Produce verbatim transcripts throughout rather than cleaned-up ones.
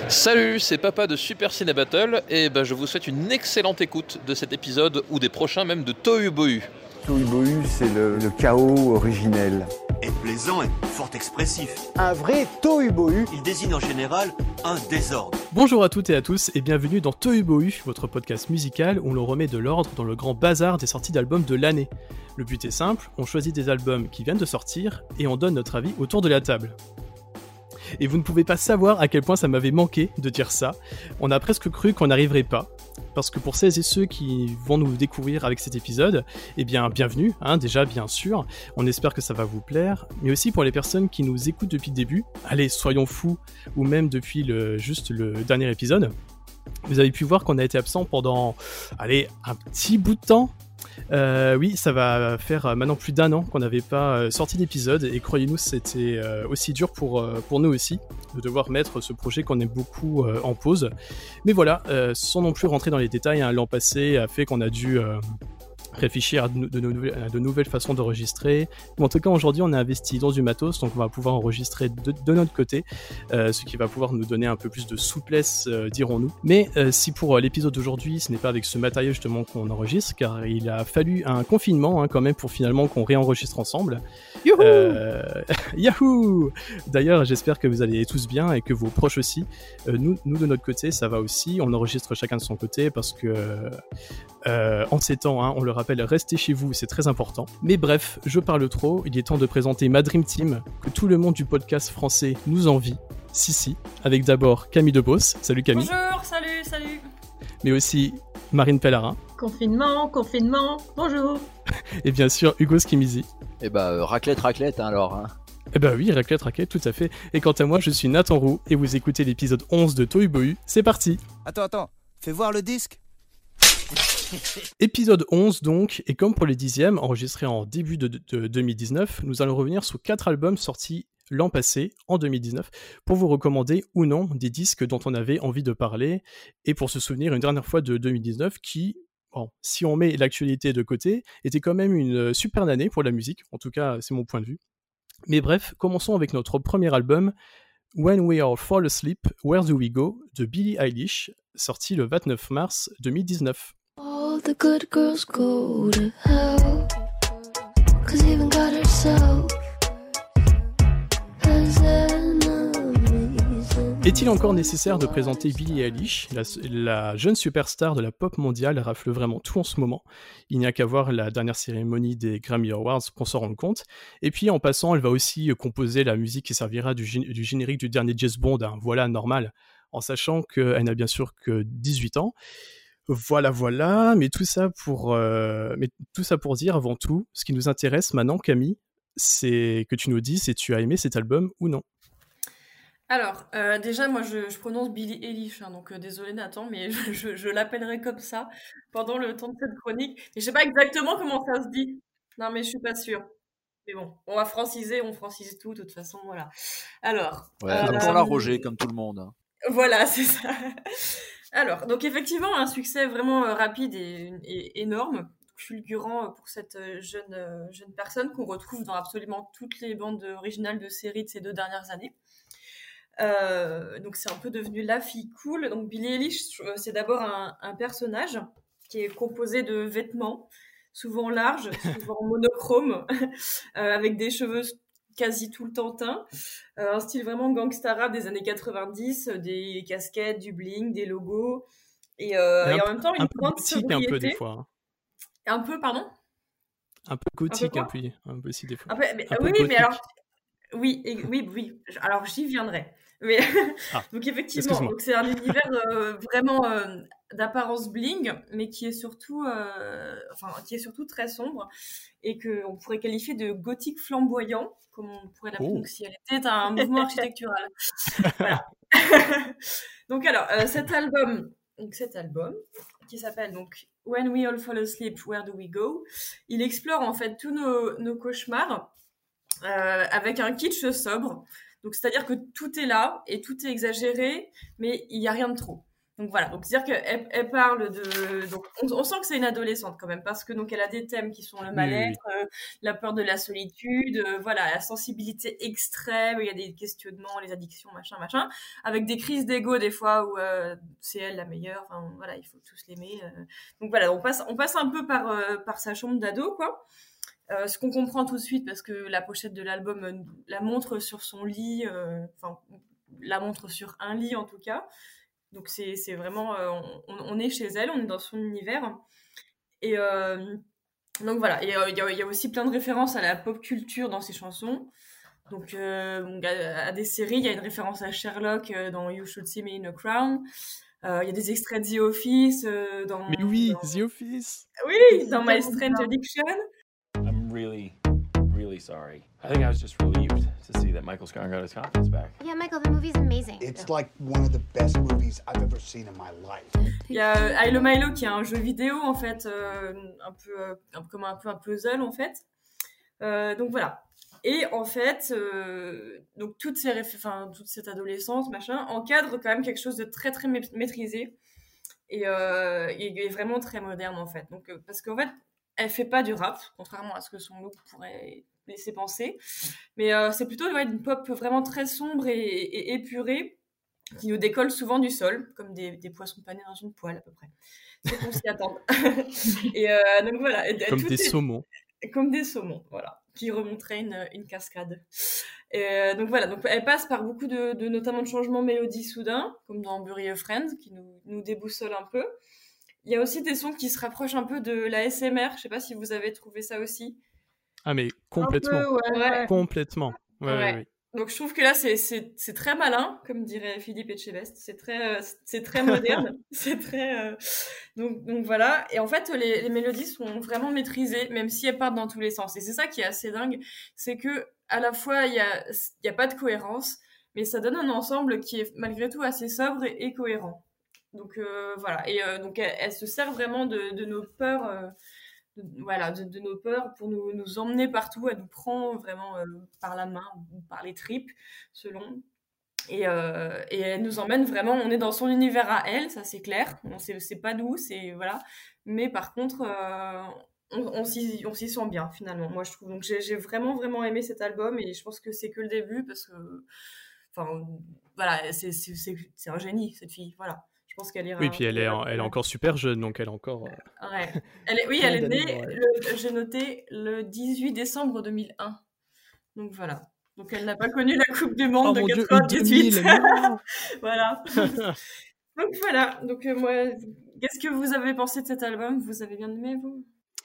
Salut, c'est Papa de Super Ciné Battle et ben, je vous souhaite une excellente écoute de cet épisode ou des prochains même de Tohu Bohu. Tohu Bohu, c'est le, le chaos originel. Est plaisant et fort expressif. Un vrai Tohu Bohu. Il désigne en général un désordre. Bonjour à toutes et à tous et bienvenue dans Tohu Bohu, votre podcast musical où l'on remet de l'ordre dans le grand bazar des sorties d'albums de l'année. Le but est simple, on choisit des albums qui viennent de sortir et on donne notre avis autour de la table. Et vous ne pouvez pas savoir à quel point ça m'avait manqué de dire ça. On a presque cru qu'on n'arriverait pas. Parce que pour celles et ceux qui vont nous découvrir avec cet épisode, eh bien, bienvenue, hein, déjà, bien sûr. On espère que ça va vous plaire. Mais aussi pour les personnes qui nous écoutent depuis le début, allez, soyons fous, ou même depuis le, juste le dernier épisode. Vous avez pu voir qu'on a été absent pendant, allez, un petit bout de temps. Euh, oui, ça va faire maintenant plus d'un an qu'on n'avait pas sorti d'épisode et croyez-nous, c'était aussi dur pour, pour nous aussi de devoir mettre ce projet qu'on aime beaucoup en pause. Mais voilà, euh, sans non plus rentrer dans les détails, hein, l'an passé a fait qu'on a dû euh, réfléchir à de, de, de, à de nouvelles façons d'enregistrer. Mais en tout cas, aujourd'hui, on a investi dans du matos, donc on va pouvoir enregistrer de, de notre côté, euh, ce qui va pouvoir nous donner un peu plus de souplesse, euh, dirons-nous. Mais euh, si pour euh, l'épisode d'aujourd'hui, ce n'est pas avec ce matériel justement qu'on enregistre, car il a fallu un confinement hein, quand même pour finalement qu'on réenregistre ensemble. Youhou euh, Yahoo D'ailleurs, j'espère que vous allez tous bien et que vos proches aussi. Euh, nous, nous, de notre côté, ça va aussi. On enregistre chacun de son côté parce que euh, en ces temps, hein, on le rappelle, restez chez vous, c'est très important. Mais bref, je parle trop, il est temps de présenter ma Dream Team, que tout le monde du podcast français nous envie. Si, si, avec d'abord Camille Debos. Salut Camille. Bonjour, salut, salut. Mais aussi Marine Pellarin. Confinement, confinement, bonjour. Et bien sûr, Hugo Skimizi. Eh bah, euh, raclette, raclette, hein, alors. Hein. Eh bah oui, raclette, raclette, tout à fait. Et quant à moi, je suis Nathan Roux, et vous écoutez l'épisode onze de Tohu Bohu. C'est parti. Attends, attends, fais voir le disque. Épisode onze donc, et comme pour les dixièmes, enregistré en début de, de, de deux mille dix-neuf, nous allons revenir sur quatre albums sortis l'an passé, en deux mille dix-neuf, pour vous recommander ou non des disques dont on avait envie de parler, et pour se souvenir une dernière fois de deux mille dix-neuf qui, bon, si on met l'actualité de côté, était quand même une super année pour la musique, en tout cas c'est mon point de vue. Mais bref, commençons avec notre premier album, When We All Fall Asleep, Where Do We Go, de Billie Eilish, sorti le vingt-neuf mars deux mille dix-neuf. All the good girls go to hell, 'cause even God herself has enemies. Est-il encore nécessaire de présenter Billie Eilish, la, la jeune superstar de la pop mondiale rafle vraiment tout en ce moment. Il n'y a qu'à voir la dernière cérémonie des Grammy Awards pour s'en rendre compte. Et puis en passant, elle va aussi composer la musique qui servira du, gé- du générique du dernier James Bond, hein, voilà, normal, en sachant qu'elle n'a bien sûr que dix-huit ans. Voilà, voilà, mais tout ça pour, euh, mais tout ça pour dire avant tout, ce qui nous intéresse maintenant, Camille, c'est que tu nous dises si tu as aimé cet album ou non. Alors, euh, déjà, moi, je, je prononce Billie Eilish, hein, donc euh, désolé Nathan, mais je, je, je l'appellerai comme ça pendant le temps de cette chronique. Et je sais pas exactement comment ça se dit. Non, mais je suis pas sûre. Mais bon, on va franciser, on francise tout, de toute façon, voilà. Alors, Ouais, euh, pour la Roger, comme tout le monde. Hein. Voilà, c'est ça. Alors, donc effectivement, un succès vraiment euh, rapide et, et énorme, fulgurant euh, pour cette euh, jeune, euh, jeune personne qu'on retrouve dans absolument toutes les bandes originales de séries de ces deux dernières années. Euh, donc c'est un peu devenu la fille cool. Donc Billie Eilish, euh, c'est d'abord un, un personnage qui est composé de vêtements, souvent larges, souvent monochromes, euh, avec des cheveux quasi tout le temps teints, euh, un style vraiment gangsta rap des années quatre-vingt-dix, des casquettes, du bling, des logos, et, euh, et, et en peu, même temps une un peu grande gothique sobriété. un peu des fois. Hein. Un peu, pardon. Un peu gothique un peu, un peu, un peu aussi des fois. Un peu, mais, un oui, peu mais alors, oui, et, oui, oui. Alors j'y viendrai. Mais ah, donc effectivement, donc c'est un univers euh, vraiment euh, d'apparence bling, mais qui est surtout, euh, enfin, qui est surtout très sombre et que on pourrait qualifier de gothique flamboyant, comme on pourrait l'appeler, oh. Donc si elle était un mouvement architectural. Voilà. Donc alors, euh, cet album, donc cet album qui s'appelle donc When We All Fall Asleep, Where Do We Go, il explore en fait tous nos, nos cauchemars euh, avec un kitsch sobre. Donc, c'est-à-dire que tout est là et tout est exagéré, mais il n'y a rien de trop. Donc voilà, donc c'est-à-dire qu'elle elle parle de... Donc on, on sent que c'est une adolescente quand même, parce que donc elle a des thèmes qui sont le mal-être, oui, oui. Euh, la peur de la solitude, euh, voilà, la sensibilité extrême, il y a des questionnements, les addictions, machin, machin, avec des crises d'ego des fois où euh, c'est elle la meilleure, enfin voilà, il faut tous l'aimer. Euh. Donc voilà, on passe, on passe un peu par, euh, par sa chambre d'ado, quoi. Euh, ce qu'on comprend tout de suite, parce que la pochette de l'album euh, la montre sur son lit, enfin, euh, la montre sur un lit en tout cas. Donc c'est, c'est vraiment, euh, on, on est chez elle, on est dans son univers. Et euh, donc voilà, il euh, y, y a aussi plein de références à la pop culture dans ses chansons. Donc euh, à, à des séries, il y a une référence à Sherlock euh, dans You Should See Me in a Crown. Il euh, y a des extraits de The Office euh, dans... Mais oui, dans... The Office. Oui, dans My Strange Addiction. I'm really, really sorry. I think I was just relieved to see that Michael Scarn got his confidence back. Yeah, Michael, the movie's amazing. It's yeah. like one of the best movies I've ever seen in my life. Il y a Hilo Milo qui est un jeu vidéo en fait, euh, un peu euh, comme un peu un puzzle en fait. Euh, donc voilà. Et en fait, euh, donc toutes ces réf- enfin toute cette adolescence machin encadre quand même quelque chose de très très ma- maîtrisé et, euh, et, et vraiment très moderne en fait. Donc euh, parce qu'en fait elle fait pas du rap, contrairement à ce que son look pourrait laisser penser. Mais euh, c'est plutôt ouais, une pop vraiment très sombre et, et, et épurée, qui nous décolle souvent du sol, comme des, des poissons panés dans une poêle à peu près. C'est qu'on s'y attend. et euh, donc voilà. Et, comme des est... saumons. Comme des saumons, voilà, qui remonteraient une, une cascade. Et euh, donc voilà, donc elle passe par beaucoup de, de notamment de changements mélodies soudains, comme dans Bury a Friend, qui nous, nous déboussole un peu. Il y a aussi des sons qui se rapprochent un peu de l'A S M R. Je sais pas si vous avez trouvé ça aussi. Ah mais complètement. Un peu, ouais, ouais. Complètement. Ouais, ouais. Ouais, ouais. Donc je trouve que là c'est c'est c'est très malin, comme dirait Philippe Etchebest. C'est très euh, c'est très moderne. c'est très euh... donc donc voilà. Et en fait les les mélodies sont vraiment maîtrisées, même si elles partent dans tous les sens. Et c'est ça qui est assez dingue, c'est que à la fois il y a il y a pas de cohérence, mais ça donne un ensemble qui est malgré tout assez sobre et, et cohérent. Donc euh, voilà, et euh, donc elle, elle se sert vraiment de, de nos peurs, euh, de, voilà, de, de nos peurs pour nous, nous emmener partout. Elle nous prend vraiment euh, par la main ou par les tripes, selon. Et, euh, et elle nous emmène vraiment. On est dans son univers à elle, ça c'est clair. On sait, c'est pas nous, c'est voilà. Mais par contre, euh, on, on s'y, on s'y sent bien finalement. Moi je trouve. Donc j'ai, j'ai vraiment vraiment aimé cet album et je pense que c'est que le début parce que, enfin voilà, c'est c'est c'est, c'est un génie cette fille, voilà. Je pense qu'elle ira. Oui, puis elle est, en, elle est encore super jeune, donc elle est encore. Euh... Ouais. Elle est, oui, elle est née. Le, j'ai noté le dix-huit décembre deux mille un. Donc voilà. Donc elle n'a pas connu la Coupe du Monde oh, de quatre-vingt-dix-huit. Voilà. Donc voilà. Donc euh, moi, qu'est-ce que vous avez pensé de cet album ? Vous avez bien aimé, vous ?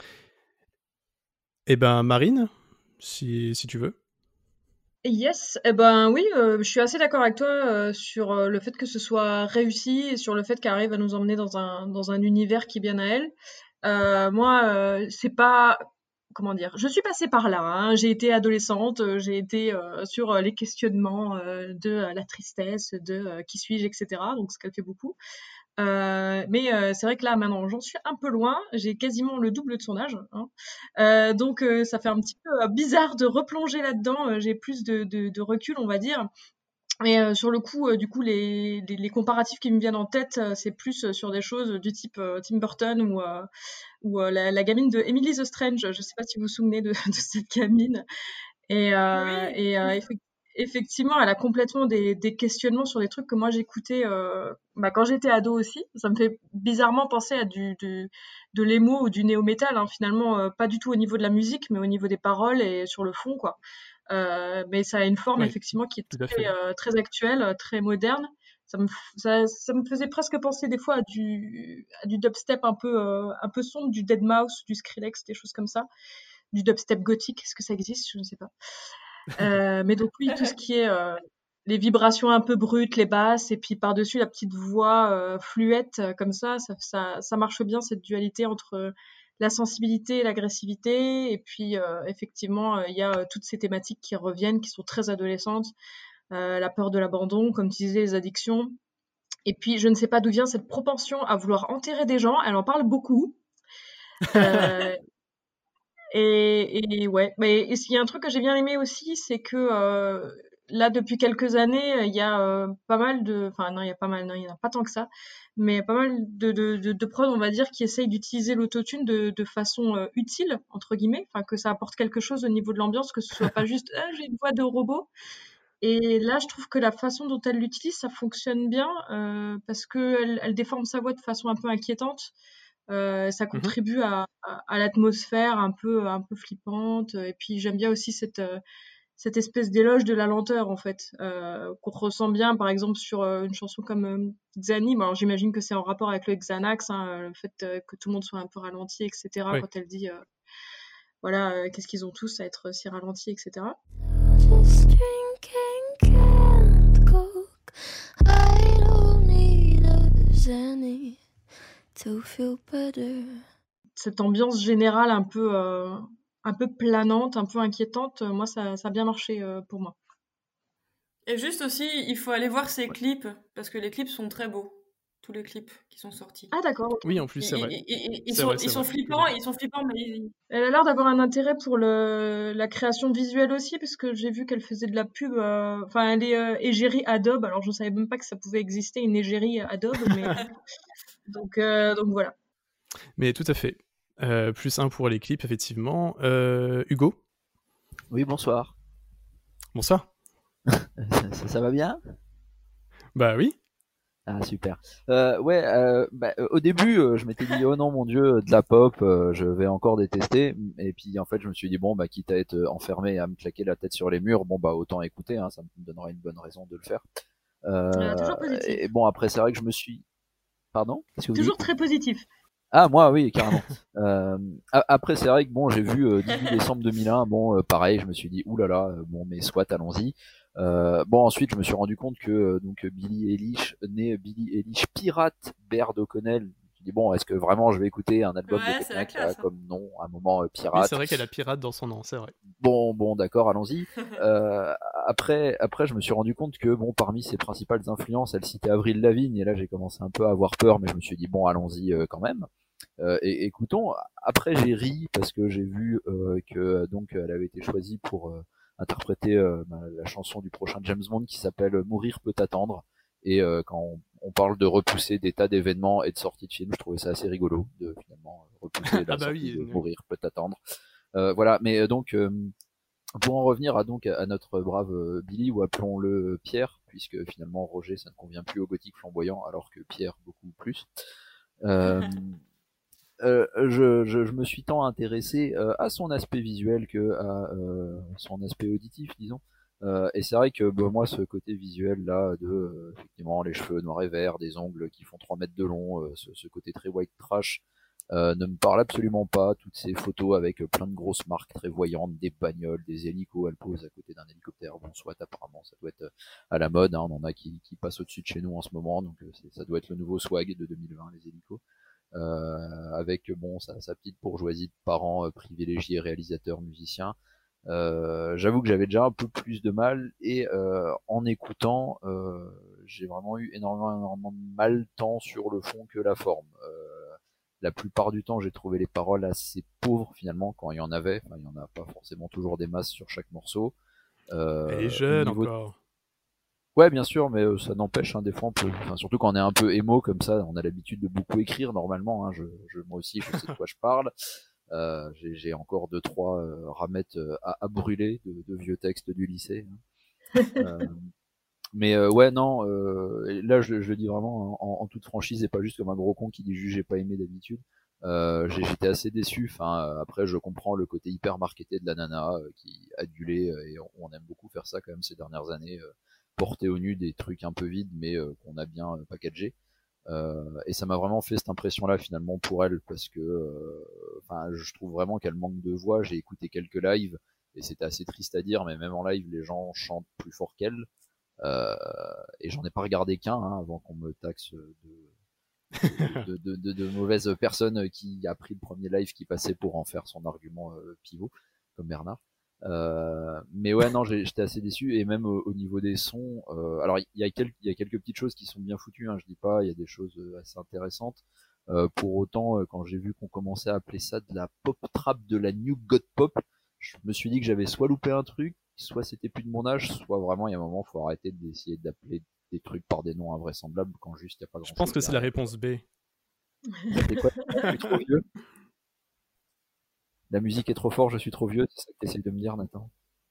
Eh ben, Marine, si si tu veux. Yes, eh ben oui, euh, je suis assez d'accord avec toi euh, sur euh, le fait que ce soit réussi et sur le fait qu'elle arrive à nous emmener dans un dans un univers qui est bien à elle. Euh, moi, euh, c'est pas comment dire, je suis passée par là. Hein, j'ai été adolescente, euh, j'ai été euh, sur euh, les questionnements euh, de euh, la tristesse, de euh, qui suis-je, et cetera. Donc ce qu'elle fait beaucoup. Euh, mais euh, c'est vrai que là maintenant j'en suis un peu loin, j'ai quasiment le double de son âge, hein. euh, donc euh, ça fait un petit peu euh, bizarre de replonger là-dedans, euh, j'ai plus de, de, de recul on va dire, et euh, sur le coup euh, du coup les, les, les comparatifs qui me viennent en tête euh, c'est plus euh, sur des choses du type euh, Tim Burton ou, euh, ou euh, la, la gamine de Emily the Strange, je sais pas si vous vous souvenez de, de cette gamine, et, euh, oui. et euh, effectivement Effectivement, elle a complètement des, des questionnements sur des trucs que moi j'écoutais euh, bah, quand j'étais ado aussi. Ça me fait bizarrement penser à du, du de l'émo ou du néo-métal, hein, finalement, euh, pas du tout au niveau de la musique, mais au niveau des paroles et sur le fond, quoi. Euh, mais ça a une forme, oui, effectivement, qui est très, euh, très actuelle, très moderne. Ça me, ça, ça me faisait presque penser des fois à du, à du dubstep un peu, euh, un peu sombre, du deadmau five, du Skrillex, des choses comme ça. Du dubstep gothique, est-ce que ça existe ? Je ne sais pas. Euh, mais donc oui, tout ce qui est euh, les vibrations un peu brutes, les basses, et puis par-dessus la petite voix euh, fluette euh, comme ça, ça, ça, ça marche bien cette dualité entre euh, la sensibilité et l'agressivité. Et puis euh, effectivement, il euh, y a euh, toutes ces thématiques qui reviennent, qui sont très adolescentes, euh, la peur de l'abandon, comme tu disais, les addictions. Et puis je ne sais pas d'où vient cette propension à vouloir enterrer des gens. Elle en parle beaucoup. Euh, Et, et ouais, mais il y a un truc que j'ai bien aimé aussi, c'est que euh, là, depuis quelques années, il y a euh, pas mal de, enfin non, il y a pas mal, non, il y en a pas tant que ça, mais pas mal de de de, de prods, on va dire, qui essayent d'utiliser l'autotune de de façon euh, utile entre guillemets, enfin que ça apporte quelque chose au niveau de l'ambiance, que ce soit pas juste ah, j'ai une voix de robot. Et là, je trouve que la façon dont elle l'utilise, ça fonctionne bien euh, parce que elle, elle déforme sa voix de façon un peu inquiétante. Euh, ça Mhm. contribue à, à, à l'atmosphère un peu un peu flippante. Et puis j'aime bien aussi cette euh, cette espèce d'éloge de la lenteur en fait euh, qu'on ressent bien par exemple sur euh, une chanson comme euh, Xani. Bon, alors j'imagine que c'est en rapport avec le Xanax, hein, le fait euh, que tout le monde soit un peu ralenti, et cetera. Oui. Quand elle dit euh, voilà euh, qu'est-ce qu'ils ont tous à être si ralentis, et cetera. Just drinking canned Coke. I don't need a Xanny to feel better. Cette ambiance générale un peu euh, un peu planante, un peu inquiétante, euh, moi ça, ça a bien marché euh, pour moi. Et juste aussi, il faut aller voir ses clips, parce que les clips sont très beaux. Tous les clips qui sont sortis. Ah d'accord. Ok. Oui, en plus, c'est Ils, vrai. ils- ils- ils C'est sont, vrai, c'est ils sont vrai. flippants, ils sont flippants, mais ils- Elle a l'air d'avoir un intérêt pour le la création visuelle aussi, parce que j'ai vu qu'elle faisait de la pub. euh, Enfin, elle est euh, égérie Adobe. Alors je savais même pas que ça pouvait exister une égérie Adobe, mais donc euh, donc voilà. Mais tout à fait. Euh, plus un pour les clips, effectivement. Euh, Hugo, Oui, bonsoir. bonsoir. ça, ça- ça va bien? Bah oui. Ah, super. Euh, ouais, euh, bah, euh, au début, euh, je m'étais dit, oh non, mon Dieu, de la pop, euh, je vais encore détester. Et puis, en fait, je me suis dit, bon, bah, quitte à être euh, enfermé et à me claquer la tête sur les murs, bon, bah, autant écouter, hein, ça me donnera une bonne raison de le faire. Euh, Euh, toujours positif. et bon, après, c'est vrai que je me suis... Pardon? Qu'est-ce que vous Toujours dites? très positif. Ah, moi, oui, carrément. euh, a- après, c'est vrai que bon, j'ai vu euh, dix-huit décembre deux mille un, bon, euh, pareil, je me suis dit, oulala, euh, bon, mais soit, allons-y. Euh, bon, ensuite, je me suis rendu compte que euh, donc Billie Eilish, né Billie Eilish pirate Baird O'Connell. Je me suis dit, bon, est-ce que vraiment je vais écouter un album Ouais, de c'est la quelqu'un qui a classe, hein. comme nom un moment euh, Oui, pirate? c'est vrai qu'elle a pirate dans son nom, c'est vrai. Bon, bon, d'accord, allons-y. Euh, après, après, je me suis rendu compte que bon, parmi ses principales influences, elle citait Avril Lavigne, et là, j'ai commencé un peu à avoir peur, mais je me suis dit, bon, allons-y euh, quand même. Euh, et écoutons. Après, j'ai ri parce que j'ai vu euh, que donc elle avait été choisie pour euh, interpréter euh, bah, la chanson du prochain James Bond qui s'appelle Mourir peut attendre. Et euh, quand on, on parle de repousser des tas d'événements et de sorties de films, je trouvais ça assez rigolo de finalement repousser la Ah bah sortie oui, de oui. Mourir peut attendre. Euh, voilà, mais euh, donc euh, pour en revenir à donc à notre brave euh, Billy, ou appelons-le Pierre, puisque finalement Roger ça ne convient plus au gothique flamboyant, alors que Pierre beaucoup plus. Euh, Euh, je, je, je me suis tant intéressé euh, à son aspect visuel que à euh, son aspect auditif, disons. Euh, et c'est vrai que bah, moi, ce côté visuel là, de euh, effectivement les cheveux noirs et verts, des ongles qui font trois mètres de long, euh, ce, ce côté très white trash, euh, ne me parle absolument pas. Toutes ces photos avec euh, plein de grosses marques très voyantes, des bagnoles, des hélicos, elle pose à côté d'un hélicoptère. Bon, soit apparemment, ça doit être euh, à la mode. Hein, on en a qui, qui passent au-dessus de chez nous en ce moment, donc euh, c'est- ça doit être le nouveau swag de deux mille vingt, les hélicos. Euh, avec bon sa, sa petite bourgeoisie de parents euh, privilégiés, réalisateurs, musiciens. Euh, j'avoue que j'avais déjà un peu plus de mal, et euh, en écoutant, euh, j'ai vraiment eu énormément, énormément de mal tant sur le fond que la forme. Euh, la plupart du temps, j'ai trouvé les paroles assez pauvres finalement quand il y en avait. Enfin, il y en a pas forcément toujours des masses sur chaque morceau. Euh, Elle est au jeune niveau de- encore. Ouais, bien sûr, mais euh, ça n'empêche, hein, des fois, on peut, enfin, surtout quand on est un peu émo comme ça, on a l'habitude de beaucoup écrire normalement. Hein, je, je, moi aussi, je sais de quoi je parle. Euh, j'ai, j'ai encore deux trois euh, ramettes euh, à, à brûler de, de vieux textes du lycée. Hein. Euh, mais euh, ouais, non, euh, et là, je, je le dis vraiment en, en toute franchise, et pas juste comme un gros con qui dit juste j'ai pas aimé d'habitude. Euh, j'ai, j'étais assez déçu. Enfin, euh, après, je comprends le côté hyper marketé de la nana euh, qui adulé, euh, et on, on aime beaucoup faire ça quand même ces dernières années. Euh, porter au nu des trucs un peu vides mais euh, qu'on a bien euh, packagé. Euh, et ça m'a vraiment fait cette impression là finalement pour elle, parce que enfin euh, je trouve vraiment qu'elle manque de voix. J'ai écouté quelques lives et c'était assez triste à dire, mais même en live les gens chantent plus fort qu'elle. Euh, et j'en ai pas regardé qu'un hein, avant qu'on me taxe de de, de, de, de mauvaise personne qui a pris le premier live qui passait pour en faire son argument euh, pivot comme Bernard. Euh, mais ouais, non, j'ai- j'étais assez déçu, et même au, au niveau des sons, euh, alors il y, a quelques, il y a quelques petites choses qui sont bien foutues, hein, je dis pas, il y a des choses euh, assez intéressantes. Euh, pour autant, euh, quand j'ai vu qu'on commençait à appeler ça de la pop trap, de la new god pop, je me suis dit que j'avais soit loupé un truc, soit c'était plus de mon âge, soit vraiment il y a un moment faut arrêter d'essayer d'appeler des trucs par des noms invraisemblables quand juste il n'y a pas grand chose. Je pense que c'est la réponse B. C'est quoi? Je suis trop vieux. La musique est trop forte, je suis trop vieux, c'est ça que tu essayes de me dire, Nathan?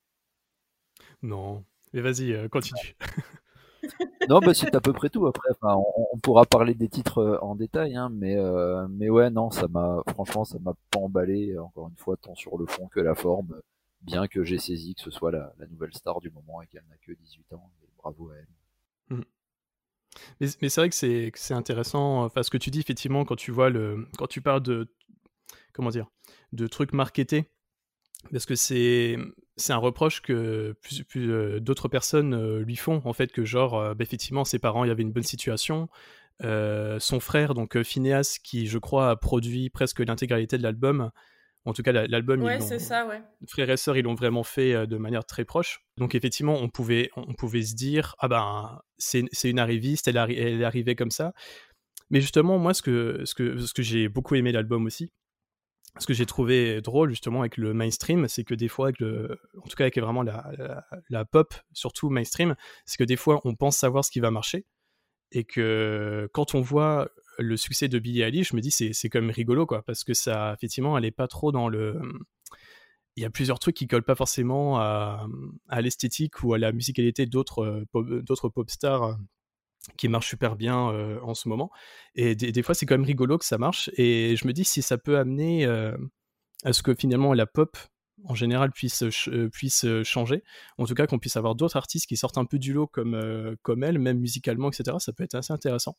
Non, mais vas-y, euh, continue. Non, bah c'est à peu près tout. Après, enfin, on, on pourra parler des titres euh, en détail, hein, mais euh, mais ouais, non, ça m'a franchement, ça m'a pas emballé. Encore une fois, tant sur le fond que la forme. Bien que j'ai saisi que ce soit la, la nouvelle star du moment et qu'elle n'a que dix-huit ans, et bravo à elle. Mm. Mais, mais c'est vrai que c'est que c'est intéressant. Enfin, ce que tu dis effectivement quand tu vois le quand tu parles de comment dire de trucs marketés. Parce que c'est, c'est un reproche que plus, plus, euh, d'autres personnes euh, lui font, en fait, que genre, euh, bah, effectivement, ses parents, il y avait une bonne situation. Euh, son frère, donc euh, Phineas, qui, je crois, a produit presque l'intégralité de l'album. En tout cas, la, l'album, Ouais, ils l'ont, c'est ça, ouais. frère et sœur, ils l'ont vraiment fait euh, de manière très proche. Donc, effectivement, on pouvait, on pouvait se dire, ah ben, c'est, c'est une arriviste, elle, arri- elle est arrivée comme ça. Mais justement, moi, ce que, ce que, ce que j'ai beaucoup aimé l'album aussi, ce que j'ai trouvé drôle justement avec le mainstream, c'est que des fois, avec le, en tout cas avec vraiment la, la, la pop, surtout mainstream, c'est que des fois on pense savoir ce qui va marcher et que quand on voit le succès de Billie Eilish, je me dis c'est, c'est quand même rigolo quoi, parce que ça, effectivement, elle est pas trop dans le. Il y a plusieurs trucs qui collent pas forcément à, à l'esthétique ou à la musicalité d'autres pop, d'autres pop stars qui marche super bien euh, en ce moment. Et des, des fois, c'est quand même rigolo que ça marche. Et je me dis si ça peut amener euh, à ce que finalement la pop, en général, puisse, ch- puisse changer. En tout cas, qu'on puisse avoir d'autres artistes qui sortent un peu du lot comme, euh, comme elle, même musicalement, et cetera. Ça peut être assez intéressant.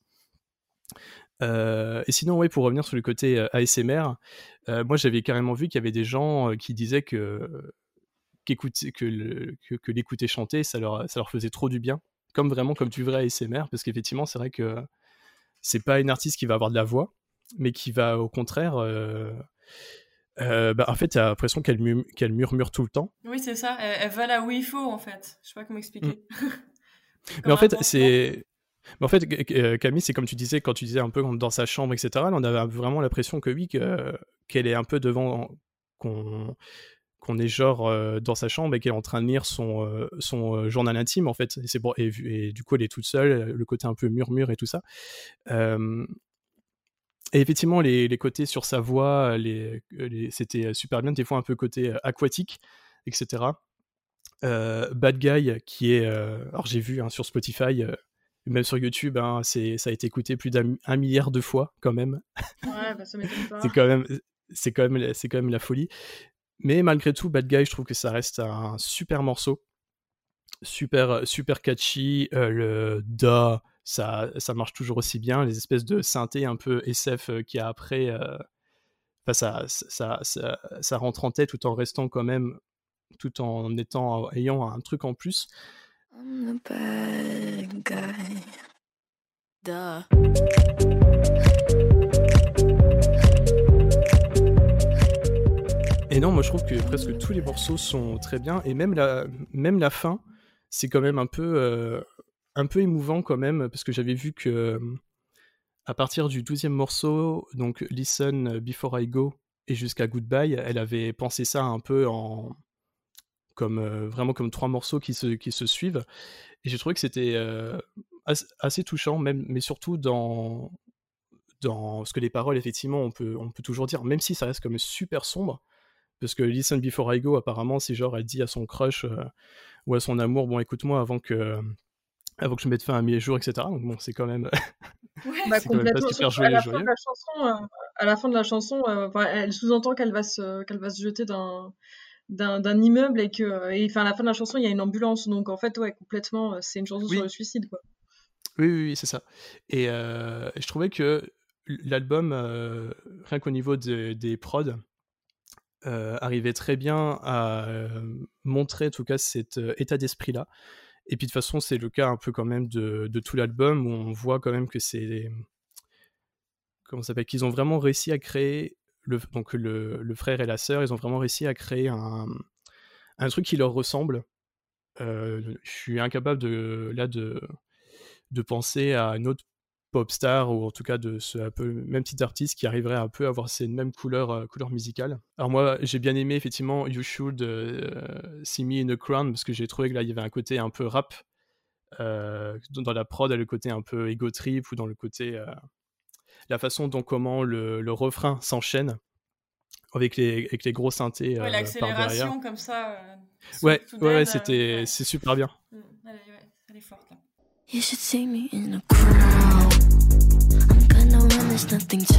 Euh, et sinon, oui, pour revenir sur le côté euh, A S M R, euh, moi j'avais carrément vu qu'il y avait des gens euh, qui disaient que, qu'écouter, que, le, que, que l'écouter chanter, ça leur, ça leur faisait trop du bien. Comme vraiment comme du vrai A S M R, parce qu'effectivement, c'est vrai que c'est pas une artiste qui va avoir de la voix, mais qui va au contraire. Euh, euh, bah, en fait, t'as l'impression qu'elle, mur- qu'elle murmure tout le temps. Oui, c'est ça. Elle, elle va là où il faut, en fait. Je sais pas comment expliquer. Mm. Mais en fait, c'est. Mais en fait, Camille, c'est comme tu disais, quand tu disais un peu dans sa chambre, et cetera, là, on avait vraiment l'impression que oui, que, qu'elle est un peu devant. Qu'on, qu'on est genre euh, dans sa chambre et qu'elle est en train de lire son, euh, son euh, journal intime en fait et, c'est bon, et, et du coup elle est toute seule, le côté un peu murmure et tout ça euh, et effectivement les, les côtés sur sa voix les, les, c'était super bien, des fois un peu côté aquatique, etc. euh, Bad Guy qui est euh, alors j'ai vu hein, sur Spotify euh, même sur YouTube hein, c'est, ça a été écouté plus d'un un milliard de fois quand même. Ouais bah ça m'étonne pas. c'est quand même c'est quand même c'est quand même la folie. Mais malgré tout, Bad Guy, je trouve que ça reste un super morceau, super, super catchy. Euh, le da, ça, ça marche toujours aussi bien. Les espèces de synthé un peu S F qu'il y a après, euh, ça, ça, ça, ça rentre en tête tout en restant quand même, tout en étant, ayant un truc en plus. I'm the bad guy. Duh. Et non, moi je trouve que presque tous les morceaux sont très bien, et même la, même la fin, c'est quand même un peu, euh, un peu émouvant quand même, parce que j'avais vu que à partir du douzième morceau, donc Listen Before I Go et jusqu'à Goodbye, elle avait pensé ça un peu en comme euh, vraiment comme trois morceaux qui se, qui se suivent, et j'ai trouvé que c'était euh, assez, assez touchant, même, mais surtout dans dans parce que les paroles, effectivement, on peut on peut toujours dire, même si ça reste comme super sombre. Parce que Listen Before I Go, apparemment, c'est genre, elle dit à son crush euh, ou à son amour, bon, écoute-moi avant que, avant que je mette fin à mes jours, et cetera. Donc bon, c'est quand même, ouais, bah, c'est quand même pas super joyeux. À la fin joyeux. de la chanson, euh, à la fin de la chanson, euh, elle sous-entend qu'elle va se, qu'elle va se jeter d'un, d'un, d'un immeuble et que, et enfin, à la fin de la chanson, il y a une ambulance. Donc en fait, ouais, complètement, c'est une chanson oui. sur le suicide, quoi. Oui, oui, oui, c'est ça. Et euh, je trouvais que l'album, euh, rien qu'au niveau de, des prods, Euh, arrivait très bien à euh, montrer en tout cas cet euh, état d'esprit là, et puis de toute façon c'est le cas un peu quand même de, de tout l'album, où on voit quand même que c'est comment ça s'appelle, qu'ils ont vraiment réussi à créer le, donc le, le frère et la sœur, ils ont vraiment réussi à créer un, un truc qui leur ressemble. euh, je suis incapable de là de, de penser à une autre pop star ou en tout cas de ce un peu même type d'artiste qui arriverait un peu à avoir ces mêmes couleurs, euh, couleurs musicales. Alors moi, j'ai bien aimé effectivement You Should euh, See Me in a Crown parce que j'ai trouvé que là, il y avait un côté un peu rap euh, dans la prod, le côté un peu ego trip ou dans le côté... Euh, la façon dont comment le, le refrain s'enchaîne avec les, avec les gros synthés ouais, euh, l'accélération par comme ça. Euh, ouais, soudaine, ouais, c'était, euh, ouais. c'est super bien. Mmh, elle, est, ouais, elle est forte là. You should see me in a crowd. I'm gonna run, there's nothing to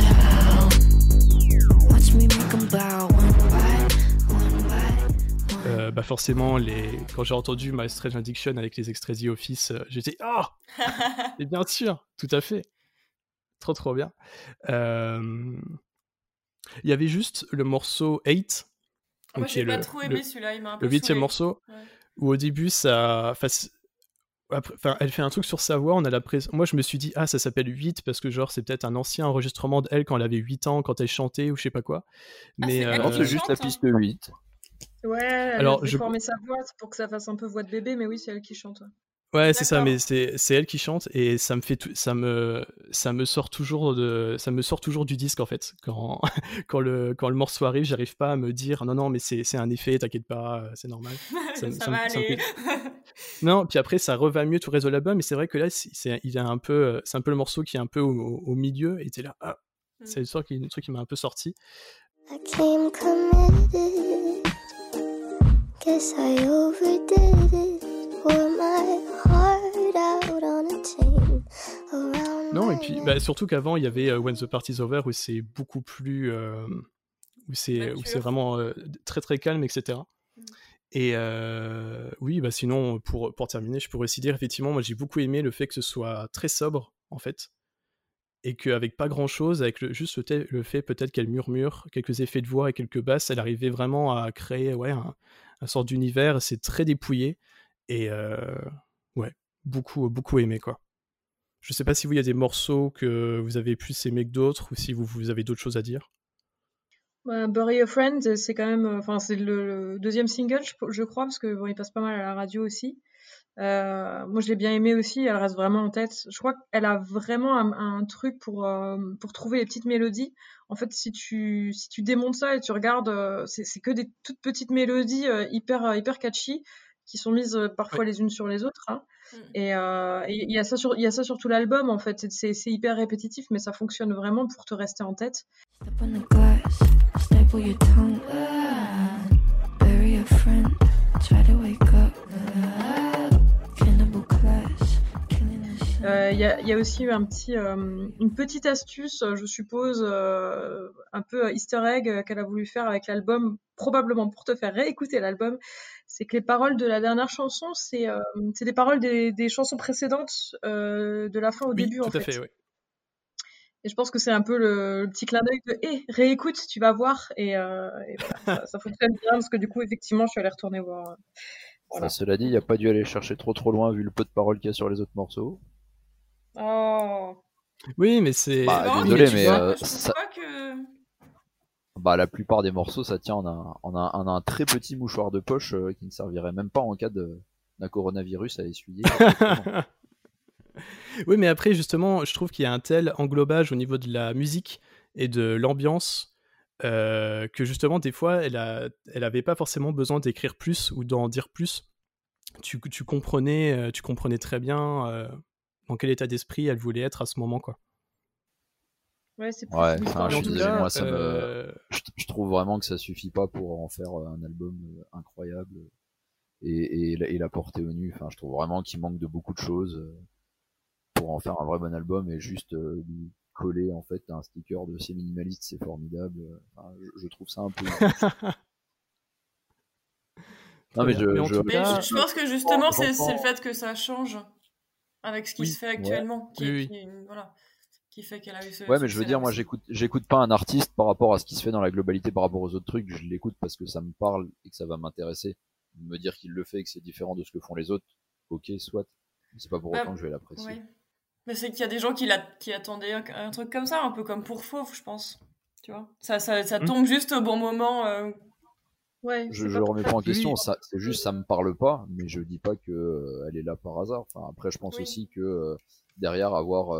help. Watch me make 'em bow one by one by one. Euh, bah forcément, les... quand j'ai entendu My Strange Addiction avec les extraits The Office, euh, j'étais ah, et bien sûr, tout à fait, trop trop bien. Euh... Il y avait juste le morceau eight. Ah, moi j'ai pas le, trop aimé le, celui-là, il m'a un peu le huitième saoulé. morceau, ouais. Où au début ça, enfin, Enfin, elle fait un truc sur sa voix, on a la pres... moi je me suis dit ah ça s'appelle huit parce que genre c'est peut-être un ancien enregistrement d'elle quand elle avait huit ans quand elle chantait ou je sais pas quoi. Mais ah, c'est, euh... c'est juste la piste huit. Ouais, elle alors, a je... déformé sa voix pour que ça fasse un peu voix de bébé, mais oui c'est elle qui chante. Ouais, c'est ça, mais c'est, c'est elle qui chante et ça me fait tout, ça me ça me sort toujours de ça me sort toujours du disque en fait quand quand le quand le morceau arrive, j'arrive pas à me dire non non mais c'est c'est un effet, t'inquiète pas, c'est normal. ça, ça, ça va ça aller. Fait... Non, puis après ça reva mieux tout le reste de l'album, mais c'est vrai que là c'est, c'est il a un peu c'est un peu le morceau qui est un peu au, au milieu et t'es là ah, mm. C'est le truc qui, le truc qui m'a un peu sorti. I came committed. Guess I overdid it. Wore my heart out on a chain around. Non, et puis bah, surtout qu'avant il y avait uh, When the Party's Over où c'est beaucoup plus euh, où c'est où c'est vraiment euh, très très calme, et cetera. Mm. Et euh, oui, bah sinon pour pour terminer, je pourrais aussi dire effectivement, moi j'ai beaucoup aimé le fait que ce soit très sobre en fait, et qu'avec pas grand chose, avec le, juste le, te- le fait peut-être qu'elle murmure, quelques effets de voix et quelques basses, elle arrivait vraiment à créer ouais un, un sorte d'univers. C'est très dépouillé. Et euh, ouais, beaucoup, beaucoup aimé quoi. Je sais pas si vous, il y a des morceaux que vous avez plus aimé que d'autres, ou si vous, vous avez d'autres choses à dire. Ouais, Bury a Friend, c'est quand même, enfin c'est le, le deuxième single, je, je crois, parce que bon, il passe pas mal à la radio aussi. Euh, moi, je l'ai bien aimé aussi. Elle reste vraiment en tête. Je crois qu'elle a vraiment un, un truc pour euh, pour trouver les petites mélodies. En fait, si tu si tu démontes ça et tu regardes, euh, c'est c'est que des toutes petites mélodies euh, hyper hyper catchy, qui sont mises euh, parfois oui. les unes sur les autres. Hein. Mm. Et il euh, y a ça sur il y a ça sur tout l'album en fait. C'est c'est hyper répétitif, mais ça fonctionne vraiment pour te rester en tête. Step on the glass, staple your tongue, uh, bury a friend, try to wake up. Il euh, y, y a aussi un petit, euh, une petite astuce, je suppose, euh, un peu easter egg qu'elle a voulu faire avec l'album, probablement pour te faire réécouter l'album. C'est que les paroles de la dernière chanson, c'est, euh, c'est des paroles des, des chansons précédentes, euh, de la fin au oui, début, tout en à fait. fait oui. Et je pense que c'est un peu le, le petit clin d'œil de hey, « réécoute, tu vas voir ». Et, euh, et voilà, ça, ça fonctionne bien parce que du coup, effectivement, je suis allée retourner voir. Voilà. Enfin, cela dit, il n'y a pas dû aller chercher trop trop loin vu le peu de paroles qu'il y a sur les autres morceaux. Oh. Oui, mais c'est. Bah, c'est désolé, mais, mais. Euh, je ça... crois que. Bah, la plupart des morceaux, ça tient en un, en un, en un très petit mouchoir de poche euh, qui ne servirait même pas en cas de, d'un coronavirus à essuyer. Oui, mais après, justement, je trouve qu'il y a un tel englobage au niveau de la musique et de l'ambiance euh, que justement, des fois, elle a, elle avait pas forcément besoin d'écrire plus ou d'en dire plus. Tu, tu comprenais, tu comprenais très bien euh, dans quel état d'esprit elle voulait être à ce moment, quoi. Ouais, c'est plus ouais, enfin, je suis désolé, cas, moi, ça euh... me, je, je trouve vraiment que ça suffit pas pour en faire un album incroyable et, et, et la porter au nu. Enfin, je trouve vraiment qu'il manque de beaucoup de choses pour en faire un vrai bon album et juste euh, lui coller en fait un sticker de c'est minimaliste, c'est formidable. Enfin, je, je trouve ça un peu. Non mais je, mais je, cas, mais je, je pense que justement c'est, c'est le fait que ça change avec ce qui oui, se fait actuellement, ouais, qui, oui, qui, voilà, qui fait qu'elle a eu ce. Ouais, mais je veux dire, moi, j'écoute, j'écoute pas un artiste par rapport à ce qui se fait dans la globalité par rapport aux autres trucs. Je l'écoute parce que ça me parle et que ça va m'intéresser. Me dire qu'il le fait et que c'est différent de ce que font les autres, ok, soit. C'est pas pour autant bah, que je vais l'apprécier. Ouais. Mais c'est qu'il y a des gens qui, la, qui attendaient un, un truc comme ça, un peu comme pour Fauve, je pense. Tu vois, ça, ça, ça tombe mmh. juste au bon moment. Euh... Ouais, je je le remets pas en question, oui. ça, c'est juste ça me parle pas, mais je dis pas que euh, elle est là par hasard. Enfin, après, je pense oui. aussi que euh, derrière avoir euh,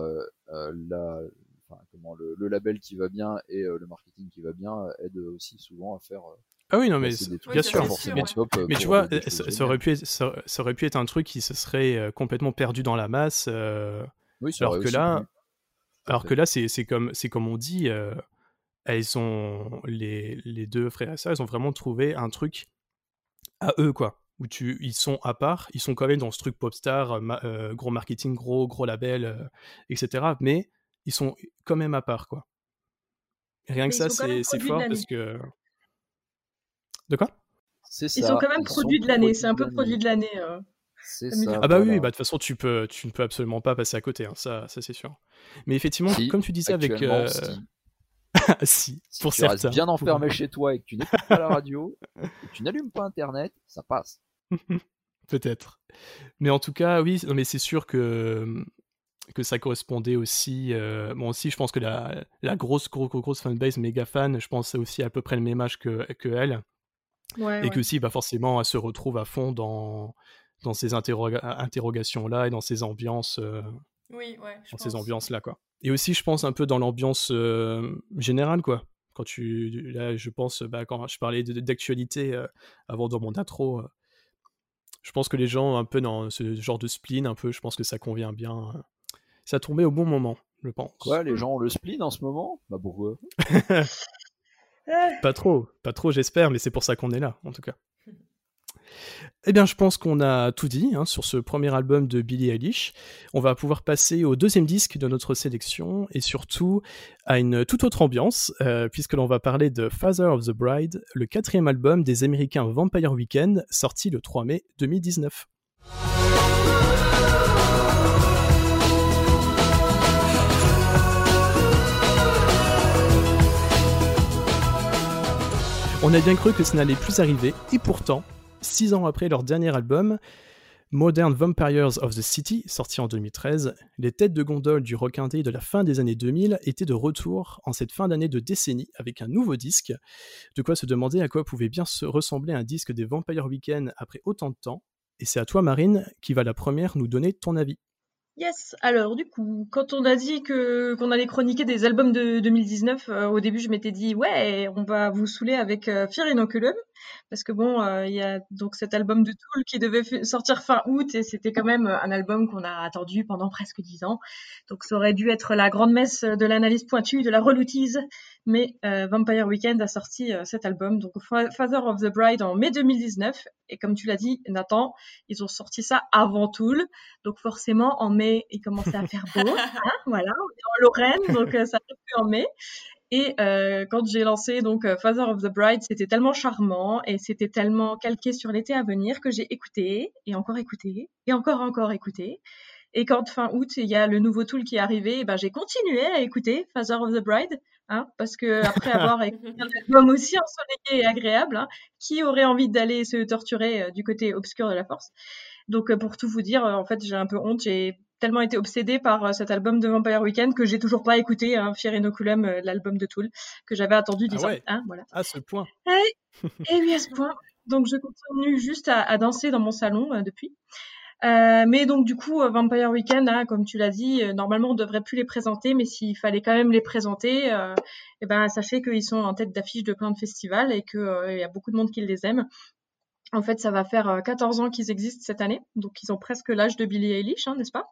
euh, la, enfin, comment, le, le label qui va bien et euh, le marketing qui va bien aident aussi souvent à faire. Euh, Ah oui, non, mais passer des trucs bien pas sûr. forcément Mais, top, euh, mais pour tu vois, des- des ça, choses ça aurait géniales. pu être, ça, ça aurait pu être un truc qui se serait euh, complètement perdu dans la masse. euh, Oui, ça alors aurait que aussi là, pu. Tout à alors fait. que là, c'est c'est comme c'est comme on dit, euh, elles ont les les deux frères et sœurs, ils ont vraiment trouvé un truc à eux, quoi. Où tu, ils sont à part, ils sont quand même dans ce truc popstar, euh, ma- euh, gros marketing, gros gros label, euh, et cetera. Mais ils sont quand même à part, quoi. Rien que Mais ils ça, sont quand même c'est c'est produits de fort l'année. parce que. De quoi? C'est Ils sont ça, quand même ils sont produits de l'année. C'est un produits de peu produit l'année. de l'année. euh, C'est comme ils ça, Ah bah oui, voilà. bah de toute façon, tu peux, tu ne peux absolument pas passer à côté, hein, ça, ça c'est sûr. Mais effectivement, Si, comme tu disais avec... actuellement, euh, si. si, Si pour tu restes certains. bien pour- enfermé chez toi et que tu n'écoutes pas la radio, et que tu n'allumes pas Internet, ça passe. Peut-être. Mais en tout cas, oui, non, mais c'est sûr que, que ça correspondait aussi... euh, Bon, aussi, je pense que la, la grosse, grosse, grosse fanbase méga fan, je pense c'est aussi à peu près le même âge que, que elle. Ouais, Et que ouais. aussi, bah, forcément, elle se retrouve à fond dans, dans ces interroga- interrogations-là et dans ces ambiances... euh, Oui, ouais, je dans ces pense. ambiances-là, quoi. Et aussi, je pense un peu dans l'ambiance euh, générale, quoi. Quand tu, là, je pense, bah, quand je parlais de- d'actualité euh, avant dans mon intro, euh, je pense que les gens un peu dans ce genre de spleen, un peu, je pense que ça convient bien. euh. Ça tombait au bon moment, je pense. Quoi, les gens ont le spleen en ce moment? Bah pourquoi? Ah, Pas trop, pas trop, j'espère, mais c'est pour ça qu'on est là, en tout cas. Eh bien, je pense qu'on a tout dit hein, sur ce premier album de Billie Eilish. On va pouvoir passer au deuxième disque de notre sélection et surtout à une toute autre ambiance, euh, puisque l'on va parler de Father of the Bride, le quatrième album des Américains Vampire Weekend, sorti le trois mai deux mille dix-neuf. On a bien cru que ça n'allait plus arriver, et pourtant, six ans après leur dernier album, Modern Vampires of the City, sorti en deux mille treize, les têtes de gondole du rock indé de la fin des années deux mille étaient de retour en cette fin d'année de décennie avec un nouveau disque. De quoi se demander à quoi pouvait bien se ressembler un disque des Vampire Weekend après autant de temps. Et c'est à toi, Marine, qui va la première nous donner ton avis. Yes. Alors, du coup, quand on a dit que qu'on allait chroniquer des albums de deux mille dix-neuf, euh, au début, je m'étais dit, ouais, on va vous saouler avec euh, Fear Inoculum. Parce que bon, euh, il y a donc cet album de Tool qui devait f- sortir fin août et c'était quand même un album qu'on a attendu pendant presque dix ans. Donc ça aurait dû être la grande messe de l'analyse pointue, de la reloutise. Mais euh, Vampire Weekend a sorti euh, cet album, donc Fa- Father of the Bride en mai deux mille dix-neuf. Et comme tu l'as dit, Nathan, ils ont sorti ça avant Tool. Donc forcément, en mai, il commençait à faire beau. Hein, voilà, on est en Lorraine, donc euh, ça arrive en mai. Et euh, quand j'ai lancé donc euh, Father of the Bride, c'était tellement charmant et c'était tellement calqué sur l'été à venir que j'ai écouté et encore écouté et encore encore écouté. Et quand fin août il y a le nouveau Tool qui est arrivé, eh ben j'ai continué à écouter Father of the Bride, hein, parce que après avoir écouté un album aussi ensoleillé et agréable, hein, qui aurait envie d'aller se torturer euh, du côté obscur de la force. Donc euh, pour tout vous dire, euh, en fait j'ai un peu honte, j'ai tellement été obsédée par euh, cet album de Vampire Weekend que j'ai toujours pas écouté hein, Fear Inoculum, euh, l'album de Tool, que j'avais attendu dix Ah ans. ouais, Hein, voilà. à ce point. Et, et oui, à ce point. Donc je continue juste à, à danser dans mon salon euh, depuis. Euh, mais donc du coup, euh, Vampire Weekend, hein, comme tu l'as dit, euh, normalement on devrait plus les présenter, mais s'il fallait quand même les présenter, euh, eh ben sachez qu'ils sont en tête d'affiche de plein de festivals et qu'il euh, y a beaucoup de monde qui les aime. En fait, ça va faire euh, quatorze ans qu'ils existent cette année, donc ils ont presque l'âge de Billie Eilish, hein, n'est-ce pas?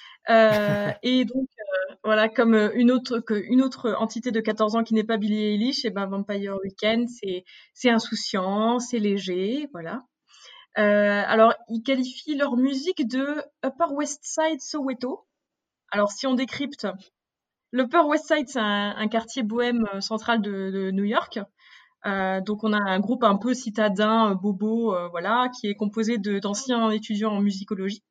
Euh, et donc euh, voilà, comme euh, une autre que une autre entité de quatorze ans qui n'est pas Billie Eilish, et ben Vampire Weekend, c'est c'est insouciant, c'est léger, voilà. Euh, alors ils qualifient leur musique de Upper West Side Soweto. Alors si on décrypte, l'Upper West Side c'est un, un quartier bohème euh, central de, de New York. Euh, donc on a un groupe un peu citadin, euh, bobo, euh, voilà, qui est composé de d'anciens étudiants en musicologie.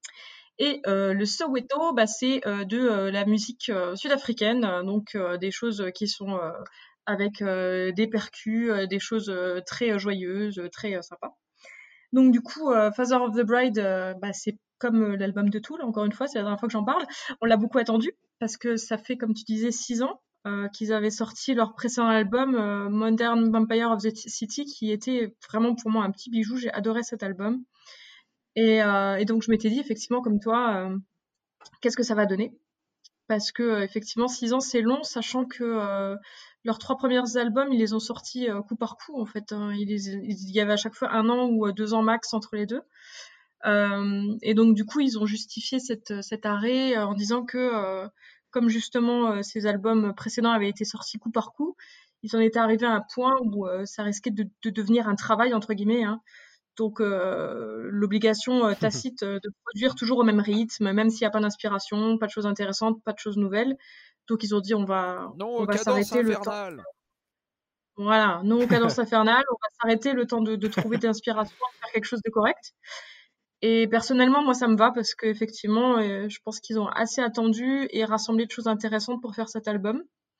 Et euh, le Soweto, bah, c'est euh, de euh, la musique euh, sud-africaine, euh, donc euh, des choses qui sont euh, avec euh, des percus, euh, des choses euh, très euh, joyeuses, très euh, sympas. Donc du coup, euh, Father of the Bride, euh, bah, c'est comme euh, l'album de Tool, encore une fois, c'est la dernière fois que j'en parle. On l'a beaucoup attendu parce que ça fait, comme tu disais, six ans euh, qu'ils avaient sorti leur précédent album, euh, Modern Vampire of the City, qui était vraiment pour moi un petit bijou. J'ai adoré cet album. Et, euh, et donc je m'étais dit effectivement comme toi, euh, qu'est-ce que ça va donner? parce que euh, effectivement six ans c'est long, sachant que euh, leurs trois premiers albums ils les ont sortis euh, coup par coup en fait. Hein. Il, les- il y avait à chaque fois un an ou euh, deux ans max entre les deux. Euh, et donc du coup ils ont justifié cette, cet arrêt euh, en disant que euh, comme justement euh, ces albums précédents avaient été sortis coup par coup, ils en étaient arrivés à un point où euh, ça risquait de, de devenir un travail entre guillemets. Hein. Donc euh, l'obligation euh, tacite euh, de produire toujours au même rythme, même s'il n'y a pas d'inspiration, pas de choses intéressantes, pas de choses nouvelles. Donc ils ont dit on va Non, on va cadence s'arrêter le temps. infernale. Voilà, non aux cadences infernales, on va s'arrêter le temps de, de trouver des inspirations, de faire quelque chose de correct. Et personnellement, moi ça me va parce qu'effectivement, euh, je pense qu'ils ont assez attendu et rassemblé de choses intéressantes pour faire cet album.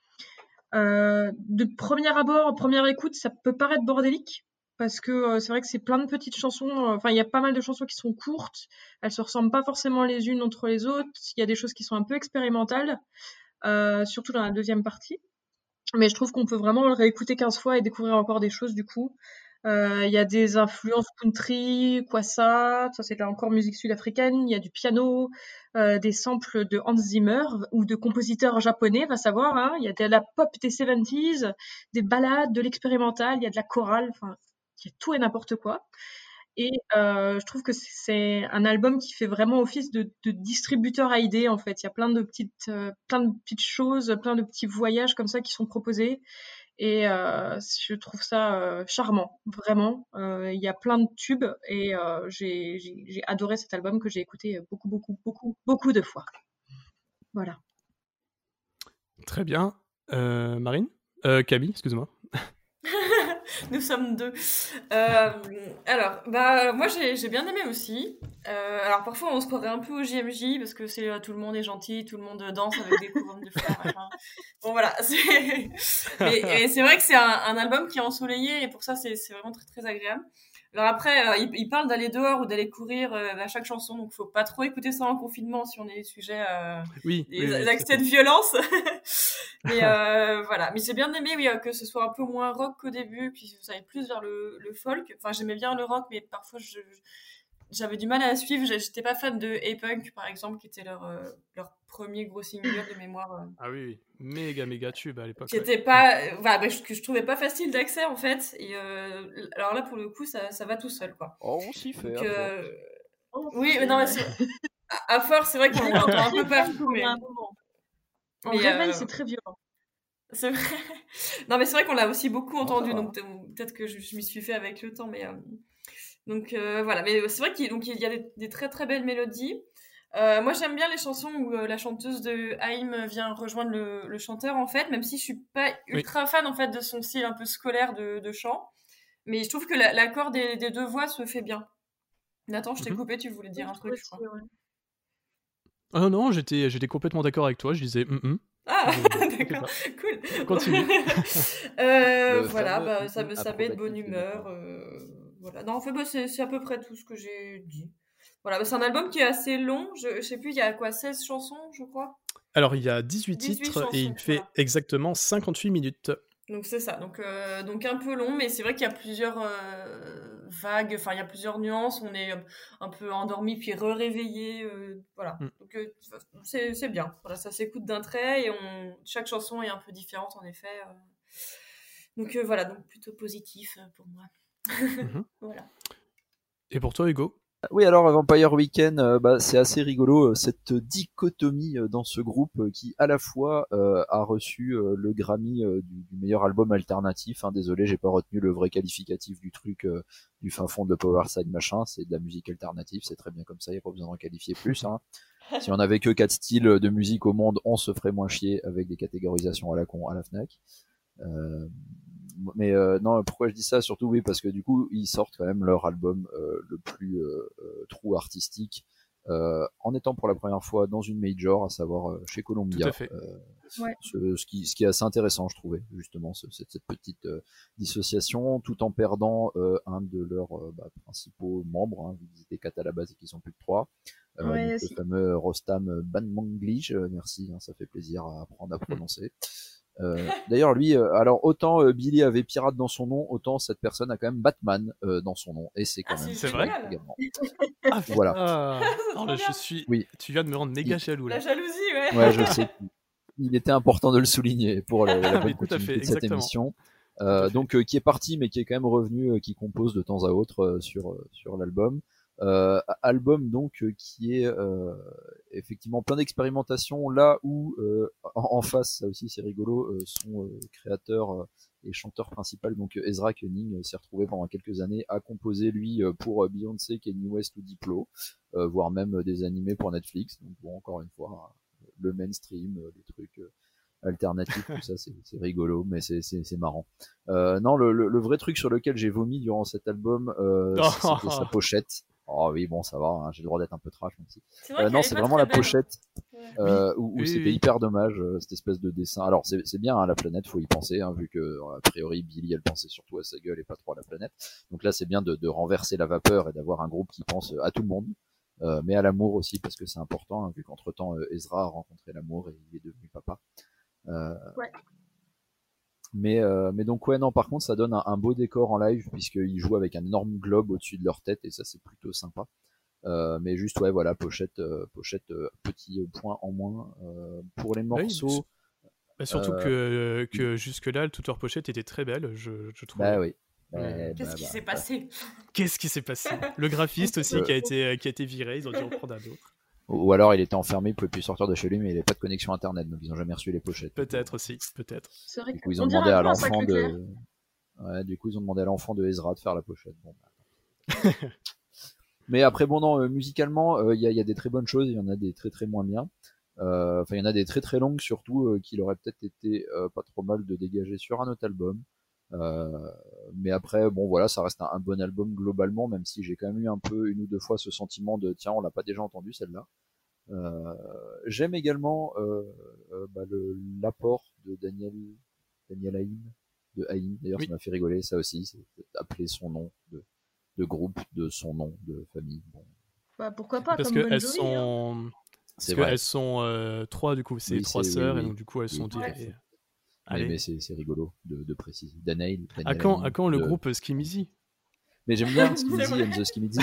Euh, de premier abord, première écoute, ça peut paraître bordélique parce que euh, c'est vrai que c'est plein de petites chansons. Enfin, il y a pas mal de chansons qui sont courtes. Elles se ressemblent pas forcément les unes entre les autres. Il y a des choses qui sont un peu expérimentales, euh, surtout dans la deuxième partie. Mais je trouve qu'on peut vraiment le réécouter quinze fois et découvrir encore des choses du coup. Euh, Il y a des influences country, kwassa, ça c'est là encore musique sud-africaine. Il y a du piano, euh, des samples de Hans Zimmer ou de compositeurs japonais, va savoir. Hein. Il y a de la pop des soixante-dix, des ballades, de l'expérimental, il y a de la chorale, enfin, il y a tout et n'importe quoi. Et euh, je trouve que c'est un album qui fait vraiment office de, de distributeur à idées en fait. Il y a plein de petites, euh, plein de petites choses, plein de petits voyages comme ça qui sont proposés. Et euh, je trouve ça euh, charmant, vraiment. Euh, Il y a plein de tubes et euh, j'ai j'ai- j'ai adoré cet album que j'ai écouté beaucoup, beaucoup, beaucoup, beaucoup de fois. Voilà. Très bien. Euh, Marine euh, Camille, excuse-moi. Nous sommes deux. Euh, alors, bah, moi j'ai j'ai bien aimé aussi. Euh, alors parfois on se croirait un peu au J M J parce que c'est euh, tout le monde est gentil, tout le monde danse avec des couronnes de fleurs, machin. Bon voilà, c'est. Mais et c'est vrai que c'est un, un album qui est ensoleillé et pour ça c'est c'est vraiment très très agréable. Alors après, euh, il, il parle d'aller dehors ou d'aller courir euh, à chaque chanson, donc faut pas trop écouter ça en confinement si on est sujet à Oui, des oui, oui, accès de violence. Mais euh, voilà, mais j'ai bien aimé oui, euh, que ce soit un peu moins rock qu'au début, puis ça aille plus vers le, le folk. Enfin, j'aimais bien le rock, mais parfois je, j'avais du mal à suivre. J'étais pas fan de A-Punk, par exemple, qui était leur, euh, leur premier gros single de mémoire. euh, Ah oui, oui. méga méga tube à l'époque. qui ouais. était pas, euh, voilà, bah, je- que je trouvais pas facile d'accès en fait. Et euh, alors là, pour le coup, ça, ça va tout seul, quoi. Oh, on s'y fait. Donc, à euh, Oh, oui, c'est mais non, mais vrai. c'est- à, à force, c'est vrai qu'on l'entend un peu partout, mais, À un moment. En mais, réveil, euh, c'est très violent. c'est vrai. Non, mais c'est vrai qu'on l'a aussi beaucoup entendu, ça va. donc peut- peut-être que je, je m'y suis fait avec le temps, mais euh, donc euh, voilà. Mais c'est vrai qu'il donc, il y a des, des très très belles mélodies. Euh, moi, j'aime bien les chansons où euh, la chanteuse de Haïm vient rejoindre le, le chanteur, en fait, même si je suis pas ultra fan en fait de son style un peu scolaire de, de chant. Mais je trouve que la- l'accord des, des deux voix se fait bien. Nathan, je t'ai Mhm. coupé, tu voulais dire un Je truc, je aussi, crois. ouais. Ah non, non, j'étais, j'étais complètement d'accord avec toi. Je disais, hum, hum. Ah, Je- d'accord, cool. Continue. Euh, Le voilà, fameux bah, ça, hum me- hum ça met de bonne approbatif de humeur. Nathan. euh, voilà. Non, en fait, bah, c'est c'est à peu près tout ce que j'ai dit. Voilà, bah, c'est un album qui est assez long. Je, je sais plus, il y a quoi, seize chansons, je crois. Alors, il y a dix-huit dix-huit titres chansons, et il fait voilà. exactement cinquante-huit minutes. Donc c'est ça, donc, euh, donc un peu long, mais c'est vrai qu'il y a plusieurs euh, vagues, enfin il y a plusieurs nuances, on est un peu endormi puis re-réveillé, euh, voilà. Mm. Donc euh, c'est c'est bien, voilà, ça s'écoute d'un trait et on, chaque chanson est un peu différente en effet. euh. Donc euh, voilà, donc plutôt positif euh, pour moi. Mhm. Voilà. Et pour toi, Hugo? Oui, alors Vampire Weekend, euh, bah, c'est assez rigolo euh, cette dichotomie euh, dans ce groupe euh, qui à la fois euh, a reçu euh, le Grammy euh, du, du meilleur album alternatif. Hein, désolé, j'ai pas retenu le vrai qualificatif du truc euh, du fin fond de Powerside machin. C'est de la musique alternative, c'est très bien comme ça. Il y a pas besoin d'en qualifier plus. Hein. Si on avait que quatre styles de musique au monde, on se ferait moins chier avec des catégorisations à la con à la Fnac. Euh, mais euh, non, pourquoi je dis ça? Surtout oui, parce que du coup ils sortent quand même leur album euh, le plus euh, euh, true artistique euh, en étant pour la première fois dans une major, à savoir euh, chez Columbia. Tout à fait. Euh, Ouais. ce, ce, qui, ce qui est assez intéressant, je trouvais, justement, ce, cette, cette petite euh, dissociation, tout en perdant euh, un de leurs euh, bah, principaux membres, hein, ils étaient quatre à la base et qu'ils sont plus que trois. Euh, Ouais, donc, si. le fameux Rostam Banmanglij, euh, merci, hein, ça fait plaisir à apprendre à prononcer. Euh, d'ailleurs, lui, euh, alors autant euh, Billy avait pirate dans son nom, autant cette personne a quand même Batman euh, dans son nom, et c'est quand Ah, même c'est C'est vrai génial. également. Ah, Voilà. Ah, C'est non, trop là, bien. je suis. Oui. Tu viens de me rendre méga Il- jaloux La là. jalousie, ouais. Ouais, je sais. Il était important de le souligner pour la, la Ah, bonne mais tout à continuité fait, de cette exactement. émission. Tout à Euh, fait. donc, euh, qui est parti, mais qui est quand même revenu, euh, qui compose de temps à autre euh, sur euh, sur l'album. Euh, album donc euh, qui est euh, effectivement plein d'expérimentation là où euh, en, en face, ça aussi c'est rigolo, euh, son euh, créateur euh, et chanteur principal donc Ezra Koenig euh, s'est retrouvé pendant quelques années à composer lui euh, pour euh, Beyoncé, Kanye West ou Diplo, euh, voire même euh, des animés pour Netflix. Donc bon, encore une fois, euh, le mainstream, euh, les trucs euh, alternatifs, tout ça c'est, c'est rigolo, mais c'est, c'est, c'est marrant. Euh, non, le, le, le vrai truc sur lequel j'ai vomi durant cet album, euh, Oh. c'était sa pochette. Oh oui, bon, ça va, hein, j'ai le droit d'être un peu trash même si. C'est vrai Euh, qu'elle non, est c'est pas vraiment très la belle. pochette Ouais. euh, où, où Oui, c'était oui. hyper dommage, euh, cette espèce de dessin. Alors c'est, c'est bien, hein, la planète, faut y penser, hein, vu que a priori Billy elle pensait surtout à sa gueule et pas trop à la planète. Donc là, c'est bien de, de renverser la vapeur et d'avoir un groupe qui pense à tout le monde, euh, mais à l'amour aussi parce que c'est important, hein, vu qu'entre temps euh, Ezra a rencontré l'amour et il est devenu papa. Euh, Ouais. Mais, euh, mais donc ouais, non, par contre, ça donne un, un beau décor en live puisqu'ils jouent avec un énorme globe au-dessus de leur tête et ça c'est plutôt sympa. Euh, mais juste ouais, voilà, pochette, euh, pochette, euh, petit point en moins euh, pour les Oui, morceaux. Bah, surtout Euh, que, que jusque-là, toute leur pochette était très belle, je, je trouve. Bah oui. Mais- Bah, Qu'est-ce bah, qui bah, s'est bah. passé? Qu'est-ce qui s'est passé? Le graphiste aussi Euh, qui a été, qui a été viré, ils ont dû en prendre un autre. Ou alors il était enfermé, il pouvait plus sortir de chez lui, mais il avait pas de connexion internet, donc ils ont jamais reçu les pochettes. Peut-être aussi, peut-être. C'est vrai Du coup, ils ont qu'on dirait demandé un à peu un l'enfant sacré clair. de. Ouais, du coup, ils ont demandé à l'enfant de Ezra de faire la pochette. Bon, bah. Mais après, bon, non, euh, musicalement, il euh, y, a, y a des très bonnes choses, il y en a des très très moins bien. Euh, Enfin, il y en a des très très longues, surtout, euh, qu'il aurait peut-être été euh, pas trop mal de dégager sur un autre album. Euh, mais après, bon, voilà, ça reste un, un bon album globalement, même si j'ai quand même eu un peu une ou deux fois ce sentiment de tiens, on l'a pas déjà entendu celle-là. Euh, J'aime également euh, euh, bah, le, l'apport de Daniel, Daniel Haïm, de Haïm. D'ailleurs, Oui. ça m'a fait rigoler, ça aussi, c'est appeler son nom de, de groupe, de son nom de famille. Bon, Bah, pourquoi pas, Parce comme Bon qu'elles Jovi, hein. sont. c'est Parce vrai. qu'elles sont euh, trois, du coup, c'est Oui, trois c'est- oui, sœurs, oui. et donc du coup, elles Oui, sont tout à des. fait. Mais, Allez. mais c'est, c'est rigolo de, de préciser. Daniel, À Daniel quand, Haïm à quand le de- groupe Skimzy? Mais j'aime bien C'est Skimzy vrai. and the Skimzy.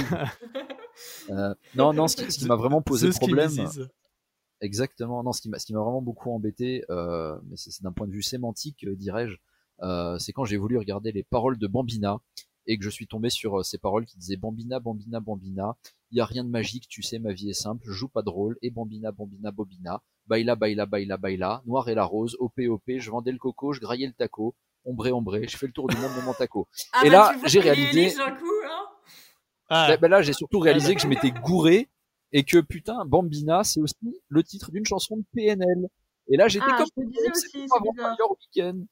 Euh, non, non, ce qui, ce qui m'a vraiment posé The problème. Skimzys. Exactement. Non, ce qui m'a, ce qui m'a vraiment beaucoup embêté, euh, mais c'est, c'est d'un point de vue sémantique, euh, dirais-je, euh, c'est quand j'ai voulu regarder les paroles de Bambina et que je suis tombé sur euh, ces paroles qui disaient Bambina, Bambina, Bambina, il y a rien de magique, tu sais, ma vie est simple, je joue pas de rôle, et Bambina, Bambina, Bobina, baila, baila, baila, baila, noir et la rose, O P O P, je vendais le coco, je graillais le taco, ombré, ombré, je fais le tour du monde de mon taco. Ah Et bah, là, tu vois j'ai qu'il est réalisé- riche d'un coup, hein. Ah, Ben, ben là, j'ai surtout réalisé Ah, que je m'étais gouré et que putain, Bambina, c'est aussi le titre d'une chanson de P N L. Et là, j'étais Ah, comme je me disais c'est aussi, pas c'est bizarre. Vampire Weekend.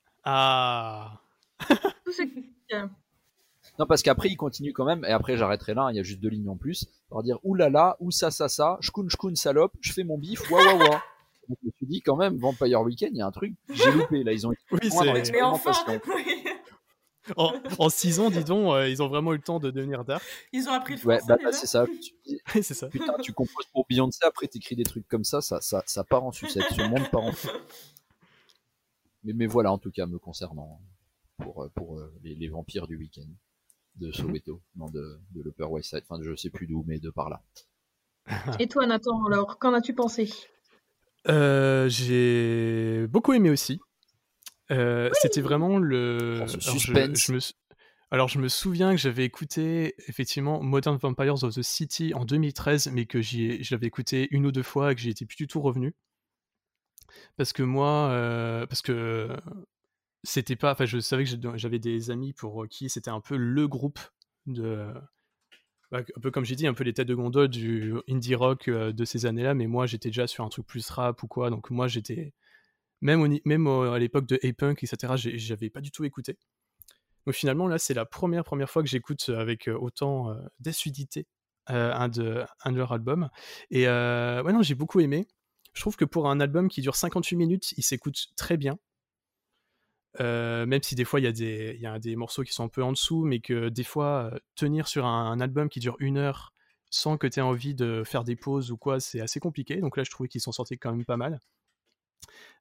ah. Tout c'est Non, parce qu'après, il continue quand même, et après, j'arrêterai là, il y a juste deux lignes en plus, par dire oulala, ou ça, ça, ça, j'coun, j'coun, salope, je fais mon bif, wa, wa, wa. Donc, je me suis dit, quand même, Vampire Weekend, il y a un truc, j'ai loupé, là, ils ont été Oui, loin dans c'est. Mais enfin, l'expérimentation. oui. En, en six ans, dis donc, euh, ils ont vraiment eu le temps de devenir dark. Ils ont appris le Ouais, français bah, bah, déjà. c'est ça. Je me suis dit, Oui, c'est ça. putain, tu composes pour Beyoncé, après t'écris des trucs comme ça, ça, ça, ça part en sucette, ce monde part en sucette. Mais, mais voilà, en tout cas, me concernant, pour, euh, pour euh, les, les vampires du week-end de Soweto, non de, de l'Upper West Side, enfin je sais plus d'où, mais de par là. Et toi, Nathan, alors, qu'en as-tu pensé? Euh, j'ai beaucoup aimé aussi. Euh, C'était vraiment le. Oh, ce Alors, je, suspense. je me... sou- Alors, je me souviens que j'avais écouté effectivement Modern Vampires of the City en deux mille treize, mais que j'y ai- je l'avais écouté une ou deux fois et que j'y étais plus du tout revenu. Parce que moi, euh, parce que c'était pas. Enfin, je savais que j'ai- j'avais des amis pour qui c'était un peu le groupe de. Bah, un peu comme j'ai dit, un peu les têtes de gondole du indie rock euh, de ces années-là, mais moi j'étais déjà sur un truc plus rap ou quoi, donc moi j'étais. Même, au ni- même au- à l'époque de A-Punk, et cetera, j'ai- j'avais pas du tout écouté. Donc finalement, là, c'est la première, première fois que j'écoute avec euh, autant euh, d'assiduité euh, un, de, un de leurs albums. Et euh, ouais, non, j'ai beaucoup aimé. Je trouve que pour un album qui dure cinquante-huit minutes, il s'écoute très bien. Euh, même si des fois il y, a des- il y a des morceaux qui sont un peu en dessous, mais que des fois, euh, tenir sur un, un album qui dure une heure sans que tu aies envie de faire des pauses ou quoi, c'est assez compliqué. Donc là, je trouvais qu'ils s'en sortaient quand même pas mal.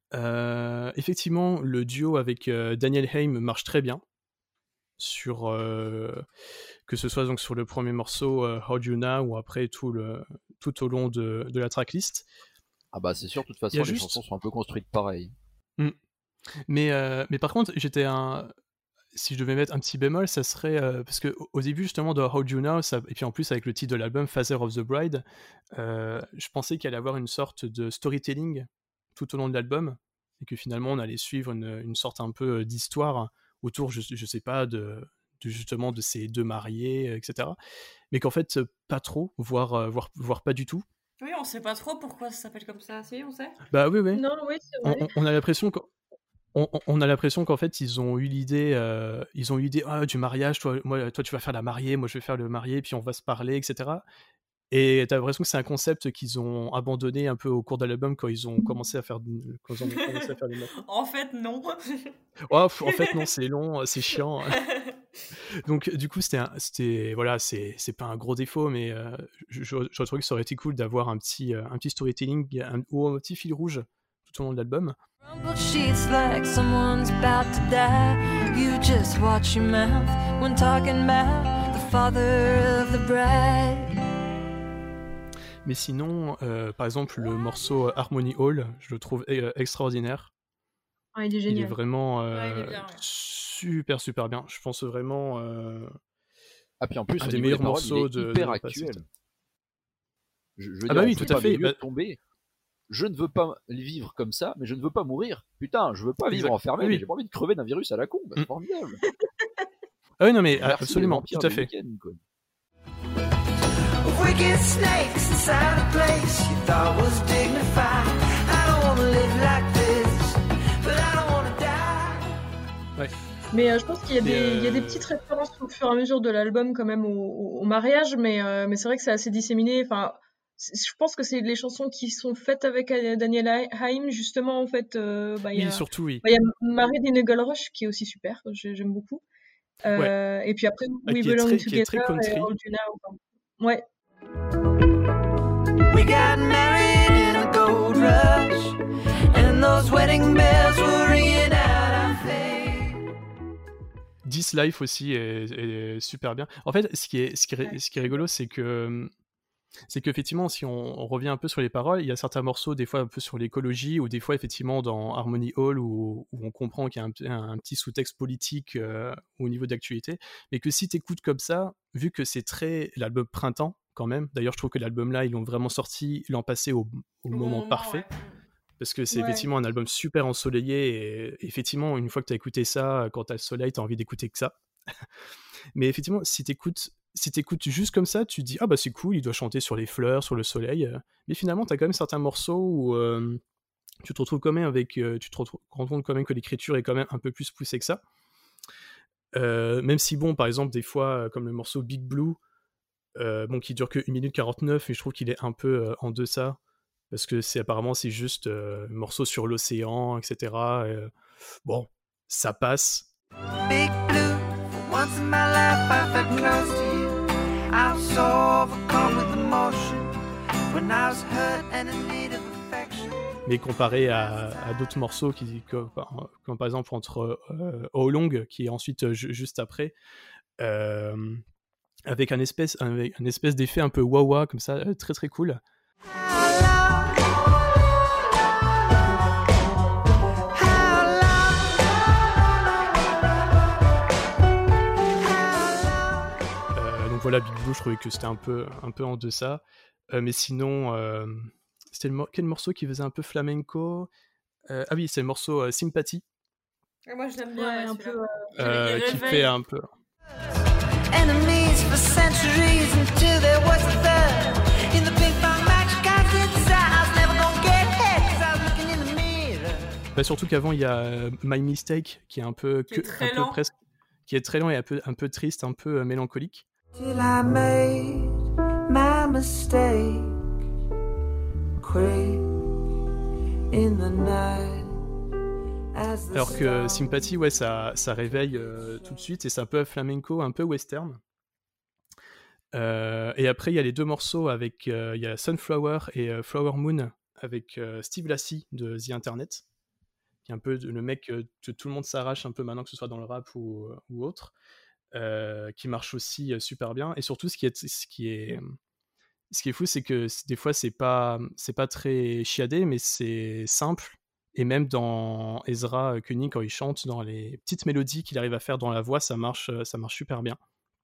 Euh, effectivement, le duo avec euh, Daniel Haim marche très bien. Sur, euh, que ce soit donc sur le premier morceau euh, How Do You Now ou après tout, le, tout au long de, de la tracklist. Ah bah c'est sûr, de toute façon, les juste... chansons sont un peu construites pareil. Mm. Mais, euh, mais par contre, j'étais un... si je devais mettre un petit bémol, ça serait... Euh, parce qu'au début, justement, de How Do You Now, ça... et puis en plus avec le titre de l'album, Father of the Bride, euh, je pensais qu'il allait avoir une sorte de storytelling tout au long de l'album, et que finalement, on allait suivre une, une sorte un peu d'histoire autour, je, je sais pas, de, de justement de ces deux mariés, et cetera. Mais qu'en fait, pas trop, voire, voire, voire pas du tout. Oui, on sait pas trop pourquoi ça s'appelle comme ça, si, on sait. Bah oui, oui. Non, oui, c'est vrai. On, on a l'impression qu'en on, on a l'impression qu'en fait, ils ont eu l'idée, euh, ils ont eu l'idée ah, du mariage, toi, moi, toi, tu vas faire la mariée, moi, je vais faire le marié, puis on va se parler, et cetera. Et t'as l'impression que c'est un concept qu'ils ont abandonné un peu au cours de l'album quand ils ont commencé à faire, quand ils ont commencé à faire les morceaux. En fait, non. Oh, en fait, non, c'est long, c'est chiant. Donc, du coup, c'était, un, c'était voilà, c'est, c'est pas un gros défaut, mais euh, je, je, je trouve que ça aurait été cool d'avoir un petit, euh, un petit storytelling un, ou un petit fil rouge tout au long de l'album. Sheets like someone's about to die. You just watch your mouth when talking about the father of the bride. Mais sinon, euh, par exemple, le morceau Harmony Hall, je le trouve euh, extraordinaire. Ah, il est génial. Il est vraiment euh, ouais, il est bien, ouais. super, super bien. Je pense vraiment euh, ah, puis en plus, un des meilleurs paroles, morceaux il est de hyper de actuel. Je, je veux ah dire, bah oui, tout à fait. Bah... tomber. Je ne veux pas vivre comme ça, mais je ne veux pas mourir. Putain, je veux pas vivre exact. enfermé, oui. mais j'ai pas envie de crever d'un virus à la con. Bah, c'est mm. formidable. Ah oui, non, mais Merci absolument, tout à fait. Wicked snakes inside a place you thought was dignified. I don't wanna live like this, but I don't wanna die. Ouais. Mais euh, je pense qu'il y a, des, euh... il y a des petites références au fur et à mesure de l'album quand même au, au, au mariage, mais, euh, mais c'est vrai que c'est assez disséminé. Enfin, je pense que c'est les chansons qui sont faites avec Daniel Haim, justement, en fait. Euh, bah, y a, oui, surtout, oui. Bah, y a Married in a Gold Rush qui est aussi super, j'aime beaucoup. Euh, ouais. Et puis après, ah, We Belong très, Together et All You Now. Enfin, ouais. We got married in a gold rush, and those wedding bells were ringing out our face. This Life aussi est, est super bien. En fait, ce qui est, ce qui est, ce qui est rigolo, c'est que c'est qu'effectivement, si on, on revient un peu sur les paroles, il y a certains morceaux, des fois un peu sur l'écologie, ou des fois effectivement dans Harmony Hall, où, où on comprend qu'il y a un, un petit sous-texte politique euh, au niveau d'actualité, mais que si t'écoutes comme ça, vu que c'est très l'album Printemps, quand même. D'ailleurs, je trouve que l'album-là, ils l'ont vraiment sorti l'an passé au, au moment, moment parfait. Ouais. Parce que c'est ouais. effectivement un album super ensoleillé. Et effectivement, une fois que tu as écouté ça, quand tu as le soleil, tu as envie d'écouter que ça. Mais effectivement, si tu écoutes si t'écoutes juste comme ça, tu te dis « Ah bah c'est cool, il doit chanter sur les fleurs, sur le soleil. » Mais finalement, tu as quand même certains morceaux où euh, tu te retrouves quand même avec... Euh, tu te retrouves, rends compte quand même que l'écriture est quand même un peu plus poussée que ça. Euh, même si, bon, par exemple, des fois, comme le morceau Big Blue, Euh, bon, qui dure que une minute quarante-neuf, mais je trouve qu'il est un peu euh, en deçà, parce que c'est apparemment c'est juste euh, un morceau sur l'océan, et cetera. Euh, bon, ça passe. Big Blue, for once in my life I felt close to you. I was so overcome with emotion when I was hurt and in need of affection. Mais comparé à, à d'autres morceaux, qui, comme, comme par exemple entre euh, How Long, qui est ensuite euh, juste après, euh, avec un espèce, un, un espèce d'effet un peu wah-wah, comme ça, très très cool. Euh, donc voilà, Big Blue, je trouvais que c'était un peu, un peu en deçà. Euh, mais sinon, euh, c'était le mo- quel morceau qui faisait un peu flamenco euh, Ah oui, c'est le morceau euh, Sympathy. Et moi, je l'aime bien, ouais, un peu, euh, qui fait un peu... Enemies for centuries until there was a third. In the pink funk magic I was never gonna get hit cause I was looking in the mirror. Bah surtout qu'avant il y a euh, My Mistake qui est un peu qui est que, très un lent. peu presque qui est très lent et un peu un peu triste, un peu euh, mélancolique. Till I made my mistake. Quick in the night. Alors que Sympathy, ouais, ça, ça réveille euh, tout de suite et c'est un peu flamenco, un peu western. Euh, et après, il y a les deux morceaux avec euh, il y a Sunflower et euh, Flower Moon avec euh, Steve Lacy de The Internet. qui est un peu le mec que, que tout le monde s'arrache un peu maintenant, que ce soit dans le rap ou, ou autre, euh, qui marche aussi euh, super bien. Et surtout, ce qui est, ce qui est, ce qui est fou, c'est que des fois, c'est pas, c'est pas très chiadé, mais c'est simple. Et même dans Ezra Koenig, quand il chante, dans les petites mélodies qu'il arrive à faire dans la voix, ça marche, ça marche super bien.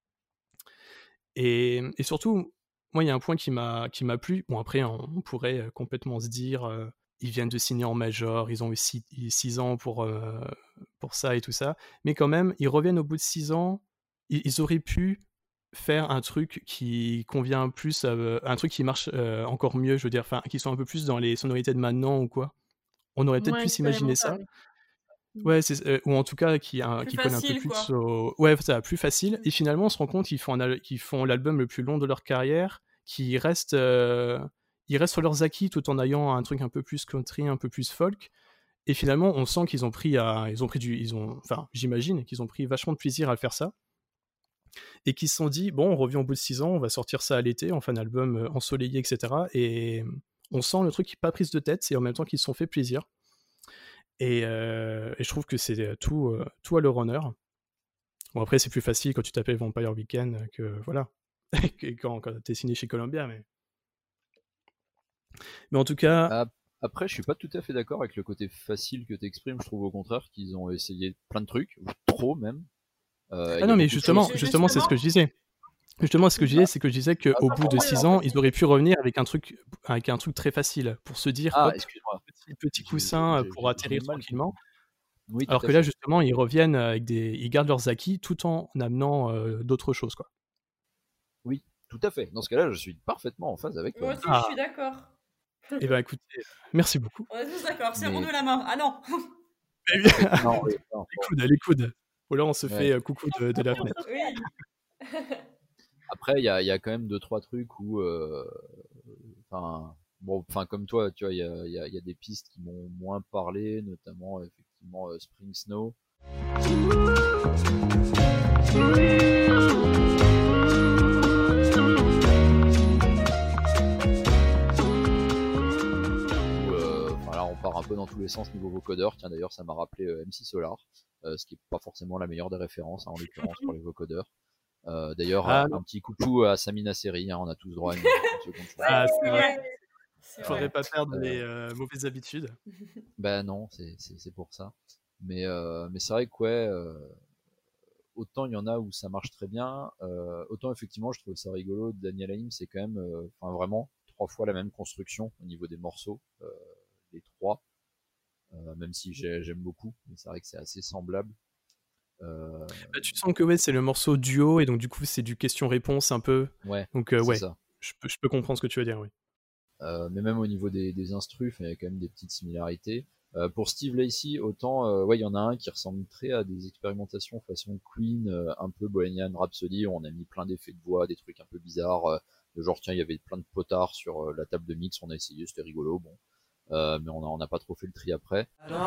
Et, et surtout, moi, il y a un point qui m'a, qui m'a plu. Bon, après, on, on pourrait complètement se dire, euh, ils viennent de signer en major, ils ont eu six, six ans pour, euh, pour ça et tout ça. Mais quand même, ils reviennent au bout de six ans, ils, ils auraient pu faire un truc qui convient plus, euh, un truc qui marche euh, encore mieux, je veux dire, enfin, qui soit un peu plus dans les sonorités de maintenant ou quoi. On aurait peut-être Moins pu s'imaginer ça. expérimental. Ouais, c'est, euh, ou en tout cas qui, un, Plus qui colle un peu facile, plus quoi. au... Ouais, ça, plus facile. Et finalement, on se rend compte qu'ils font, un al- qu'ils font l'album le plus long de leur carrière, qui reste, euh, ils restent sur leurs acquis tout en ayant un truc un peu plus country, un peu plus folk. Et finalement, on sent qu'ils ont pris, à, ils ont pris du, ils ont, enfin, j'imagine qu'ils ont pris vachement de plaisir à le faire ça, et qu'ils se sont dit, bon, on revient au bout de six ans, on va sortir ça à l'été, on fait un album euh, ensoleillé, et cetera. Et on sent le truc qui n'est pas prise de tête, et en même temps qu'ils se sont fait plaisir. Et, euh, et je trouve que c'est tout, euh, tout à leur honneur. Bon, après, c'est plus facile quand tu t'appelles Vampire Weekend que, voilà, que quand, quand t'es signé chez Columbia, mais... Mais en tout cas... Ah, après, je suis pas tout à fait d'accord avec le côté facile que tu exprimes. Je trouve au contraire qu'ils ont essayé plein de trucs, ou trop même. Euh, ah non, mais justement, justement, c'est ce que je disais. Justement, ce que je disais, c'est que je disais qu'au bout de six ans, ils auraient pu revenir avec un truc, avec un truc très facile pour se dire, ah, hop, excuse-moi. petit, petit coussin j'ai, pour j'ai, atterrir j'ai mal. tranquillement. Oui, alors que là, justement, ils reviennent avec des, ils gardent leurs acquis tout en amenant euh, d'autres choses, quoi. Oui, tout à fait. Dans ce cas-là, je suis parfaitement en phase avec toi. Moi aussi, Ah. je suis d'accord. Eh ben, écoutez, merci beaucoup. On est tous d'accord. C'est Mais- de la main. Ah non. Non, oui, non, Les coudes, les coudes. Ou là, on se Ouais. fait euh, coucou de, de la fenêtre. Oui. Après, il y a, il y a quand même deux trois trucs où, euh, enfin, bon, enfin comme toi, tu vois, il y a, il y a- il y a des pistes qui m'ont moins parlé, notamment effectivement euh, Spring Snow. Où, euh, enfin, là, on part un peu dans tous les sens niveau vocodeur. Tiens, d'ailleurs, ça m'a rappelé euh, M C Solar, euh, ce qui est pas forcément la meilleure des références, hein, en l'occurrence pour les vocodeurs. Euh, D'ailleurs, Ah, un, non. un petit coucou à Samina Seri, hein, on a tous droit à une, une seconde chance. Ah, c'est C'est vrai. vrai. C'est Faudrait vrai. pas perdre Euh, les euh, mauvaises habitudes. Ben non, c'est c'est- c'est pour ça. Mais, euh, mais c'est vrai que ouais, euh, autant il y en a où ça marche très bien, euh, autant effectivement je trouve ça rigolo. Daniel Haim, c'est quand même, euh, enfin vraiment trois fois la même construction au niveau des morceaux, euh, les trois. Euh, même si j'ai- j'aime beaucoup, mais c'est vrai que c'est assez semblable. Euh, Bah, tu sens que ouais, c'est le morceau duo, et donc du coup, c'est du question-réponse un peu. ouais, Donc euh, c'est ouais, ça. je peux, je peux comprendre ce que tu veux dire, oui. Euh, mais même au niveau des, des instrus, il y a quand même des petites similarités. Euh, pour Steve Lacy, autant, euh, ouais, il y en a un qui ressemble très à des expérimentations façon Queen, euh, un peu Bohemian Rhapsody, où on a mis plein d'effets de voix, des trucs un peu bizarres, euh, de genre tiens, il y avait plein de potards sur euh, la table de mix, on a essayé, c'était rigolo, bon, euh, mais on a, on n'a pas trop fait le tri après.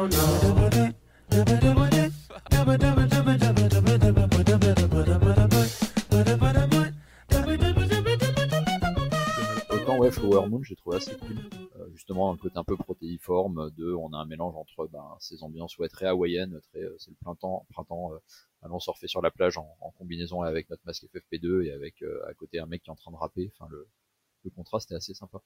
Autant ouais, Flower Moon, j'ai trouvé assez cool. Euh, justement, un côté un peu protéiforme de, on a un mélange entre ben, ces ambiances ouais, très hawaïennes, très, euh, c'est le printemps, printemps, euh, allons surfer sur la plage en, en combinaison avec notre masque F F P deux et avec euh, à côté un mec qui est en train de rapper. Enfin, le, le contraste est assez sympa.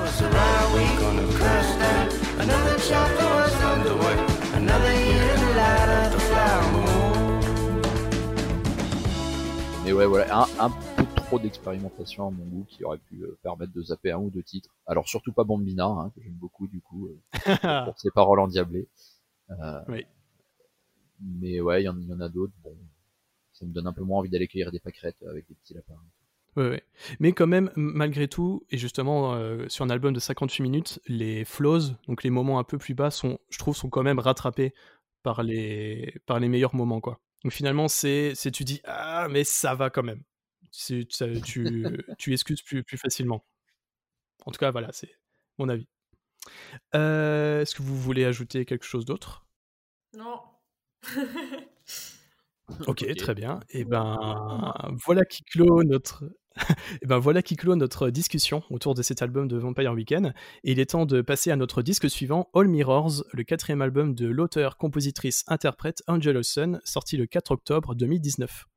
Mais ouais, voilà, un, un peu trop d'expérimentation à mon goût qui aurait pu euh, permettre de zapper un ou deux titres. Alors surtout pas Bambina, hein, que j'aime beaucoup du coup, euh, pour ses paroles endiablées. Euh, Oui. Mais ouais, il y, y en a d'autres. Bon, ça me donne un peu moins envie d'aller cueillir des pâquerettes avec des petits lapins. Ouais, ouais. Mais quand même, malgré tout, et justement, euh, sur un album de cinquante-huit minutes, les flows, donc les moments un peu plus bas, sont, je trouve, sont quand même rattrapés par les, par les meilleurs moments, quoi. Donc finalement, c'est, c'est tu dis, ah, mais ça va quand même. C'est, ça, tu, tu excuses plus, plus facilement. En tout cas, voilà, c'est mon avis. Euh, est-ce que vous voulez ajouter quelque chose d'autre? Non. Ok, Ok. très bien. Et ben, voilà qui clôt notre, Et ben voilà qui clôt notre discussion autour de cet album de Vampire Weekend. Et il est temps de passer à notre disque suivant, All Mirrors, le quatrième album de l'auteur, compositrice, interprète Angel Olsen, sorti le quatre octobre deux mille dix-neuf.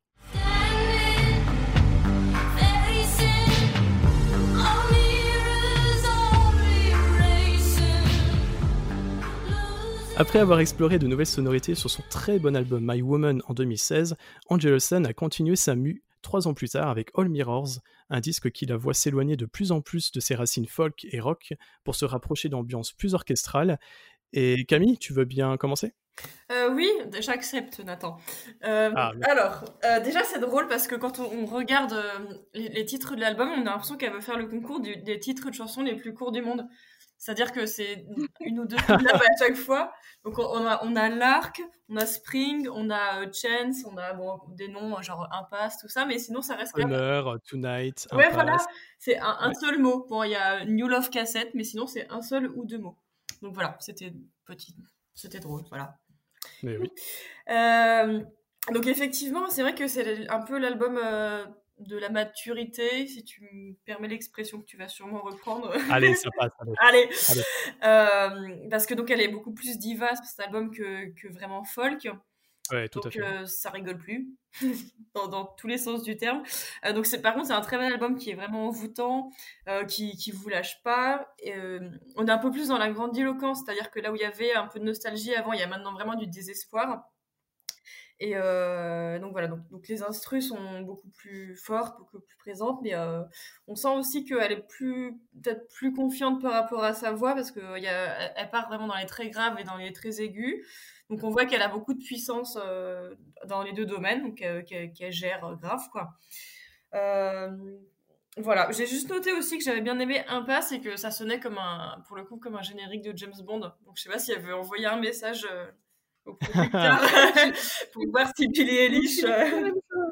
Après avoir exploré de nouvelles sonorités sur son très bon album My Woman en deux mille seize, Angel Olsen a continué sa mue trois ans plus tard avec All Mirrors, un disque qui la voit s'éloigner de plus en plus de ses racines folk et rock pour se rapprocher d'ambiances plus orchestrales. Et Camille, tu veux bien commencer ? Euh, oui, j'accepte, Nathan. Euh, Ah, alors, euh, déjà, c'est drôle parce que quand on, on regarde euh, les, les titres de l'album, on a l'impression qu'elle veut faire le concours du- des titres de chansons les plus courts du monde. C'est-à-dire que c'est une ou deux syllabes à chaque fois. Donc, on, on a, on a Lark, on a Spring, on a euh, Chance, on a bon, des noms genre Impasse, tout ça, mais sinon, ça reste quand même... Honor, Tonight, Ouais, Impasse. voilà, c'est un, un Ouais. seul mot. Bon, il y a New Love Cassette, mais sinon, c'est un seul ou deux mots. Donc voilà, c'était petit, c'était drôle, voilà. Mais oui. Euh, donc effectivement, c'est vrai que c'est un peu l'album euh, de la maturité, si tu me permets l'expression que tu vas sûrement reprendre. Allez, ça passe. Allez. Allez. Allez. Euh, parce que donc elle est beaucoup plus diva cet album que, que vraiment folk. Ouais, tout à Donc fait. euh, ça rigole plus dans, dans tous les sens du terme. Euh, donc c'est par contre c'est un très bel album qui est vraiment envoûtant, euh, qui qui vous lâche pas. Et, euh, on est un peu plus dans la grandiloquence, c'est-à-dire que là où il y avait un peu de nostalgie avant, il y a maintenant vraiment du désespoir. Et euh, donc voilà, donc, donc les instrus sont beaucoup plus fortes, beaucoup plus présentes, mais euh, on sent aussi qu'elle est plus peut-être plus confiante par rapport à sa voix parce que il y a, elle- elle part vraiment dans les très graves et dans les très aigus. Donc on voit qu'elle a beaucoup de puissance euh, dans les deux domaines, donc euh, qu'elle, qu'elle gère euh, grave quoi. Euh, voilà, j'ai juste noté aussi que j'avais bien aimé Impasse et que ça sonnait comme un, pour le coup, comme un générique de James Bond. Donc je sais pas si elle veut envoyer un message euh, au producteur pour voir si Billie Eilish. euh,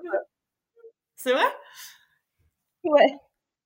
C'est vrai? Ouais.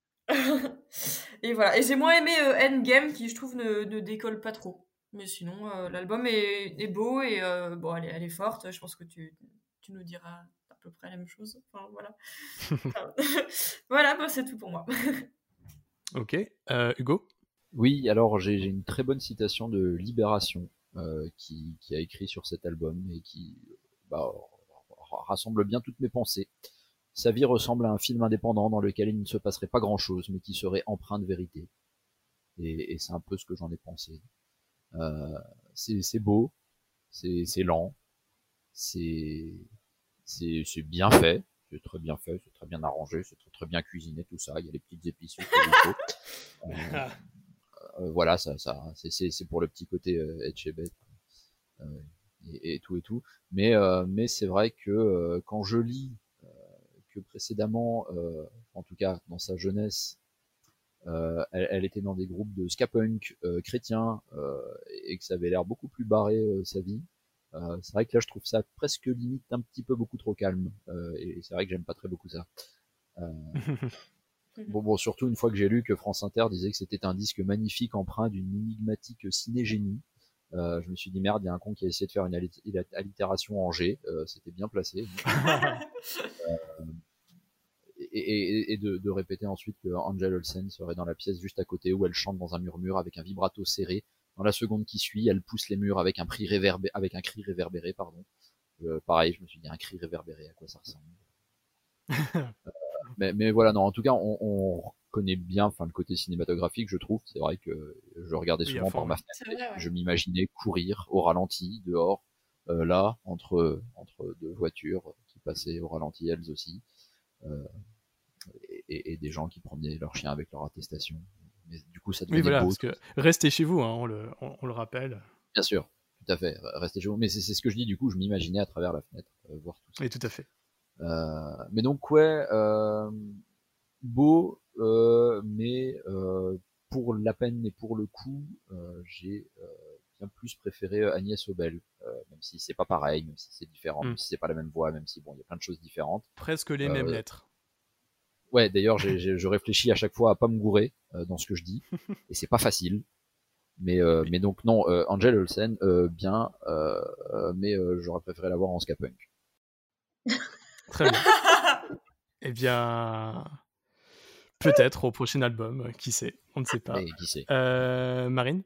Et voilà. Et j'ai moins aimé euh, Endgame qui, je trouve, ne, ne décolle pas trop. Mais sinon, euh, l'album est, est beau et euh, bon, elle est, elle est forte. Je pense que tu, tu nous diras à peu près la même chose. Enfin, voilà. Enfin, voilà, bah, c'est tout pour moi. Ok. Euh, Hugo ? Oui, alors j'ai j'ai une très bonne citation de Libération euh, qui, qui a écrit sur cet album et qui bah, rassemble bien toutes mes pensées. Sa vie ressemble à un film indépendant dans lequel il ne se passerait pas grand-chose, mais qui serait empreint de vérité. Et, et c'est un peu ce que j'en ai pensé. Euh, c'est c'est beau, c'est c'est lent, c'est c'est c'est bien fait, c'est très bien fait, c'est très bien arrangé, c'est très très bien cuisiné, tout ça. Il y a les petites épices qu'il faut. Euh, euh, voilà, ça, ça, c'est c'est c'est pour le petit côté euh, Etchebet euh, et, et tout et tout. Mais euh, mais c'est vrai que euh, quand je lis euh, que précédemment, euh, en tout cas dans sa jeunesse, euh, elle, elle était dans des groupes de ska punk euh, chrétiens euh, et que ça avait l'air beaucoup plus barré euh, sa vie. Euh, c'est vrai que là je trouve ça presque limite un petit peu beaucoup trop calme euh, et c'est vrai que j'aime pas très beaucoup ça. Euh, bon, bon, surtout une fois que j'ai lu que France Inter disait que c'était un disque magnifique empreint d'une énigmatique cinégénie. Euh, je me suis dit merde, il y a un con qui a essayé de faire une allit- allitération en G, euh, c'était bien placé. euh, et, et, et de, de répéter ensuite que Angel Olsen serait dans la pièce juste à côté où elle chante dans un murmure avec un vibrato serré. Dans la seconde qui suit, elle pousse les murs avec un, prix réverbé, avec un cri réverbéré. Pardon. Euh, pareil, je me suis dit un cri réverbéré, à quoi ça ressemble. euh, mais, mais voilà, non, en tout cas, on, on connaît bien enfin, le côté cinématographique, je trouve. C'est vrai que je regardais souvent oui, par ma C'est fenêtre, vrai, ouais. je m'imaginais courir au ralenti, dehors, euh, là, entre, entre deux voitures qui passaient au ralenti, elles aussi. Euh, et, et, et des gens qui promenaient leurs chiens avec leur attestation. Mais du coup, ça devenait Oui, voilà, beau. parce que restez chez vous, hein, on, le, on, on le rappelle. Bien sûr, tout à fait. Restez chez vous. Mais c'est c'est ce que je dis, du coup, je m'imaginais à travers la fenêtre euh, voir tout ça. Oui, tout à fait. Euh, mais donc, ouais, euh, beau, euh, mais euh, pour la peine et pour le coup, euh, j'ai euh, bien plus préféré Agnès Obel, euh, même si c'est pas pareil, même si c'est différent, Mm. même si c'est pas la même voix, même si bon, il y a plein de choses différentes. Presque les Euh, mêmes lettres. Ouais, d'ailleurs, j'ai, j'ai, je réfléchis à chaque fois à pas me gourer euh, dans ce que je dis, et c'est pas facile. Mais, euh, mais donc non, euh, Angel Olsen, euh, bien, euh, euh, mais euh, j'aurais préféré l'avoir en ska punk. Très bien. Eh bien, peut-être au prochain album, euh, qui sait, on ne sait pas. Et qui sait. Euh, Marine?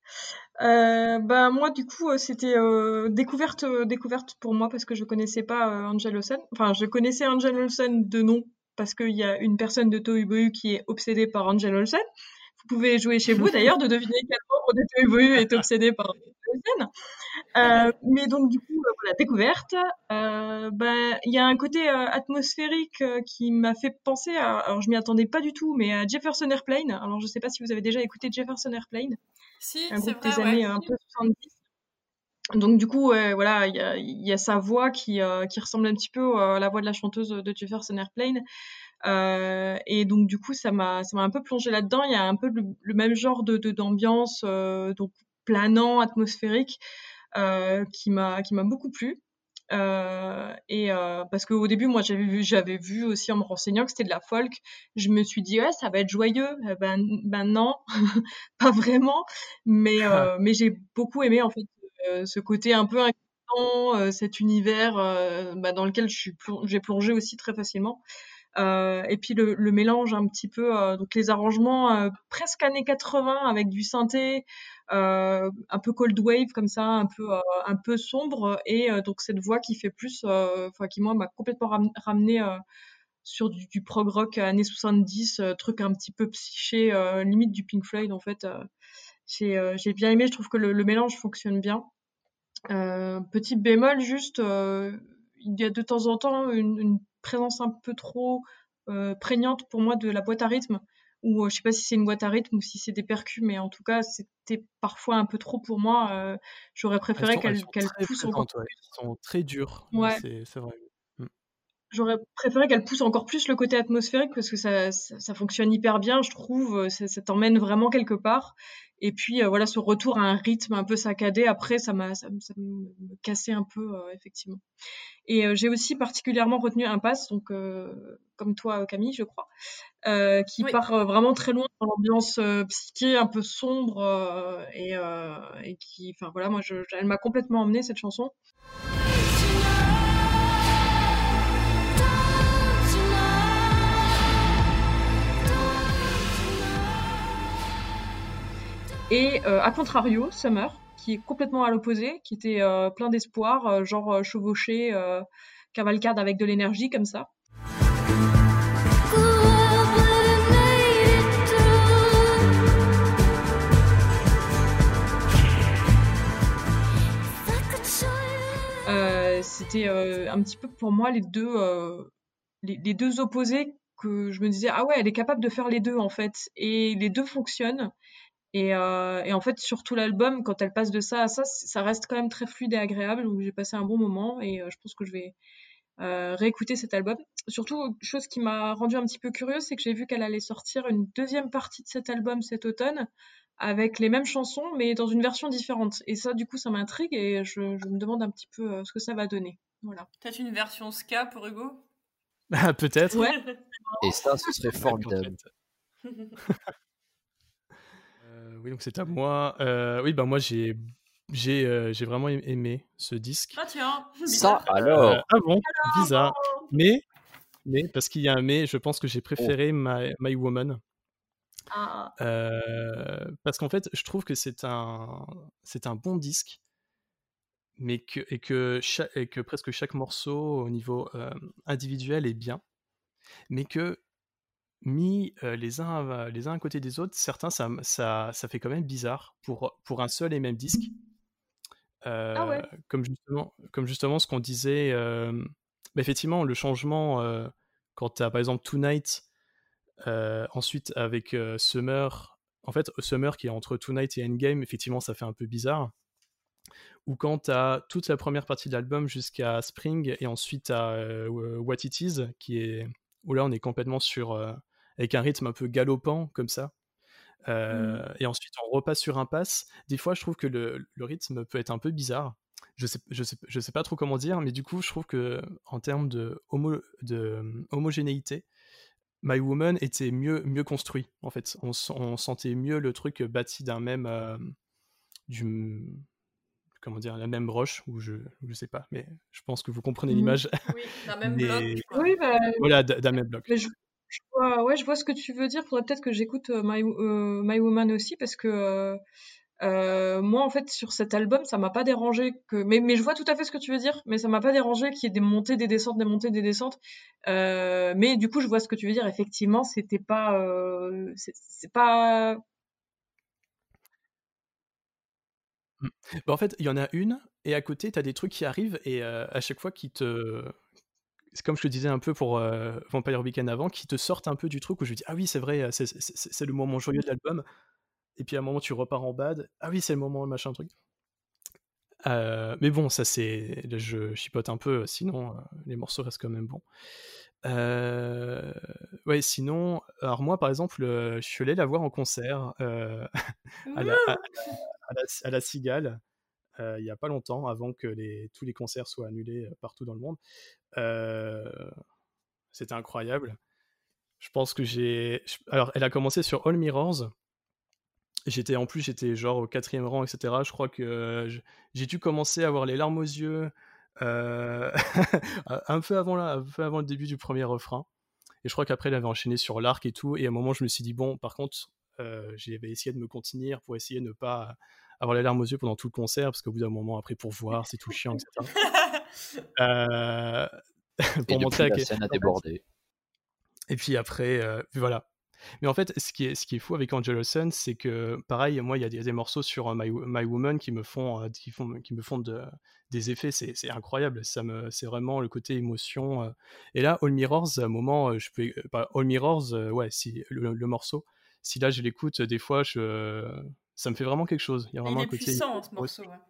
Euh, bah moi du coup euh, c'était euh, découverte euh, découverte pour moi parce que je connaissais pas euh, Angel Olsen. Enfin je connaissais Angel Olsen de nom parce qu'il y a une personne de Tohu Bohu qui est obsédée par Angel Olsen. Vous pouvez jouer chez vous d'ailleurs de deviner quel membre de Tohu Bohu est obsédé par Angel Olsen. Euh, mais donc du coup euh, voilà découverte. Euh, bah il y a un côté euh, atmosphérique euh, qui m'a fait penser à, alors je m'y attendais pas du tout, mais à Jefferson Airplane. Alors je sais pas si vous avez déjà écouté Jefferson Airplane. Si, Un c'est groupe vrai, des années ouais. un peu soixante-dix. Donc du coup, ouais, voilà, il y a, il y a sa voix qui, euh, qui ressemble un petit peu à la voix de la chanteuse de Jefferson Airplane. Euh, et donc du coup, ça m'a, ça m'a un peu plongé là-dedans. Il y a un peu le, le même genre de, de d'ambiance, euh, donc planant, atmosphérique, euh, qui m'a, qui m'a beaucoup plu. Euh, et euh, parce qu'au début, moi, j'avais vu, j'avais vu aussi en me renseignant que c'était de la folk. Je me suis dit, ouais, ça va être joyeux. Eh ben, ben non, pas vraiment. Mais, euh, mais j'ai beaucoup aimé en fait euh, ce côté un peu inquiétant, euh, cet univers euh, bah, dans lequel je suis plong- j'ai plongé aussi très facilement. Euh, et puis le, le mélange un petit peu, euh, donc les arrangements euh, presque années quatre-vingts avec du synthé, euh, un peu cold wave comme ça, un peu euh, un peu sombre, et euh, donc cette voix qui fait plus, euh, enfin qui moi m'a complètement ram- ramené euh, sur du, du prog rock années soixante-dix, euh, truc un petit peu psyché, euh, limite du Pink Floyd en fait. euh, j'ai euh, j'ai bien aimé, je trouve que le, le mélange fonctionne bien. Euh, petit bémol juste, euh, il y a de temps en temps une, une présence un peu trop euh, prégnante pour moi de la boîte à rythme, ou euh, je sais pas si c'est une boîte à rythme ou si c'est des percus, mais en tout cas c'était parfois un peu trop pour moi. Euh, j'aurais Elles préféré sont, elles qu'elle sont qu'elle très pousse encore. présentes, ouais. Elles sont très dures, Ouais. c'est, c'est vrai. Mm. J'aurais préféré qu'elle pousse encore plus le côté atmosphérique parce que ça, ça, ça fonctionne hyper bien, je trouve. Ça, ça t'emmène vraiment quelque part. Et puis euh, voilà, ce retour à un rythme un peu saccadé, après, ça m'a, ça, me- ça me cassait un peu, euh, effectivement. Et euh, j'ai aussi particulièrement retenu Impasse, donc euh, comme toi, Camille, je crois, euh, qui Oui. part euh, vraiment très loin dans l'ambiance euh, psyché, un peu sombre, euh, et, euh, et qui, enfin voilà, moi, je, elle m'a complètement emmenée cette chanson. Et euh, à contrario, Summer, qui est complètement à l'opposé, qui était euh, plein d'espoir, euh, genre euh, chevauché, euh, cavalcade avec de l'énergie comme ça. Euh, c'était euh, un petit peu pour moi les deux, euh, les, les deux opposés que je me disais, ah ouais, elle est capable de faire les deux en fait. Et les deux fonctionnent. Et, euh, et en fait, sur tout l'album, quand elle passe de ça à ça, c- ça reste quand même très fluide et agréable. Donc j'ai passé un bon moment et euh, je pense que je vais euh, réécouter cet album. Surtout, chose qui m'a rendu un petit peu curieuse, c'est que j'ai vu qu'elle allait sortir une deuxième partie de cet album cet automne avec les mêmes chansons, mais dans une version différente. Et ça, du coup, ça m'intrigue et je, je me demande un petit peu euh, ce que ça va donner. Voilà. Peut-être une version ska pour Hugo. Ah, peut-être. Ouais. Et ça, ce serait formidable. Euh, oui, donc c'est à moi. Euh, oui, bah moi j'ai j'ai euh, j'ai vraiment aimé ce disque. Ah tiens, Ça, bizarre. alors. Euh, ah bon, bizarre. Mais mais parce qu'il y a un mais, je pense que j'ai préféré My, My Woman. Ah. Euh, parce qu'en fait, je trouve que c'est un c'est un bon disque, mais que et que cha- et que presque chaque morceau au niveau euh, individuel est bien, mais que mis euh, les uns à, les uns à côté des autres, certains ça, ça, ça fait quand même bizarre pour, pour un seul et même disque. Euh, Ah ouais. comme, justement, comme justement ce qu'on disait, euh, bah effectivement, le changement, euh, quand tu as par exemple Tonight, euh, ensuite avec euh, Summer, en fait, Summer qui est entre Tonight et Endgame, effectivement, ça fait un peu bizarre. Ou quand tu as toute la première partie de l'album jusqu'à Spring, et ensuite tu as euh, What It Is, qui est, où là on est complètement sur. Euh, avec un rythme un peu galopant comme ça. Euh, mmh. Et ensuite, on repasse sur Impasse. Des fois, je trouve que le, le rythme peut être un peu bizarre. Je sais, je, sais, je sais pas trop comment dire, mais du coup, je trouve qu'en termes de, homo, de homogénéité, My Woman était mieux, mieux construit, en fait. On, on sentait mieux le truc bâti d'un même... Euh, du, comment dire, la même roche, ou je je sais pas, mais je pense que vous comprenez mmh. l'image. Oui, d'un même mais, bloc. Quoi. Oui, bah, voilà, d'un même bloc. Mais je, je, vois, ouais, je vois ce que tu veux dire. Faudrait peut-être que j'écoute euh, My, euh, My Woman aussi parce que euh, euh, moi, en fait, sur cet album, ça m'a pas dérangé que. Mais, mais je vois tout à fait ce que tu veux dire. Mais ça m'a pas dérangé qu'il y ait des montées, des descentes, des montées, des descentes. Euh, mais du coup, je vois ce que tu veux dire. Effectivement, c'était pas, euh, c'est, c'est pas. Mm. Bah, en fait, il y en a une, et à côté, t'as des trucs qui arrivent, et euh, à chaque fois qui te. C'est comme je te disais un peu pour euh, Vampire Weekend avant, qui te sortent un peu du truc où je me dis ah oui, c'est vrai, c'est, c'est, c'est- c'est le moment joyeux de l'album. Et puis à un moment, tu repars en bad. Ah oui, c'est le moment, machin truc. Euh, mais bon, ça c'est. Là, je chipote un peu, sinon euh, les morceaux restent quand même bons. Euh, Ouais, sinon, alors moi par exemple, euh, je suis allé la voir en concert euh, à, la, à, à la, à la Cigale euh, il y a pas longtemps, avant que les, tous les concerts soient annulés euh, partout dans le monde. Euh, C'était incroyable. Je pense que j'ai. je- Alors, elle a commencé sur All Mirrors. J'étais en plus, j'étais genre au quatrième rang, et cetera. Je crois que euh, je- j'ai dû commencer à avoir les larmes aux yeux euh, un peu avant là, un peu avant le début du premier refrain. Et je crois qu'après, elle avait enchaîné sur l'arc et tout. Et à un moment, je me suis dit bon, par contre, euh, j'avais essayé de me contenir pour essayer de ne pas avoir les larmes aux yeux pendant tout le concert, parce qu'au bout d'un moment, après, pour voir, c'est tout chiant, et cetera. Euh, Et pour montrer depuis, à la quel- scène a en fait, débordé. et puis après, euh, puis voilà. Mais en fait, ce qui est, ce qui est fou avec Angel Olsen, c'est que, pareil, moi, il y a des, des morceaux sur euh, My, My Woman qui me font, euh, qui font, qui me font de- des effets, c'est c'est incroyable. Ça me, c'est vraiment le côté émotion. euh. Et là, All Mirrors, à un moment, euh, je peux, euh, pas- All Mirrors, euh, ouais, si, le, le morceau, si là je l'écoute, euh, des fois, je, ça me fait vraiment quelque chose. Il y a Il vraiment est un côté. puissant, ce morceau. Ouais.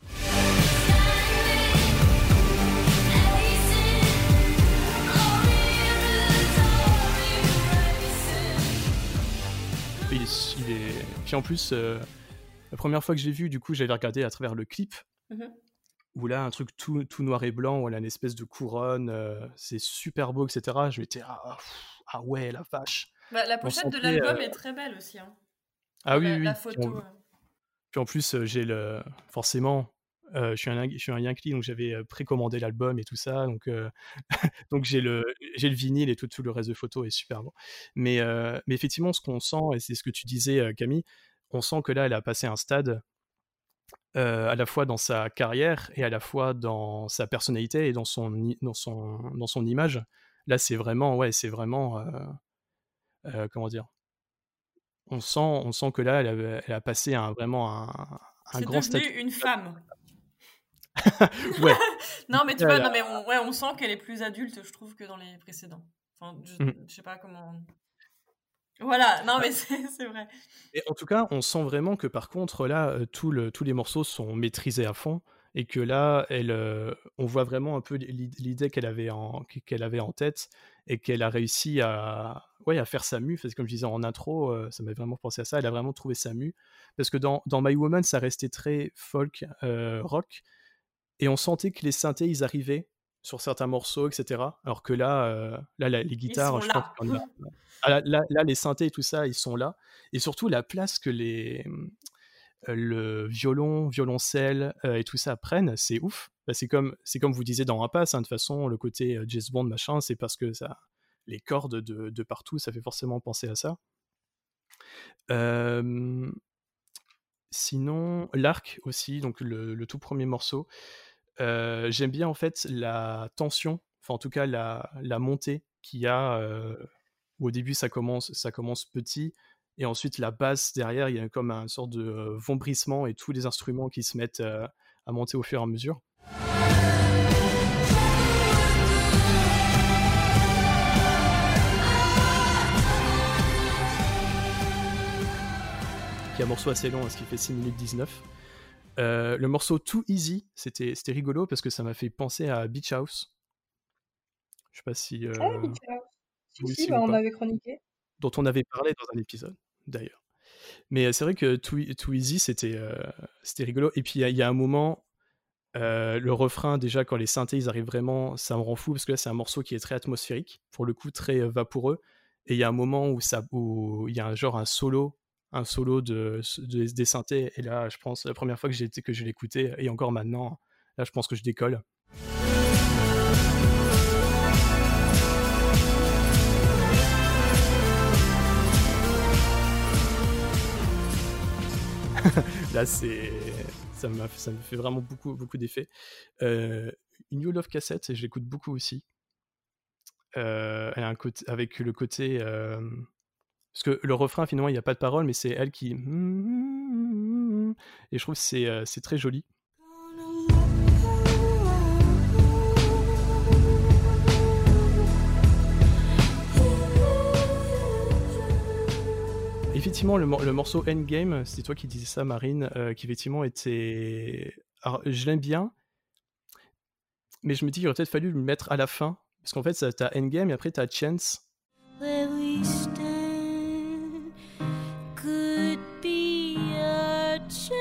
Il est, il est- Puis en plus, euh, la première fois que j'ai vu, du coup, j'avais regardé à travers le clip, Mhm. où là, un truc tout, tout noir et blanc, où elle a une espèce de couronne, euh, c'est super beau, et cetera. Je m'étais ah, ah, pff, ah ouais, la vache. Bah, la On pochette de sentait, l'album euh, est très belle aussi. Hein. Ah oui, la, oui, oui. la Puis photo. en, euh. puis en plus, euh, j'ai le. Forcément, euh, je suis un, je suis un Yankee, donc j'avais euh, précommandé l'album et tout ça. Donc, euh, donc j'ai le, j'ai le vinyle et tout, tout le reste de photos est super beau. Mais, euh, mais effectivement, ce qu'on sent, et c'est ce que tu disais, euh, Camille, on sent que là, elle a passé un stade euh, à la fois dans sa carrière et à la fois dans sa personnalité et dans son, i- dans son, dans son image. Là, c'est vraiment, ouais, c'est vraiment, euh, euh, comment dire, on sent, on sent que là, elle a, elle a passé un, vraiment un, un C'est grand devenu statut. une femme. Ouais. Non, mais tu Elle vois, a- non, mais on, ouais, on sent qu'elle est plus adulte, je trouve, que dans les précédents. Enfin, je, Mhm. je sais pas comment. Voilà, non, mais c'est c'est vrai. Et en tout cas, on sent vraiment que par contre, là, euh, tout le, tous les morceaux sont maîtrisés à fond et que là, elle, euh, on voit vraiment un peu l'i- l'idée qu'elle avait en, qu'elle avait en tête et qu'elle a réussi à, ouais, à faire sa mue. Parce que comme je disais en intro, euh, ça m'a vraiment pensé à ça. Elle a vraiment trouvé sa mue. Parce que dans, dans My Woman, ça restait très folk, euh, rock. Et on sentait que les synthés, ils arrivaient sur certains morceaux, et cetera. Alors que là, euh, là la- les Ils guitares, sont je pense là. qu'on a. Ah, là, là, là, les synthés et tout ça, ils sont là. Et surtout, la place que les, euh, le violon, violoncelle euh, et tout ça prennent, c'est ouf. Bah, c'est comme, c'est comme vous disiez dans Impasse, hein, de toute façon, le côté euh, James Bond, machin, c'est parce que ça, les cordes de, de partout, ça fait forcément penser à ça. Euh, Sinon, l'arc aussi, donc le, le tout premier morceau. Euh, j'aime bien en fait la tension, enfin en tout cas la, la montée qu'il y a. Euh, où au début ça commence, ça commence petit, et ensuite la basse derrière, il y a comme un sorte de euh, vombrissement et tous les instruments qui se mettent euh, à monter au fur et à mesure. Qui est un morceau assez long, hein, ce qui fait six minutes dix-neuf. Euh, le morceau Too Easy, c'était, c'était rigolo parce que ça m'a fait penser à Beach House. Je sais pas si. Euh... Ah, Beach House. Si, oui, si, si bah, ou on pas. avait chroniqué. Dont on avait parlé dans un épisode, d'ailleurs. Mais euh, c'est vrai que Too, Too Easy, c'était, euh, c'était rigolo. Et puis il y, y a un moment, euh, le refrain, déjà, quand les synthés ils arrivent vraiment, ça me rend fou parce que là, c'est un morceau qui est très atmosphérique, pour le coup, très euh, vaporeux. Et il y a un moment où ça, où il y a un genre un solo. un solo de, de, des synthés, et là je pense la première fois que j'ai que je l'écoutais, et encore maintenant, là je pense que je décolle. Là, c'est ça m'a ça me fait vraiment beaucoup beaucoup d'effets. Euh, New Love Cassette, je l'écoute beaucoup aussi. Euh, elle a un côté avec le côté euh, parce que le refrain finalement il n'y a pas de parole, mais c'est elle qui et je trouve que c'est euh, c'est très joli. Effectivement, le, mor- le morceau Endgame, c'est toi qui disais ça, Marine, euh, qui effectivement était. Alors, je l'aime bien, mais je me dis qu'il aurait peut-être fallu le mettre à la fin, parce qu'en fait, ça- t'as Endgame et après t'as Chance. Where we stand could be a chance.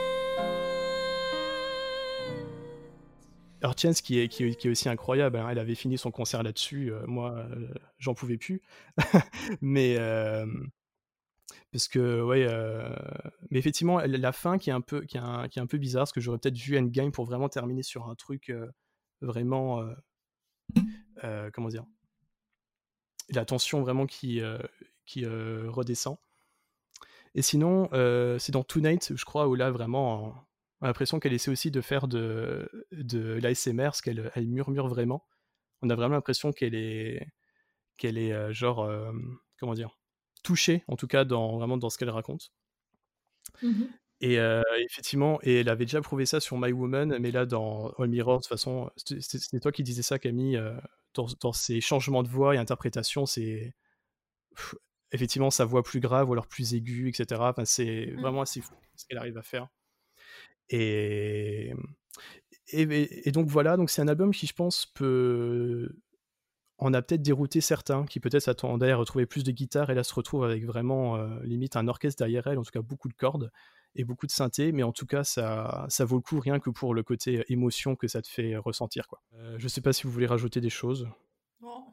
Alors, Chance qui est, qui, est, qui est aussi incroyable, hein, elle avait fini son concert là-dessus, euh, moi, euh, j'en pouvais plus. mais. Euh, Parce que, ouais, euh... mais effectivement, la fin qui est un peu, qui est un, qui est un peu bizarre, parce que j'aurais peut-être vu Endgame pour vraiment terminer sur un truc euh, vraiment. Euh... Euh, comment dire, la tension vraiment qui, euh, qui euh, redescend. Et sinon, euh, c'est dans Tonight, je crois, où là, vraiment, on a l'impression qu'elle essaie aussi de faire de, de l'A S M R, parce qu'elle elle murmure vraiment. On a vraiment l'impression qu'elle est, qu'elle est euh, genre, euh, comment dire, touchée, en tout cas, dans, vraiment dans ce qu'elle raconte. Mhm. Et euh, effectivement, et elle avait déjà prouvé ça sur My Woman, mais là, dans All Mirror, de toute façon, c'était c'était toi qui disais ça, Camille, euh, dans, dans ses changements de voix et interprétation, c'est... Pff, effectivement, sa voix plus grave ou alors plus aiguë, et cetera. Enfin, c'est Mm. vraiment assez fou ce qu'elle arrive à faire. Et, et, et donc voilà, donc c'est un album qui, je pense, peut... On a peut-être dérouté certains qui peut-être s'attendaient à retrouver plus de guitare, et là se retrouve avec vraiment euh, limite un orchestre derrière elle, en tout cas beaucoup de cordes et beaucoup de synthé, mais en tout cas ça, ça vaut le coup rien que pour le côté émotion que ça te fait ressentir, quoi. Euh, je sais pas si vous voulez rajouter des choses. Oh.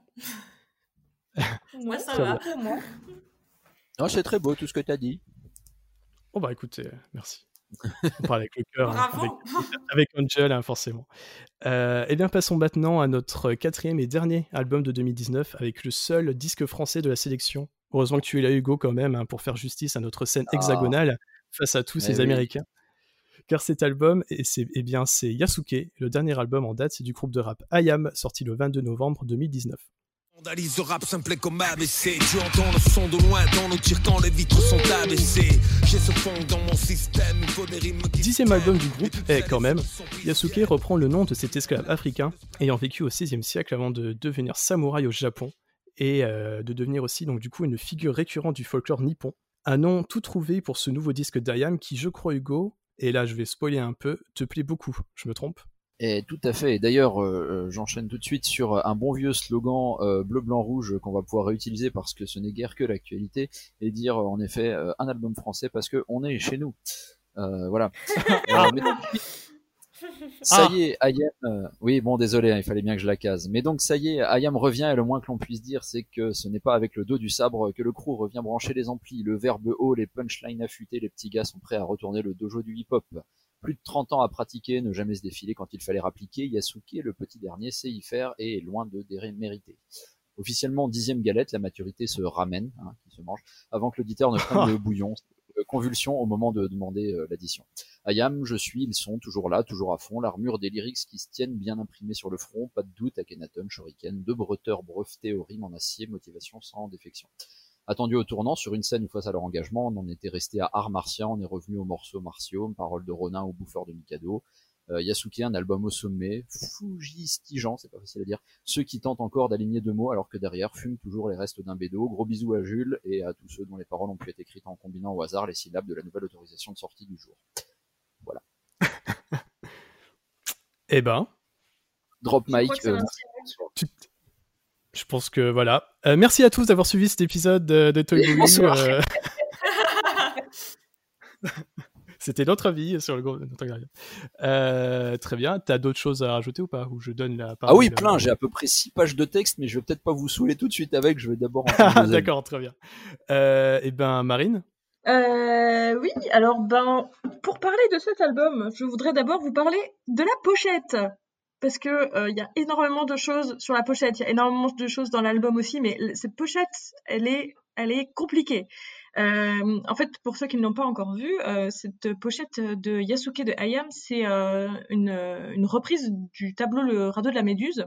Moi, ça Très va. bien. pour moi. Non, c'est très beau tout ce que tu as dit. Bon bah écoutez, euh, merci. On parle avec le cœur, hein, avec, Bravo. avec Angel, hein, forcément. Euh, et bien passons maintenant à notre quatrième et dernier album de deux mille dix-neuf, avec le seul disque français de la sélection. Heureusement que tu es là, Hugo, quand même, hein, pour faire justice à notre scène Ah. hexagonale face à tous Mais ces oui. Américains. Car cet album, et c'est, eh bien, c'est Yasuke, le dernier album en date, c'est du groupe de rap I A M, sorti le vingt-deux novembre deux mille dix-neuf. Vandalise le rap simple comme A B C. Tu entends le son de loin dans nos tirs quand les vitres sont abaissées. J'ai ce fond dans mon système, il faut des rimes qui... Dixième album du groupe, et quand même, Yasuke reprend le nom de cet esclave africain ayant vécu au seizième siècle avant de devenir samouraï au Japon et euh, de devenir aussi donc du coup une figure récurrente du folklore nippon. Un nom tout trouvé pour ce nouveau disque d'I A M qui, je crois, Hugo, et là je vais spoiler un peu, te plaît beaucoup, je me trompe? Et tout à fait. Et d'ailleurs, euh, j'enchaîne tout de suite sur un bon vieux slogan euh, bleu, blanc, rouge qu'on va pouvoir réutiliser parce que ce n'est guère que l'actualité, et dire euh, en effet euh, un album français parce que on est chez nous. Euh, voilà. euh, mais... Ça y est, I A M. Euh... Oui, bon, désolé, hein, il fallait bien que je la case. Mais donc ça y est, I A M revient et le moins que l'on puisse dire, c'est que ce n'est pas avec le dos du sabre que le crew revient brancher les amplis, le verbe haut, les punchlines affûtées, les petits gars sont prêts à retourner le dojo du hip-hop. Plus de trente ans à pratiquer, ne jamais se défiler quand il fallait rappliquer, Yasuke, le petit dernier, sait y faire et est loin de démériter. Officiellement dixième galette, la maturité se ramène, hein, qui se mange, avant que l'auditeur ne prenne le bouillon. Euh, convulsion au moment de demander euh, l'addition. I A M, je suis, ils sont toujours là, toujours à fond, l'armure des lyrics qui se tiennent bien imprimés sur le front, pas de doute, Akhenaton, Shuriken, deux breuteurs brevetés aux rimes en acier, motivation sans défection. Attendu au tournant, sur une scène où face à leur engagement, on en était resté à art martien, on est revenu aux morceaux martiaux, paroles de Ronin ou bouffeur de Mikado. Euh, Yasuke, un album au sommet, fugistigeant, c'est pas facile à dire, ceux qui tentent encore d'aligner deux mots alors que derrière fument toujours les restes d'un bédo. Gros bisous à Jules et à tous ceux dont les paroles ont pu être écrites en combinant au hasard les syllabes de la nouvelle autorisation de sortie du jour. Voilà. Eh ben... Drop Je mic. crois que c'est Euh, un Tu- Je pense que voilà. Euh, merci à tous d'avoir suivi cet épisode de, de Toy Boy. Bonsoir. Euh... C'était notre avis sur le groupe. Euh, très bien. T'as d'autres choses à rajouter ou pas? Ou je donne la parole? Ah oui, plein. J'ai à peu près six pages de texte, mais je vais peut-être pas vous saouler tout de suite avec. Je vais d'abord. en faire deux D'accord, très bien. Euh, et ben, Marine. Euh, oui, alors ben pour parler de cet album, je voudrais d'abord vous parler de la pochette. Parce que il euh, y a énormément de choses sur la pochette, il y a énormément de choses dans l'album aussi, mais l- cette pochette, elle est, elle est compliquée. Euh, en fait, pour ceux qui ne l'ont pas encore vu, euh, cette pochette de Yasuke de Hayam, c'est euh, une, une reprise du tableau Le radeau de la Méduse.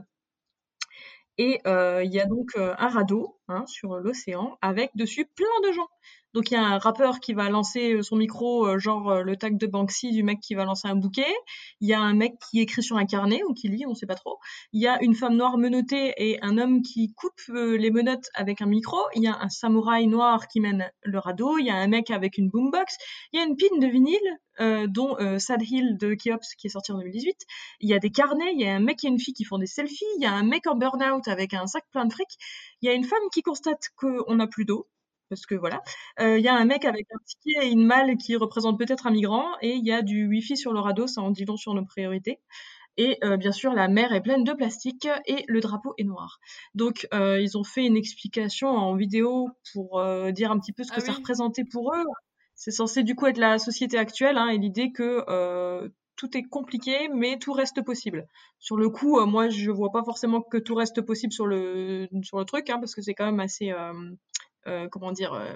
Et euh, il y a donc euh, un radeau hein, sur l'océan avec dessus plein de gens. Donc il y a un rappeur qui va lancer son micro, euh, genre euh, le tag de Banksy du mec qui va lancer un bouquet. Il y a un mec qui écrit sur un carnet ou qui lit, on sait pas trop. Il y a une femme noire menottée et un homme qui coupe euh, les menottes avec un micro. Il y a un samouraï noir qui mène le radeau. Il y a un mec avec une boombox. Il y a une pine de vinyle euh, dont euh, Sad Hill de Keops qui est sorti en deux mille dix-huit. Il y a des carnets. Il y a un mec et une fille qui font des selfies. Il y a un mec en burn-out avec un sac plein de fric. Il y a une femme qui constate qu'on n'a plus d'eau. Parce que voilà, il euh, y a un mec avec un ticket et une malle qui représente peut-être un migrant, et il y a du wifi sur le radeau, ça en dit long sur nos priorités. Et euh, bien sûr, la mer est pleine de plastique et le drapeau est noir. Donc, euh, ils ont fait une explication en vidéo pour euh, dire un petit peu ce que ah ça oui. représentait pour eux. C'est censé du coup être la société actuelle, hein, et l'idée que euh, tout est compliqué, mais tout reste possible. Sur le coup, euh, moi, je vois pas forcément que tout reste possible sur le sur le truc, hein, parce que c'est quand même assez euh, Euh, comment dire euh,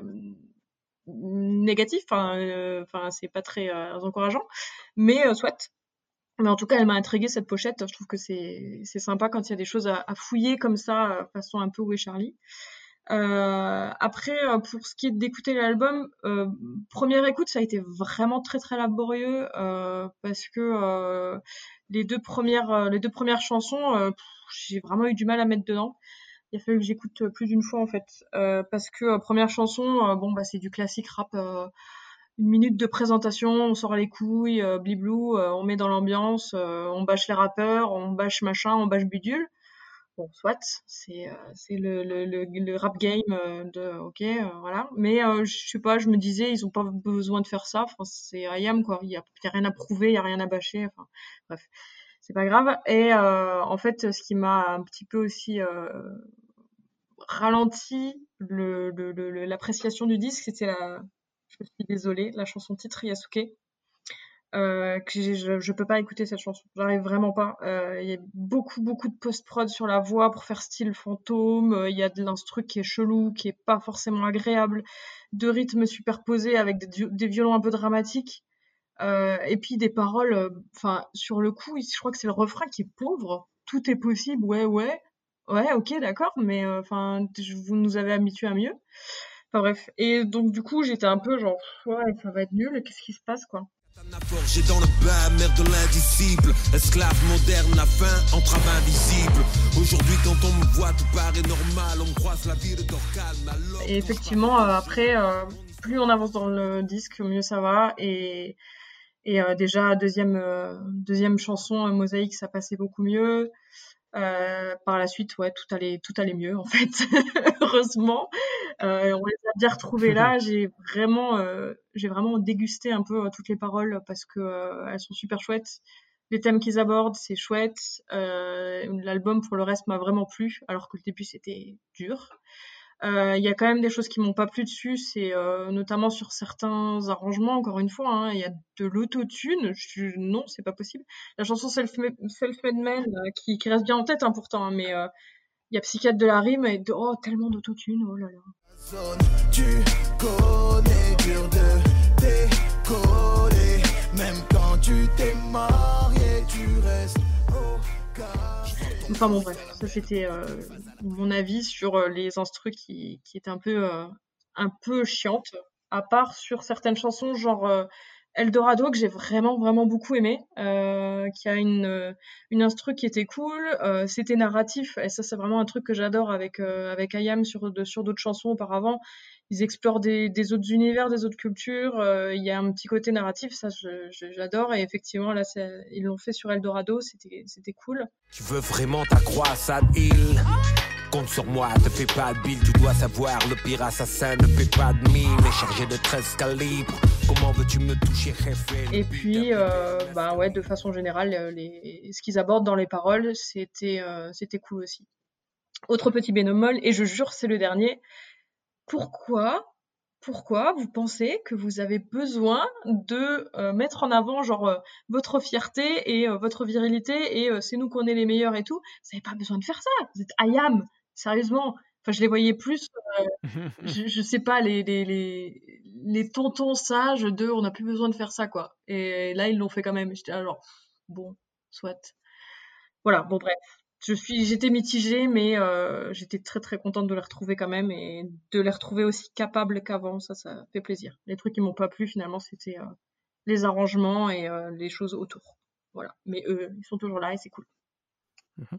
négatif, enfin euh, enfin c'est pas très euh, encourageant, mais euh, soit. Mais en tout cas, elle m'a intriguée cette pochette. Je trouve que c'est c'est sympa quand il y a des choses à, à fouiller comme ça, euh, façon un peu Où est Charlie. Euh, après, euh, pour ce qui est d'écouter l'album, euh, première écoute, ça a été vraiment très très laborieux euh, parce que euh, les deux premières euh, les deux premières chansons, euh, pff, j'ai vraiment eu du mal à mettre dedans. Il a fallu que j'écoute plus d'une fois en fait, euh, parce que euh, première chanson, euh, bon bah c'est du classique rap, euh, une minute de présentation, on sort les couilles, euh, bliblou, euh, on met dans l'ambiance, euh, on bâche les rappeurs, on bâche machin, on bâche bidule. Bon, soit, c'est euh, c'est le, le, le, le rap game euh, de ok, euh, voilà. Mais euh, je sais pas, je me disais ils ont pas besoin de faire ça. Enfin c'est Hayam quoi, il y a, y a rien à prouver, il y a rien à bâcher. Enfin bref. C'est pas grave. Et euh, en fait, ce qui m'a un petit peu aussi euh, ralenti le, le, le, l'appréciation du disque, c'était la, je suis désolée, la chanson titre Yasuke. Euh, que je, je peux pas écouter cette chanson, j'arrive vraiment pas. Il euh, y a beaucoup beaucoup de post-prod sur la voix pour faire style fantôme. Il euh, y a de l'instru qui est chelou, qui est pas forcément agréable, de rythmes superposés avec des, des violons un peu dramatiques. Euh, et puis des paroles, enfin euh, sur le coup, je crois que c'est le refrain qui est pauvre. Tout est possible, ouais ouais, ouais, ok, d'accord, mais enfin euh, vous nous avez habitués à mieux. Enfin bref, et donc du coup j'étais un peu genre ouais ça va être nul, qu'est-ce qui se passe quoi. Forgé dans le bas, mère de l'indicible, esclave moderne, la faim, entrave invisible. Aujourd'hui, quand on me voit, tout paraît normal, on croise la vie de Dorcal. Et effectivement, euh, après, euh, plus on avance dans le disque, mieux ça va. Et, et euh, déjà, deuxième, euh, deuxième chanson, euh, Mosaïque, ça passait beaucoup mieux. Euh, par la suite, ouais, tout allait, tout allait mieux en fait, heureusement. Euh, on les a bien retrouvés là. J'ai vraiment, euh, j'ai vraiment dégusté un peu euh, toutes les paroles parce que euh, elles sont super chouettes. Les thèmes qu'ils abordent, c'est chouette. Euh, l'album, pour le reste, m'a vraiment plu, alors que le début c'était dur. Il euh, y a quand même des choses qui m'ont pas plu dessus, c'est euh, notamment sur certains arrangements, encore une fois, il hein, y a de l'autotune, je, non, c'est pas possible. La chanson Self-Made, Self-Made Man, euh, qui, qui reste bien en tête hein, pourtant, hein, mais il euh, y a Psychiatre de la rime et de, oh, tellement d'autotune, oh là là. Tu connais dur de décoller, même quand tu t'es marié, tu restes au cas. Enfin bon bref, ça c'était euh, mon avis sur euh, les instrus qui, qui étaient un peu, euh, un peu chiantes, à part sur certaines chansons genre euh, Eldorado que j'ai vraiment vraiment beaucoup aimé, euh, qui a une, une instru qui était cool, euh, c'était narratif et ça c'est vraiment un truc que j'adore avec, euh, avec Hayam sur, de, sur d'autres chansons auparavant. Ils explorent des, des autres univers, des autres cultures, il euh, y a un petit côté narratif, ça je, je, j'adore et effectivement là c'est, ils l'ont fait sur Eldorado, c'était, c'était cool. Tu veux vraiment t'accroître à il compte sur moi, te fais pas de bill, tu dois savoir, le pire assassin ne fait pas de mine, est chargé de treize calibres, comment veux-tu me toucher, réfé. Et puis, euh, bah ouais, de façon générale, les, ce qu'ils abordent dans les paroles, c'était, euh, c'était cool aussi. Autre petit bémol, et je jure c'est le dernier, pourquoi Pourquoi vous pensez que vous avez besoin de euh, mettre en avant genre euh, votre fierté et euh, votre virilité et euh, c'est nous qu'on est les meilleurs et tout? Vous n'avez pas besoin de faire ça. Vous êtes Hayam, sérieusement. Enfin, je les voyais plus, euh, je, je sais pas, les, les, les, les tontons sages de on n'a plus besoin de faire ça, quoi. Et là, ils l'ont fait quand même. J'étais là, genre, bon, soit. Voilà, bon, bref. Je suis, j'étais mitigée, mais euh, j'étais très très contente de les retrouver quand même et de les retrouver aussi capables qu'avant. Ça, ça fait plaisir. Les trucs qui m'ont pas plu, finalement, c'était euh, les arrangements et euh, les choses autour. Voilà. Mais eux, ils sont toujours là et c'est cool. Mhm.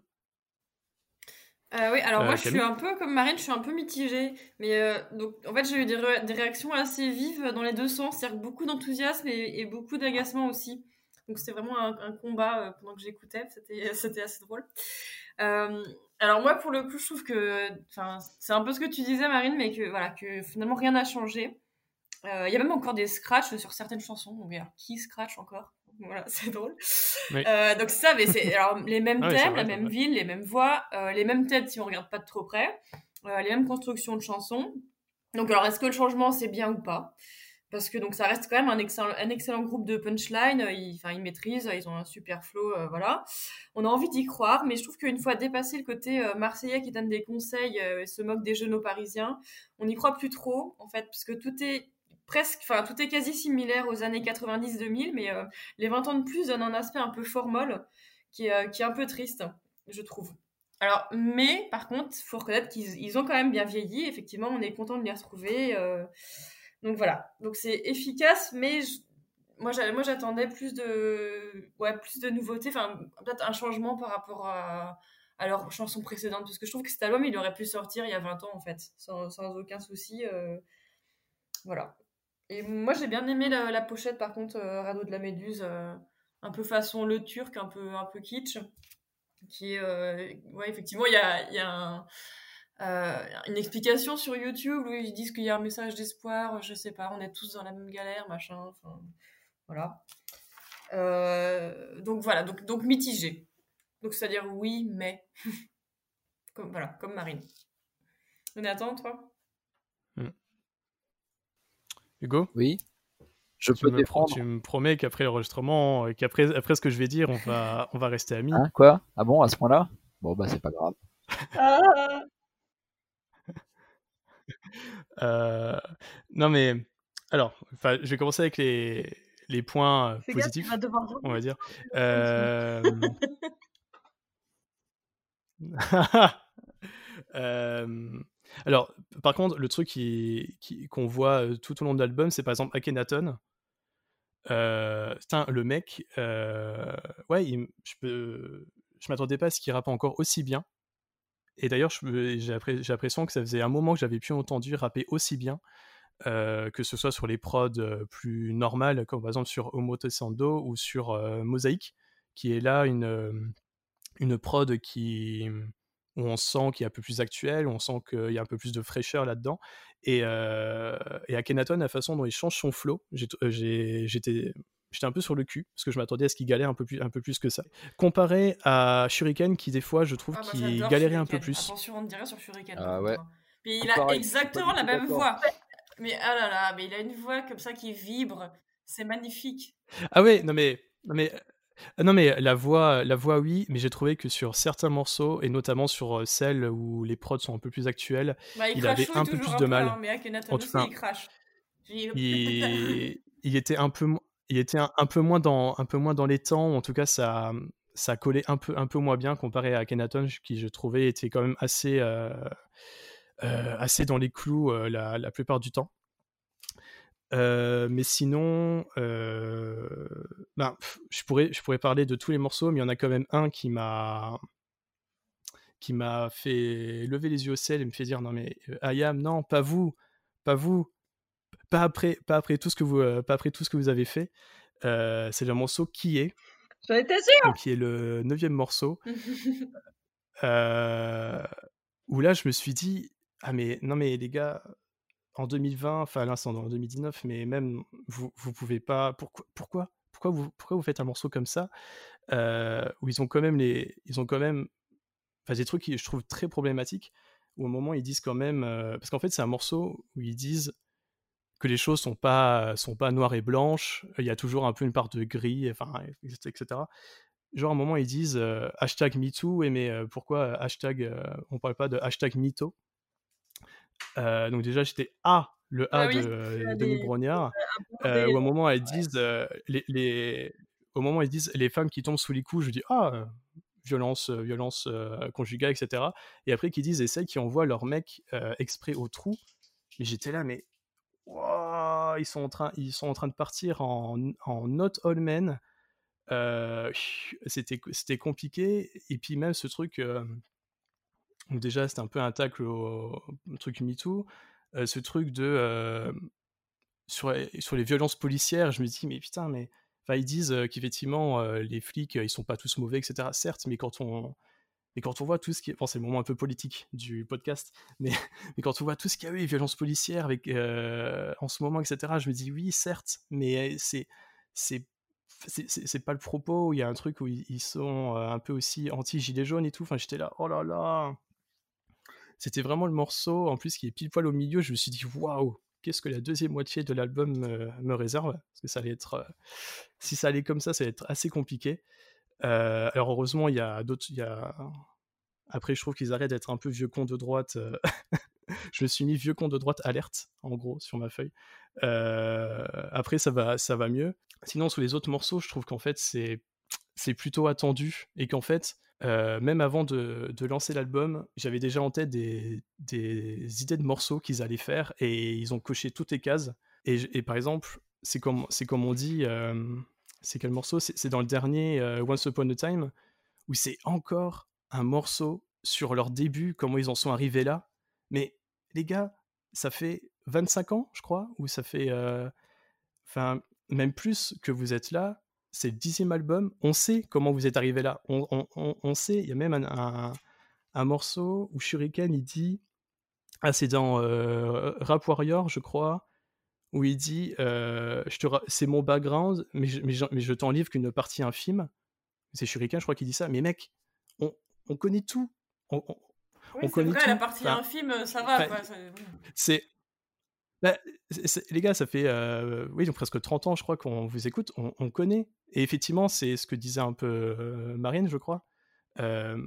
Euh, oui, alors Euh, moi je suis Camille un peu comme Marine, je suis un peu mitigée. Mais euh, donc en fait j'ai eu des, ré- des réactions assez vives dans les deux sens, c'est-à-dire beaucoup d'enthousiasme et, et beaucoup d'agacement aussi. Donc c'était vraiment un, un combat euh, pendant que j'écoutais, c'était, c'était assez drôle. Euh, alors moi pour le coup je trouve que, enfin c'est un peu ce que tu disais Marine, mais que voilà que finalement rien n'a changé. Il euh, y a même encore des scratchs sur certaines chansons. Donc, alors, qui scratch encore? Voilà, c'est drôle. Oui. Euh, donc ça, mais c'est alors les mêmes Ah oui, thèmes, c'est vrai, la c'est même vrai. ville, les mêmes voix, euh, les mêmes têtes si on regarde pas de trop près, euh, les mêmes constructions de chansons. Donc alors, est-ce que le changement c'est bien ou pas? Parce que donc ça reste quand même un excellent, un excellent groupe de punchline. Ils, enfin, ils maîtrisent, ils ont un super flow, euh, voilà. On a envie d'y croire, mais je trouve qu'une fois dépassé le côté euh, marseillais qui donne des conseils euh, et se moque des genoux parisiens, on n'y croit plus trop en fait, parce que tout est presque, enfin tout est quasi similaire aux années quatre-vingt-dix deux mille, mais euh, les vingt ans de plus donnent un aspect un peu formol qui est, euh, qui est un peu triste, je trouve. Alors, mais par contre, faut reconnaître qu'ils ils ont quand même bien vieilli. Effectivement, on est content de les retrouver. Euh, donc voilà. Donc c'est efficace, mais je- moi, j'a- moi j'attendais plus de, ouais, plus de nouveautés. Enfin, peut-être un changement par rapport à, à leur chanson précédente, parce que je trouve que cet album, il aurait pu sortir il y a vingt ans en fait, sans, sans aucun souci. euh, voilà. Et moi, j'ai bien aimé la, la pochette, par contre, euh, Radeau de la Méduse, euh, un peu façon Le Turc, un peu, un peu kitsch, qui est, euh, ouais, effectivement, il y a, il y a un, euh, une explication sur YouTube où ils disent qu'il y a un message d'espoir, je sais pas, on est tous dans la même galère, machin, enfin, voilà. Euh, donc voilà, donc, donc mitigé. Donc c'est-à-dire oui, mais, comme, voilà, comme Marine. Jonathan, toi? Hmm. Hugo? Oui. Je Tu peux me, pro- défendre. tu me promets qu'après l'enregistrement, euh, qu'après après ce que je vais dire, on va, on va rester amis. Hein, quoi? Ah bon, à ce point-là? Bon, bah, c'est pas grave. Ah, Euh, non mais, alors, enfin, je vais commencer avec les, les points euh, fais gaffe, tu positifs, vas devoir on va revenir dire. sur le téléphone, Euh... Euh, alors, par contre, le truc qui, qui- qu'on voit euh, tout au long de l'album, c'est par exemple Akhenaton. Euh, putain, le mec, euh, ouais, il- je peux, je m'attendais pas à ce qu'il rappe encore aussi bien. Et d'ailleurs, je- j'ai appré- j'ai l'impression que ça faisait un moment que j'avais plus entendu rapper aussi bien, euh, que ce soit sur les prods euh, plus normales, comme par exemple sur Omotesando ou sur euh, Mosaïque, qui est là une, euh, une prod qui, où on sent qu'il est un peu plus actuel, où on sent qu'il y a un peu plus de fraîcheur là-dedans. Et, euh, et Akhenaton, la façon dont il change son flow, j'ai, j'ai- j'étais, j'étais un peu sur le cul, parce que je m'attendais à ce qu'il galère un peu plus, un peu plus que ça. Comparé à Shuriken, qui des fois, je trouve Ah bah qu'il j'adore galérait un peu Shuriken. plus. Attention, on dirait sur Shuriken. Ah par ouais. contre, hein. Puis il Tout a pareil, je suis pas exactement du la tout même d'accord. voix. Mais ah là là, mais il a une voix comme ça qui vibre. C'est magnifique. Ah ouais, non mais... Non mais euh, non mais la voix, la voix oui, mais j'ai trouvé que sur certains morceaux, et notamment sur euh, celles où les prods sont un peu plus actuels, Bah, il il avait crachouille un peu toujours plus un de peu, mal. hein, mais Akhenaton En tout aussi, cas, il crache. J'ai- il, il était un peu, mo- il était un, un peu moins dans, un peu moins dans les temps, ou en tout cas ça, ça collait un peu, un peu moins bien comparé à Akhenaton, qui je trouvais était quand même assez, euh, euh, assez dans les clous euh, la, la plupart du temps. Euh, mais sinon, euh, ben, pff, je pourrais, je pourrais parler de tous les morceaux, mais il y en a quand même un qui m'a, qui m'a fait lever les yeux au ciel et me fait dire non mais euh, Ayam, non, pas vous, pas vous, pas après, pas après tout ce que vous, euh, pas après tout ce que vous avez fait. Euh, c'est le morceau Qui est, J'en étais sûre. donc qui est le neuvième morceau, euh, où là je me suis dit ah mais non mais les gars, en deux mille vingt, enfin là c'est en deux mille dix-neuf, mais même vous vous pouvez pas, pourquoi pourquoi pourquoi vous pourquoi vous faites un morceau comme ça, euh, où ils ont quand même les ils ont quand même enfin des trucs qui je trouve très problématiques, où au moment ils disent quand même euh, parce qu'en fait c'est un morceau où ils disent que les choses sont pas sont pas noires et blanches, il y a toujours un peu une part de gris, enfin etc. Genre à un moment ils disent euh, hashtag MeToo, et mais euh, pourquoi euh, hashtag euh, on parle pas de hashtag MeToo, Euh, donc déjà, j'étais A, le A Ah oui, de, tu euh, as de nous des Brognard, choses à euh, aborder. où à un moment elles disent, euh, les, les- au moment où elles disent les femmes qui tombent sous les coups, je dis ah, euh, violence, euh, violence euh, conjugale, et cetera. Et après qu'ils disent et celles qui envoient leur mec euh, exprès au trou. Mais j'étais là, mais wow, ils sont en train, ils sont en train de partir en, en not all men. Euh, c'était, c'était compliqué. Et puis même ce truc. Euh, Donc déjà, c'était un peu un tacle au, au truc MeToo. Euh, ce truc de... euh, sur, sur les violences policières, je me dis, mais putain, mais... Enfin, ils disent euh, qu'effectivement, euh, les flics, euh, ils sont pas tous mauvais, et cetera. Certes, mais quand on... Mais quand on voit tout ce qui est... Bon, c'est le moment un peu politique du podcast, mais, mais quand on voit tout ce qu'il y a eu, les violences policières avec, euh, en ce moment, et cetera, je me dis, oui, certes, mais c'est... c'est c'est, c'est, c'est pas le propos, il y a un truc où ils, ils sont euh, un peu aussi anti-gilets jaunes et tout, enfin j'étais là, oh là là, c'était vraiment le morceau, en plus, qui est pile poil au milieu. Je me suis dit, waouh, qu'est-ce que la deuxième moitié de l'album me, me réserve. Parce que ça allait être. Euh, si ça allait comme ça, ça allait être assez compliqué. Euh, alors, heureusement, il y a d'autres. Il y a... Après, je trouve qu'ils arrêtent d'être un peu vieux con de droite. euh, je me suis mis vieux con de droite alerte, en gros, sur ma feuille. Euh, Après, ça va, ça va mieux. Sinon, sur les autres morceaux, je trouve qu'en fait, c'est, c'est plutôt attendu. Et qu'en fait, euh, même avant de, de lancer l'album, j'avais déjà en tête des, des idées de morceaux qu'ils allaient faire. Et ils ont coché toutes les cases. Et, et par exemple, c'est comme, c'est comme on dit... Euh, c'est quel morceau? c'est, c'est dans le dernier euh, Once Upon a Time, où c'est encore un morceau sur leur début, comment ils en sont arrivés là. Mais les gars, ça fait vingt-cinq ans, je crois, ou ça fait... Enfin, euh, même plus que vous êtes là, c'est le dixième album, on sait comment vous êtes arrivés là. On, on, on, on sait, il y a même un, un, un morceau où Shuriken, il dit... Ah, c'est dans euh, Rap Warrior, je crois, où il dit euh, je te ra- c'est mon background, mais je, mais je, mais je t'en livre qu'une partie infime. C'est Shuriken, je crois, qui dit ça. Mais mec, on, on connaît tout. On, on, Oui, on c'est connaît vrai, tout. la partie Enfin, infime, ça va. enfin, Quoi, c'est... c'est... Bah, c'est, c'est- les gars, ça fait euh, oui, donc presque trente ans, je crois, qu'on vous écoute. On, on connaît. Et effectivement, c'est ce que disait un peu euh, Marine, je crois. Euh,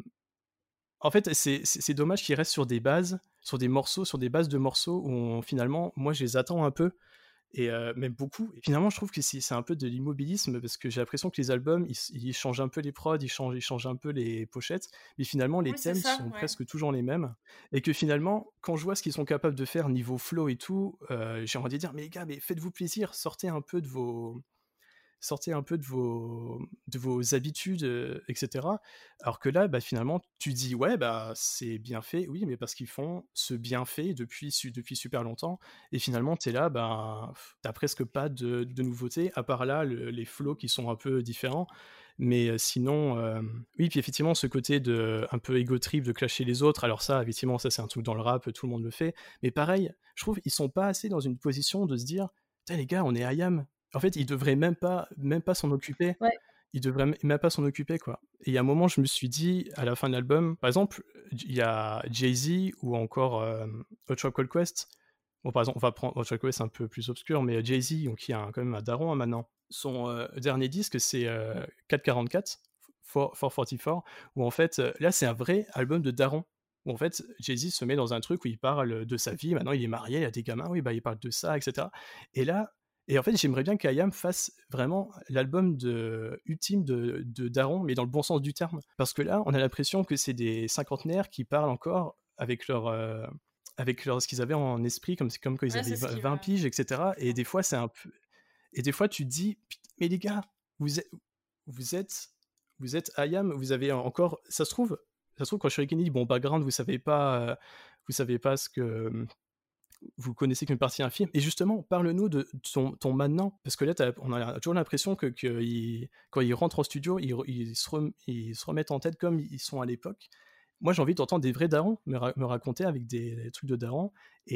en fait, c'est, c'est, c'est dommage qu'ils restent sur des bases, sur des morceaux, sur des bases de morceaux où on- finalement, moi, je les attends un peu. Et euh, même beaucoup. Et finalement, je trouve que c'est, c'est un peu de l'immobilisme parce que j'ai l'impression que les albums, ils, ils changent un peu les prods, ils changent, ils changent un peu les pochettes, mais finalement, les Oui, c'est thèmes ça, sont ouais. presque toujours les mêmes. Et que finalement, quand je vois ce qu'ils sont capables de faire niveau flow et tout, euh, j'ai envie de dire, mais les gars, mais faites-vous plaisir, sortez un peu de vos... sortez un peu de vos, de vos habitudes, euh, et cetera. Alors que là, bah, finalement, tu dis, ouais, bah, c'est bien fait, oui, mais parce qu'ils font ce bien fait depuis, su- depuis super longtemps. Et finalement, tu es là, bah, t'as presque pas de, de nouveautés, à part là, le- les flows qui sont un peu différents. Mais euh, sinon, euh, oui, puis effectivement, ce côté de un peu ego trip, de clasher les autres, alors ça, effectivement, ça c'est un truc dans le rap, tout le monde le fait. Mais pareil, je trouve ils sont pas assez dans une position de se dire, putain, les gars, on est I A M. En fait, ils devraient même pas, même pas s'en occuper. Ouais. Ils devraient m- même pas s'en occuper, quoi. Et il y a un moment, je me suis dit, à la fin de l'album, par exemple, il y a Jay-Z ou encore euh, Hot Tribe Called Quest. Bon, par exemple, on va prendre Hot Tribe Called Quest un peu plus obscur, mais Jay-Z, donc, qui a un- quand même un daron hein, maintenant. Son euh, dernier disque, c'est euh, quatre cent quarante-quatre, quatre cent quarante-quatre, où en fait, euh, là, c'est un vrai album de daron. Où en fait, Jay-Z se met dans un truc où il parle de sa vie. Maintenant, il est marié, il a des gamins, oui, bah, il parle de ça, et cetera. Et là, et en fait, j'aimerais bien qu'I A M fasse vraiment l'album de, ultime de, de Daron, mais dans le bon sens du terme. Parce que là, on a l'impression que c'est des cinquantenaires qui parlent encore avec leur, euh, avec leur, ce qu'ils avaient en esprit, comme, comme quand ils Ouais, avaient c'est ce qui vingt va. piges, et cetera. Et des fois, c'est un peu... Et des fois, tu te dis, Putain, mais les gars, vous êtes, vous êtes, vous êtes I A M, vous avez encore... Ça se trouve, ça se trouve quand Shuriken dit, bon, background, vous savez pas, euh, vous savez pas ce que... Vous connaissez qu'une partie infime. Et justement, parle-nous de ton, ton maintenant. Parce que là, t'as- on a toujours l'impression que, que il- quand ils rentrent en studio, ils, re- ils se rem- ils se remettent en tête comme ils sont à l'époque. Moi, j'ai envie d'entendre des vrais darons me, ra- me raconter avec des, des trucs de darons.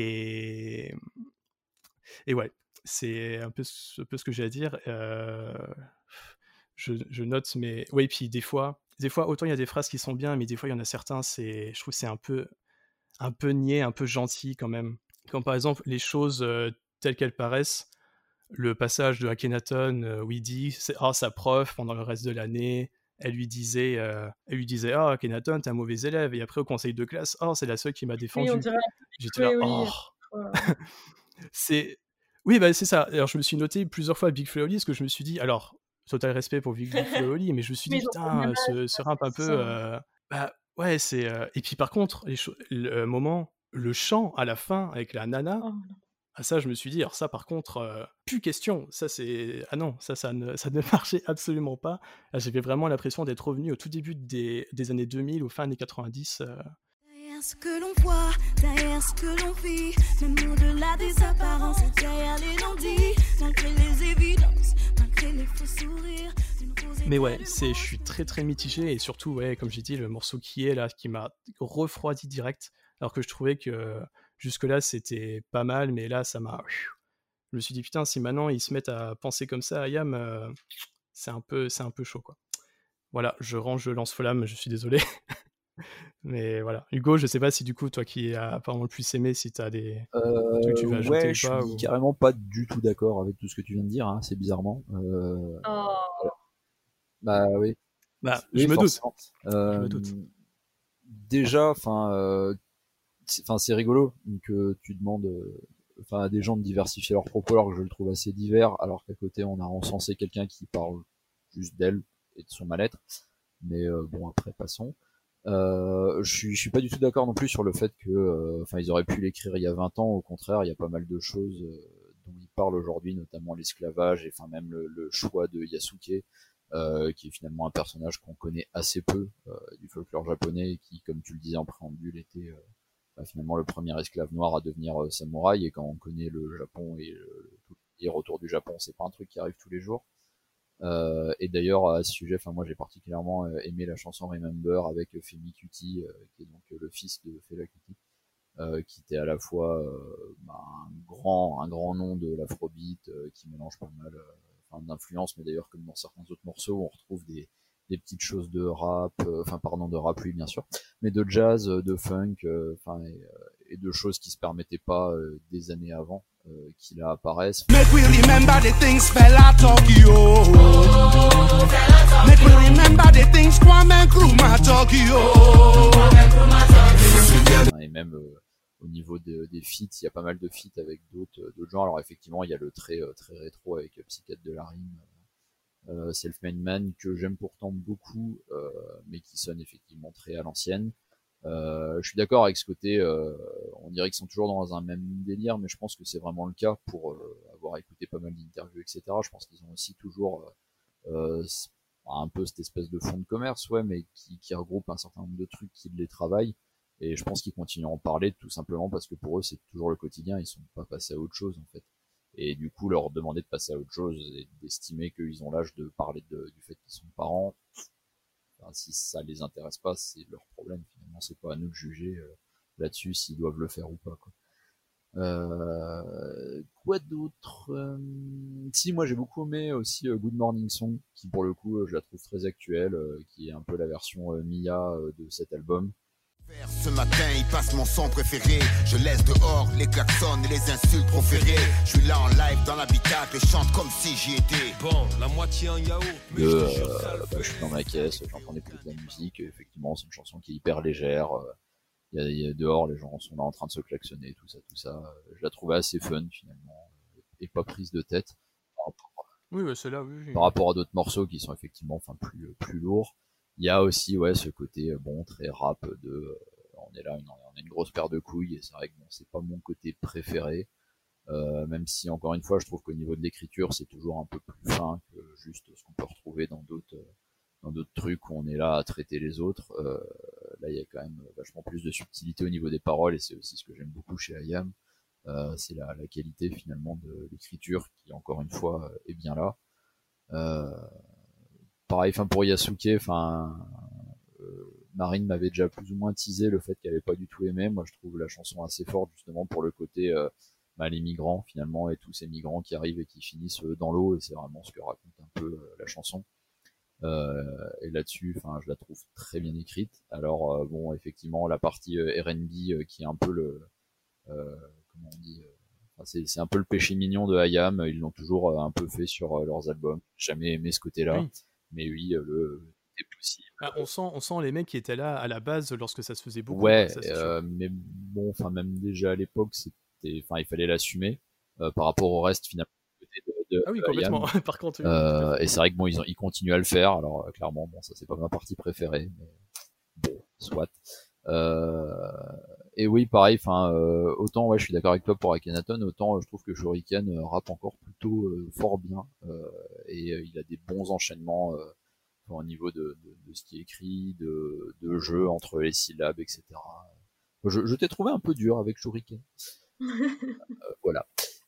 Et, et ouais, c'est un peu, ce- un peu ce que j'ai à dire. Euh, je, je note, mais... Ouais, puis des fois, des fois, autant il y a des phrases qui sont bien, mais des fois, il y en a certains, c'est, je trouve que c'est un peu, un peu niais, un peu gentil quand même. Comme par exemple les choses euh, telles qu'elles paraissent, le passage de Akhenaton euh, où il dit c'est, ah, sa prof pendant le reste de l'année, elle lui disait, euh, elle lui disait, ah, Kenaton, t'es un mauvais élève. Et après, au conseil de classe, oh, c'est la seule qui m'a défendu. Oui, on dirait un peu J'étais là, oui, oh. oui. c'est. Oui, bah, c'est ça. Alors, je me suis noté plusieurs fois Big Flo et Oli, parce que je me suis dit, alors, total respect pour Big Flo et Oli, mais je me suis dit, Mais ils ont pas le putain, même ce, âge, ce rap un c'est peu. ça. Euh, bah, ouais, c'est. euh, Et puis, par contre, les cho- le euh, moment, le chant à la fin avec la nana. Oh, non. Ah, ça, je me suis dit, alors ça, par contre, euh, plus question. Ça, c'est. Ah non, ça, ça ne, ça ne marchait absolument pas. Là, j'avais vraiment l'impression d'être revenu au tout début des, des années deux mille, ou fin années quatre-vingt-dix. euh. Derrière ce que l'on voit, derrière ce que l'on vit, même au-delà des apparences, et derrière les non-dits, malgré les évidences, malgré les faux sourires. Mais ouais, c'est, je suis très très mitigé, et surtout, ouais, comme j'ai dit, le morceau qui est là, qui m'a refroidi direct, alors que je trouvais que jusque-là, c'était pas mal, mais là, ça m'a... Je me suis dit, putain, si maintenant ils se mettent à penser comme ça à I A M, euh, c'est un peu, c'est un peu chaud, quoi. Voilà, je range le lance-flamme, je suis désolé. Mais voilà. Hugo, je sais pas si du coup, toi qui as apparemment le plus aimé, si t'as des Euh, trucs que tu veux ajouter ouais, ou je pas. suis ou- carrément pas du tout d'accord avec tout ce que tu viens de dire, hein, c'est bizarrement. Euh, Oh. Bah oui. Bah, Oui, je me doute. forcément. Euh, Je me doute. Déjà, enfin, euh, c'est- enfin, c'est rigolo que tu demandes, euh, enfin, à des gens de diversifier leurs propos, alors que je le trouve assez divers, alors qu'à côté on a encensé quelqu'un qui parle juste d'elle et de son mal-être. Mais euh, bon, après, passons. Euh, je suis, je suis pas du tout d'accord non plus sur le fait que, euh, enfin, ils auraient pu l'écrire il y a vingt ans. Au contraire, il y a pas mal de choses euh, dont ils parlent aujourd'hui, notamment l'esclavage et enfin même le, le choix de Yasuke, euh, qui est finalement un personnage qu'on connaît assez peu euh, du folklore japonais et qui, comme tu le disais en préambule, était euh, bah, finalement le premier esclave noir à devenir euh, samouraï. Et quand on connaît le Japon et le, tout le retour du Japon, c'est pas un truc qui arrive tous les jours. Euh, et d'ailleurs à ce sujet, enfin moi j'ai particulièrement euh, aimé la chanson Remember avec Femi Kuti, euh, qui est donc euh, le fils de Fela Kuti, euh, qui était à la fois euh, bah, un grand un grand nom de l'afrobeat, euh, qui mélange pas mal euh, enfin, d'influences, mais d'ailleurs comme dans certains autres morceaux on retrouve des des petites choses de rap, euh, enfin pardon de rap oui bien sûr, mais de jazz, euh, de funk, euh, enfin et, euh, et de choses qui se permettaient pas euh, des années avant euh, qui là apparaissent. Make we remember the things Fela Tokyo. Make we remember the things Kwame Nkrumah Tokyo. Et même euh, au niveau de, des feats, il y a pas mal de feats avec d'autres euh, d'autres genres. Alors effectivement, il y a le très euh, très rétro avec euh, Psychiatre de la rime, euh, Self-Made Man, que j'aime pourtant beaucoup, euh, mais qui sonne effectivement très à l'ancienne. Euh, je suis d'accord avec ce côté, euh, on dirait qu'ils sont toujours dans un même délire, mais je pense que c'est vraiment le cas pour euh, avoir écouté pas mal d'interviews, et cetera. Je pense qu'ils ont aussi toujours euh, un peu cette espèce de fond de commerce, ouais, mais qui, qui regroupe un certain nombre de trucs qui les travaillent. Et je pense qu'ils continuent à en parler tout simplement parce que pour eux c'est toujours le quotidien, ils sont pas passés à autre chose en fait. Et du coup leur demander de passer à autre chose et d'estimer qu'ils ont l'âge de parler de, du fait qu'ils sont parents, enfin, si ça les intéresse pas, c'est leur problème finalement, c'est pas à nous de juger euh, là-dessus s'ils doivent le faire ou pas, quoi. Euh, quoi d'autre euh, Si, moi j'ai beaucoup aimé aussi euh, Good Morning Song, qui pour le coup euh, je la trouve très actuelle, euh, qui est un peu la version euh, Mia euh, de cet album. Ce matin, il passe mon son préféré. Je laisse dehors les klaxons et les insultes proférées. Je suis là en live dans l'habitacle et chante comme si j'y étais. Bon, la moitié en yaourt. De, euh, bah, je suis dans ma caisse, j'entends plus de la musique. Effectivement, c'est une chanson qui est hyper légère. Il y a, il y a dehors, les gens sont là en train de se klaxonner, tout ça, tout ça. Je la trouvais assez fun finalement et pas prise de tête. Par rapport, oui, ouais, c'est là, oui, oui. Par rapport à d'autres morceaux qui sont effectivement, enfin, plus plus lourds. Il y a aussi, ouais, ce côté, bon, très rap de, euh, on est là, une, on a une grosse paire de couilles, et c'est vrai que bon, c'est pas mon côté préféré, euh, même si, encore une fois, je trouve qu'au niveau de l'écriture, c'est toujours un peu plus fin que juste ce qu'on peut retrouver dans d'autres, dans d'autres trucs où on est là à traiter les autres. Euh, là, il y a quand même vachement plus de subtilité au niveau des paroles, et c'est aussi ce que j'aime beaucoup chez I A M. Euh, c'est la, la qualité, finalement, de l'écriture, qui, encore une fois, est bien là. Euh, Pareil, enfin pour Yasuke, enfin euh, Marine m'avait déjà plus ou moins teasé le fait qu'elle n'avait pas du tout aimé. Moi, je trouve la chanson assez forte justement pour le côté euh, bah, les migrants finalement et tous ces migrants qui arrivent et qui finissent euh, dans l'eau, et c'est vraiment ce que raconte un peu euh, la chanson. Euh, et là-dessus, enfin, je la trouve très bien écrite. Alors euh, bon, effectivement, la partie euh, R and B euh, qui est un peu le, euh, comment on dit. Euh, C'est, c'est un peu le péché mignon de I A M, ils l'ont toujours un peu fait sur leurs albums. Jamais aimé ce côté-là. Oui. Mais oui, le, était possible. Ah, on sent, on sent les mecs qui étaient là à la base lorsque ça se faisait beaucoup. Ouais, quoi, ça, c'est euh, mais bon, enfin même déjà à l'époque, c'était, enfin il fallait l'assumer euh, par rapport au reste finalement. De, de, ah oui, de complètement. Hayam. Par contre, oui, euh, et c'est vrai que bon, ils, ont, ils continuent à le faire. Alors euh, clairement, bon, ça c'est pas ma partie préférée, mais bon, soit. Euh, et oui, pareil. Enfin, euh, autant ouais, je suis d'accord avec toi pour Akhenaton, autant euh, je trouve que Shuriken euh, rappe encore plutôt euh, fort bien euh, et euh, il a des bons enchaînements. Euh, au niveau de, de, de ce qui est écrit, de, de jeu entre les syllabes, et cetera. Je, je t'ai trouvé un peu dur avec Shuriken. euh, voilà.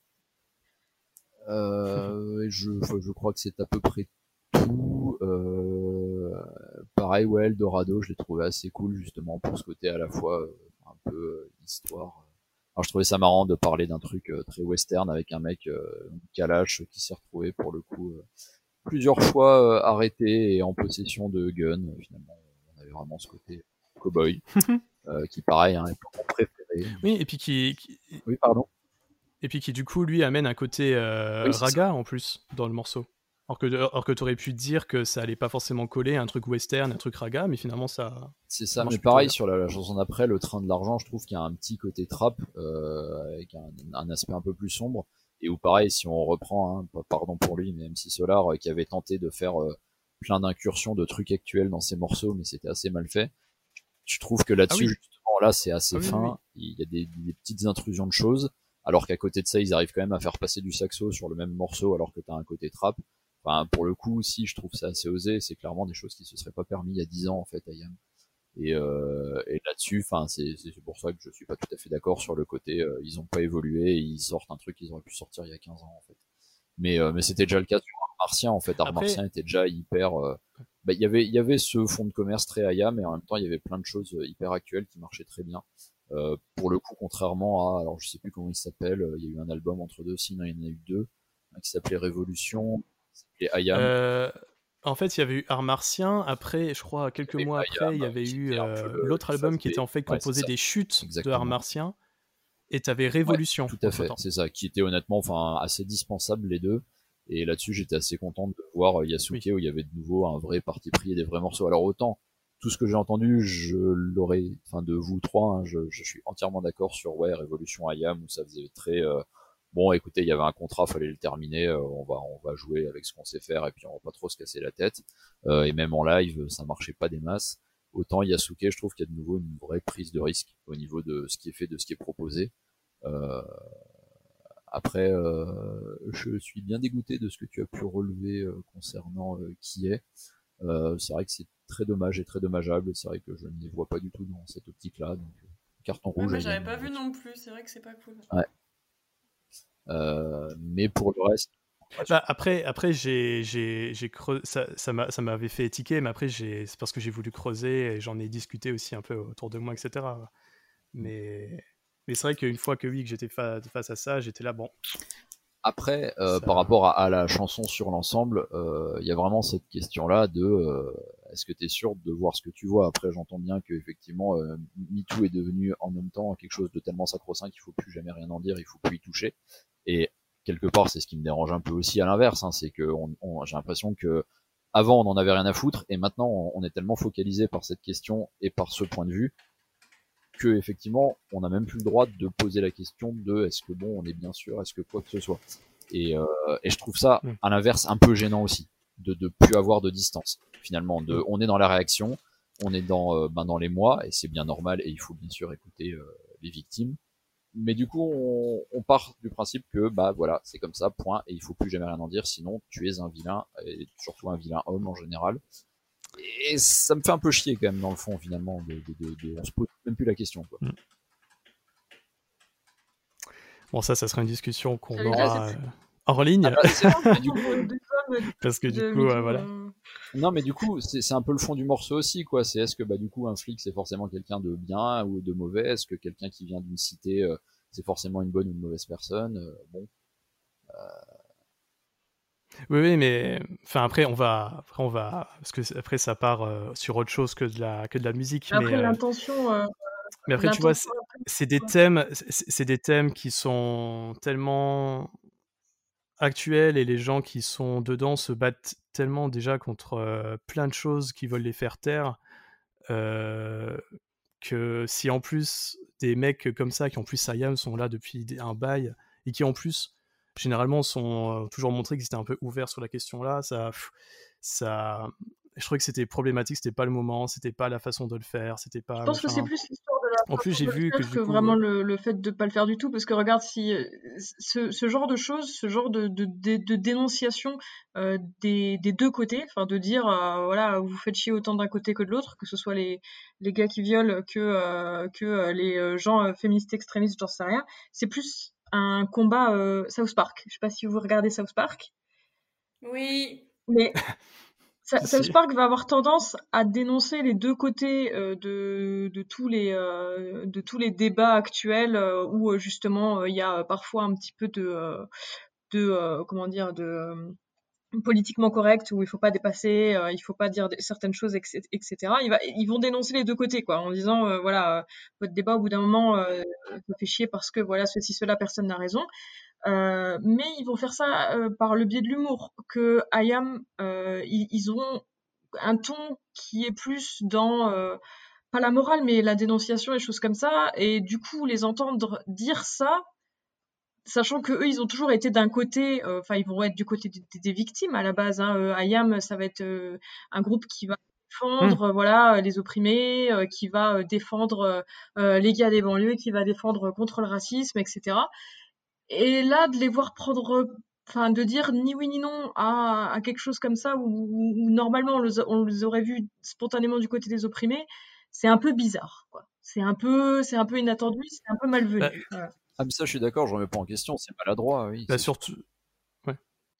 Euh, je, je crois que c'est à peu près tout. Euh, pareil, ouais, Eldorado, je l'ai trouvé assez cool justement pour ce côté à la fois euh, un peu euh, histoire. Alors je trouvais ça marrant de parler d'un truc euh, très western avec un mec euh, Kalash qui s'est retrouvé pour le coup euh, plusieurs fois euh, arrêté et en possession de gun. Finalement, on avait vraiment ce côté cowboy, euh, qui pareil, hein, est mon préféré. Oui, et puis qui, qui... Oui, pardon. Et puis qui du coup lui amène un côté euh, oui, raga en plus dans le morceau. Alors que, alors que tu aurais pu dire que ça allait pas forcément coller à un truc western, un truc raga, mais finalement ça. C'est ça, ça mais pareil sur la, la chanson d'après, Le Train de l'Argent, je trouve qu'il y a un petit côté trap euh, avec un, un aspect un peu plus sombre. Et où pareil, si on reprend, hein, pardon pour lui, mais M C Solar euh, qui avait tenté de faire euh, plein d'incursions de trucs actuels dans ses morceaux, mais c'était assez mal fait. Je trouve que là-dessus, ah oui. justement, là, c'est assez ah oui, fin. Oui, oui. Il y a des, des petites intrusions de choses, alors qu'à côté de ça, ils arrivent quand même à faire passer du saxo sur le même morceau, alors que t'as un côté trap. Enfin, pour le coup, si je trouve ça assez osé, c'est clairement des choses qui se seraient pas permis il y a dix ans en fait, à Ayam. Et, euh, et là-dessus, enfin, c'est, c'est pour ça que je suis pas tout à fait d'accord sur le côté, euh, ils ont pas évolué, et ils sortent un truc qu'ils auraient pu sortir il y a quinze ans en fait. Mais, euh, mais c'était déjà le cas sur Art Martien en fait. Art Après... Martien était déjà hyper. Euh, bah, y avait, il y avait ce fond de commerce très Ayam, mais en même temps, il y avait plein de choses hyper actuelles qui marchaient très bien. Euh, pour le coup, contrairement à, alors je sais plus comment il s'appelle, il y a eu un album entre deux, si, non, il y en a eu deux, un qui s'appelait Révolution, qui s'appelait Ayam. Euh... En fait, il y avait eu Art Martien. Après, je crois, quelques mois après, il y avait eu euh, l'autre album qui était en fait composé ouais, des chutes Exactement. de Art Martien. Et tu avais Révolution. Ouais, tout à fait, c'est ça. Qui était honnêtement enfin, assez dispensable, les deux. Et là-dessus, j'étais assez content de voir Yasuke oui. où il y avait de nouveau un vrai parti pris et des vrais morceaux. Alors autant, tout ce que j'ai entendu, je l'aurais, enfin de vous trois, hein, je, je suis entièrement d'accord sur ouais, Révolution Ayam, où ça faisait très... Euh, bon, écoutez, il y avait un contrat, fallait le terminer, euh, on va on va jouer avec ce qu'on sait faire et puis on va pas trop se casser la tête. Euh, et même en live, ça marchait pas des masses. Autant Yasuke, je trouve qu'il y a de nouveau une vraie prise de risque au niveau de ce qui est fait, de ce qui est proposé. Euh, après, euh, je suis bien dégoûté de ce que tu as pu relever euh, concernant euh, qui est. Euh, c'est vrai que c'est très dommage et très dommageable. C'est vrai que je ne les vois pas du tout dans cette optique-là. Donc, carton rouge. Ouais, j'avais pas vu non plus. C'est vrai que c'est pas cool. Ouais. Euh, mais pour le reste. Bah, après, après j'ai, j'ai, j'ai creusé, ça, ça, m'a, ça m'avait fait étiquer, mais après, j'ai, c'est parce que j'ai voulu creuser et j'en ai discuté aussi un peu autour de moi, et cetera. Mais, mais c'est vrai qu'une fois que oui, que j'étais fa- face à ça, j'étais là, bon. Après, euh, ça... par rapport à, à la chanson sur l'ensemble, il euh, y a vraiment cette question-là de euh, est-ce que tu es sûr de voir ce que tu vois. Après, j'entends bien que effectivement, euh, MeToo est devenu en même temps quelque chose de tellement sacro-saint qu'il faut plus jamais rien en dire, il faut plus y toucher. Et quelque part, c'est ce qui me dérange un peu aussi à l'inverse, hein, c'est que on, on, j'ai l'impression que avant on en avait rien à foutre, et maintenant on, on est tellement focalisé par cette question et par ce point de vue que effectivement on n'a même plus le droit de poser la question de est-ce que bon on est bien sûr, est-ce que quoi que ce soit. Et, euh, et je trouve ça à l'inverse un peu gênant aussi de de plus avoir de distance finalement. De on est dans la réaction, on est dans euh, ben dans les mois et c'est bien normal et il faut bien sûr écouter euh, les victimes. Mais du coup, on, on part du principe que bah voilà, c'est comme ça, point, et il faut plus jamais rien en dire, sinon tu es un vilain, et surtout un vilain homme en général. Et ça me fait un peu chier quand même dans le fond finalement, de, de, de, de on se pose même plus la question, quoi. Mm. Bon, ça, ça sera une discussion qu'on aura là, euh, hors ligne. Ah bah, du coup, parce que du coup, euh, voilà. Non, mais du coup, c'est, c'est un peu le fond du morceau aussi, quoi. C'est est-ce que bah du coup un flic c'est forcément quelqu'un de bien ou de mauvais? Est-ce que quelqu'un qui vient d'une cité euh, c'est forcément une bonne ou une mauvaise personne? euh, Bon. Euh... Oui, oui, mais enfin après on va, après on va, parce que après ça part euh, sur autre chose que de la que de la musique. Après mais, l'intention. Euh... Mais après, tu vois, c'est, c'est des thèmes, c'est, c'est des thèmes qui sont tellement actuelle et les gens qui sont dedans se battent tellement déjà contre euh, plein de choses qui veulent les faire taire, euh, que si en plus des mecs comme ça, qui en plus Ayam sont là depuis des- un bail, et qui en plus généralement sont euh, toujours montrés qu'ils étaient un peu ouverts sur la question là, ça, pff, ça, je trouvais que c'était problématique, c'était pas le moment, c'était pas la façon de le faire, c'était Je pas pense que c'est machin. plus l'histoire de la En plus façon j'ai de le vu que faire du que coup, vraiment euh, le, le fait de pas le faire du tout, parce que regarde, si euh, ce, ce genre de choses, ce genre de, de, de, de dénonciation euh, des, des deux côtés, enfin de dire euh, voilà, vous faites chier autant d'un côté que de l'autre, que ce soit les, les gars qui violent que, euh, que euh, les euh, gens euh, féministes extrémistes, j'en sais rien, c'est plus un combat euh, South Park. Je sais pas si vous regardez South Park, Oui. mais Sa- si, South si. Park va avoir tendance à dénoncer les deux côtés euh, de, de tous les euh, de tous les débats actuels euh, où euh, justement euh, il y a euh, parfois un petit peu de euh, de euh, comment dire de euh, politiquement correct où il faut pas dépasser, euh, il faut pas dire de- certaines choses, et cetera et cetera. Il va, ils vont dénoncer les deux côtés quoi, en disant euh, voilà euh, votre débat au bout d'un moment euh, ça fait chier parce que voilà ceci cela personne n'a raison. Euh, mais ils vont faire ça euh, par le biais de l'humour. Que I Am, euh, ils, ils ont un ton qui est plus dans euh, pas la morale, mais la dénonciation et choses comme ça. Et du coup, les entendre dire ça, sachant que eux, ils ont toujours été d'un côté, euh, enfin, ils vont être du côté des, des victimes à la base. Hein. Euh, I A M, ça va être euh, un groupe qui va Hmm. défendre, euh, voilà, les opprimés, euh, qui va euh, défendre euh, euh, les gars des banlieues, qui va défendre contre le racisme, et cetera. Et là, de les voir prendre, enfin, de dire ni oui ni non à, à quelque chose comme ça, où, où- où normalement on les, a- on les aurait vus spontanément du côté des opprimés, c'est un peu bizarre, quoi. C'est un peu, c'est un peu inattendu, c'est un peu Bah, malvenu. Voilà. Ah, mais ça, je suis d'accord, je remets pas en question, c'est maladroit, oui. bah c'est sûr. surtout, ouais.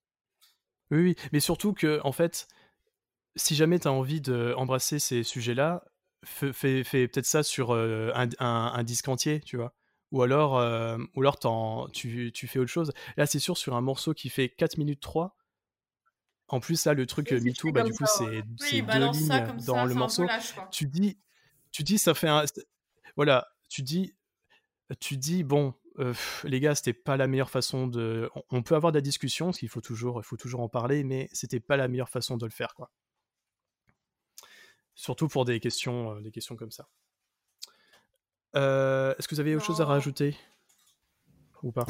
Oui, oui, mais surtout que en fait, si jamais tu as envie d'embrasser ces sujets-là, fais, fais- fais peut-être ça sur euh, un, un- un disque entier, tu vois. Ou alors, euh, ou alors t'en- tu, tu fais autre chose. Là, c'est sûr, sur un morceau qui fait quatre minutes trois. En plus, là, le truc C'est euh, c'est MeToo, fait bah, comme du ça, coup, ouais. c'est Oui, c'est il deux balance ça lignes comme dans ça, le c'est un peu morceau. lâche, quoi. Tu dis, tu dis, ça fait un. Voilà, tu dis, tu dis bon, euh, pff, les gars, c'était pas la meilleure façon de. On, on peut avoir de la discussion, parce qu'il faut toujours, il faut toujours en parler, mais c'était pas la meilleure façon de le faire, quoi. Surtout pour des questions, euh, des questions comme ça. Euh, Est-ce que vous avez autre chose à Non. rajouter ou pas?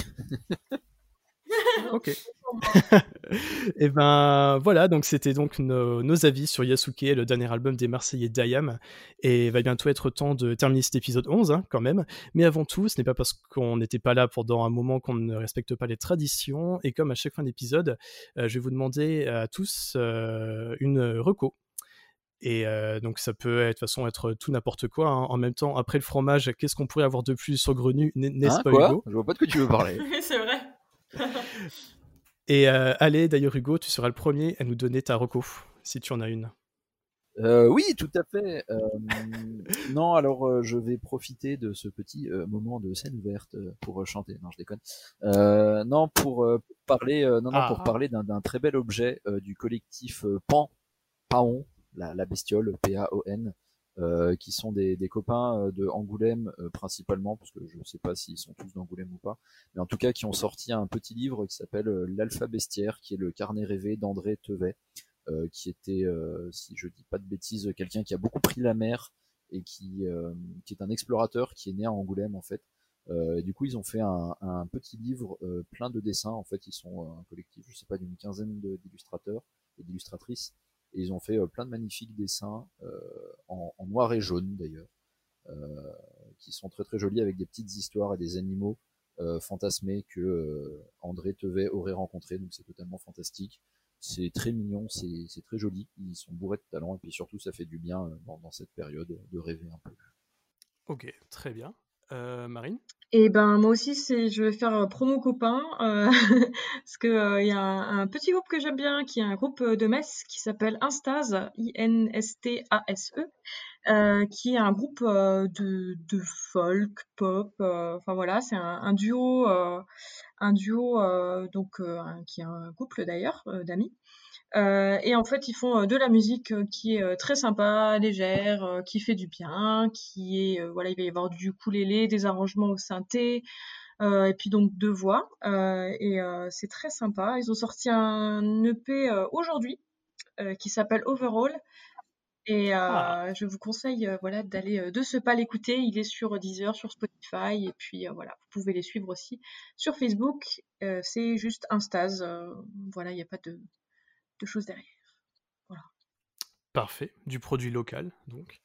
Ok. Et ben voilà, donc c'était donc nos, nos avis sur Yasuke, le dernier album des Marseillais d'I A M. Et il va bientôt être temps de terminer cet épisode onze, hein, quand même. Mais avant tout, ce n'est pas parce qu'on n'était pas là pendant un moment qu'on ne respecte pas les traditions. Et comme à chaque fin d'épisode, euh, je vais vous demander à tous euh, une reco. Et euh, donc ça peut de toute façon être tout n'importe quoi. Hein. En même temps, après le fromage, qu'est-ce qu'on pourrait avoir de plus saugrenu, n'est-ce Hein, pas, quoi? Hugo? Je vois pas de quoi tu veux parler. Oui, c'est vrai. Et euh, allez, d'ailleurs, Hugo, tu seras le premier à nous donner ta reco, si tu en as une. Euh, oui, tout à fait. Euh, non, alors euh, je vais profiter de ce petit euh, moment de scène ouverte euh, pour euh, chanter. Non, je déconne. Euh, non, pour euh, parler, euh, non, non, Ah. pour parler d'un d'un très bel objet euh, du collectif euh, Pan, Paon, la, la bestiole, P A O N, euh, qui sont des, des copains euh, de Angoulême euh, principalement, parce que je sais pas s'ils sont tous d'Angoulême ou pas, mais en tout cas qui ont sorti un petit livre qui s'appelle euh, L'Alpha Bestiaire, qui est le carnet rêvé d'André Tevet. Euh, qui était, euh, si je dis pas de bêtises, quelqu'un qui a beaucoup pris la mer et qui, euh, qui est un explorateur qui est né à Angoulême en fait. Euh, et du coup, ils ont fait un, un petit livre euh, plein de dessins. En fait, ils sont un collectif, je sais pas, d'une quinzaine d'illustrateurs et d'illustratrices. Et ils ont fait euh, plein de magnifiques dessins euh, en, en noir et jaune d'ailleurs, euh, qui sont très très jolis avec des petites histoires et des animaux euh, fantasmés que euh, André Tevet aurait rencontrés. Donc c'est totalement fantastique. C'est très mignon, c'est très joli, ils sont bourrés de talent et puis surtout ça fait du bien dans, dans cette période de rêver un peu. Ok, très bien. Euh, Marine? Et ben moi aussi c'est je vais faire euh, promo copain euh, parce que euh, il y a un, un petit groupe que j'aime bien qui est un groupe de Metz qui s'appelle Instase, I N S T A S E, euh, qui est un groupe euh, de de folk pop, euh, enfin voilà, c'est un, un duo euh, un duo euh, donc euh, un- qui est un couple d'ailleurs euh, d'amis. Euh, et en fait, ils font euh, de la musique euh, qui est euh, très sympa, légère, euh, qui fait du bien, qui est euh, voilà, il va y avoir du ukulélé, des arrangements au synthé, Euh, et puis donc deux voix. Euh, et euh, c'est très sympa. Ils ont sorti un E P euh, aujourd'hui euh, qui s'appelle Overall. Et euh, Ah. je vous conseille euh, voilà, d'aller euh, de ce pas l'écouter. Il est sur Deezer, sur Spotify. Et puis euh, voilà, vous pouvez les suivre aussi sur Facebook. Euh, c'est juste Instaz. Euh, voilà, il n'y a pas de, de choses derrière. Voilà. Parfait, du produit local, donc.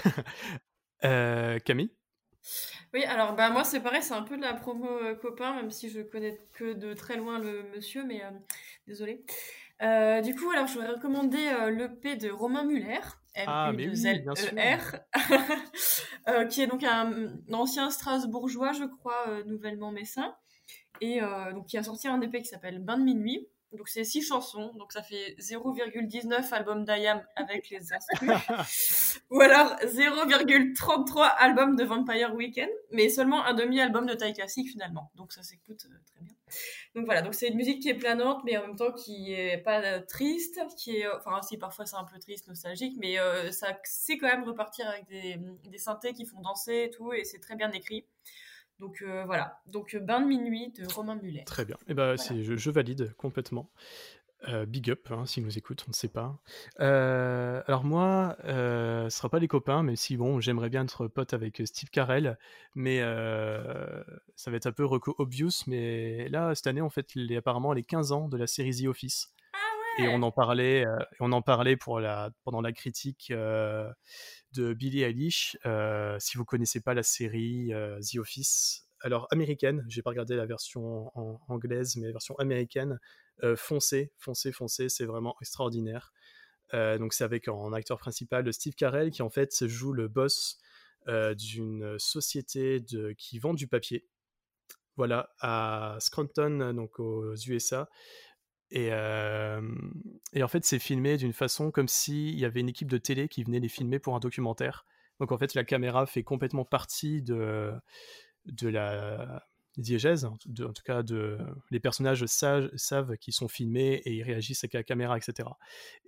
euh, Camille? Oui, alors bah moi c'est pareil, c'est un peu de la promo euh, copain, même si je connais que de très loin le monsieur, mais euh, désolé. Euh, du coup, alors je voudrais recommander euh, l'E P de Romain Muller, Ah, mais oui, bien sûr. M U deux L E R, euh, qui est donc un, un ancien Strasbourgeois, je crois, euh, nouvellement messin, et euh, donc qui a sorti un E P qui s'appelle Bain de minuit. Donc c'est six chansons, donc ça fait zéro virgule dix-neuf albums d'I A M avec les instrus, ou alors zéro virgule trente-trois albums de Vampire Weekend, mais seulement un demi-album de taille classique finalement. Donc ça s'écoute euh, très bien. Donc voilà, donc c'est une musique qui est planante, mais en même temps qui est pas euh, triste, qui est, enfin si parfois c'est un peu triste, nostalgique, mais euh, ça sait quand même repartir avec des, des synthés qui font danser et tout, et c'est très bien écrit. Donc euh, voilà, donc Bain de minuit de Romain Muller. Très bien, et ben, voilà. c'est, je, je valide complètement. Euh, big up, hein, s'ils nous écoutent, on ne sait pas. Euh, alors moi, euh, ce ne sera pas les copains, même si bon, j'aimerais bien être pote avec Steve Carell, mais euh, ça va être un peu reco obvious, mais là, cette année, en fait, les, apparemment, les quinze ans de la série The Office. Ah ouais. Et on en parlait, euh, on en parlait pour la, pendant la critique euh, de Billie Eilish. Euh, si vous ne connaissez pas la série euh, The Office, alors américaine, j'ai pas regardé la version en anglaise, mais la version américaine, euh, foncez, foncez, foncez, c'est vraiment extraordinaire. Euh, donc c'est avec en acteur principal Steve Carell qui en fait joue le boss euh, d'une société de, qui vend du papier, voilà, à Scranton, donc aux U S A. Et, euh, et en fait c'est filmé d'une façon comme s'il y avait une équipe de télé qui venait les filmer pour un documentaire. Donc en fait la caméra fait complètement partie de de la diégèse, de, en tout cas de, les personnages savent, savent qu'ils sont filmés et ils réagissent avec la caméra, et cetera.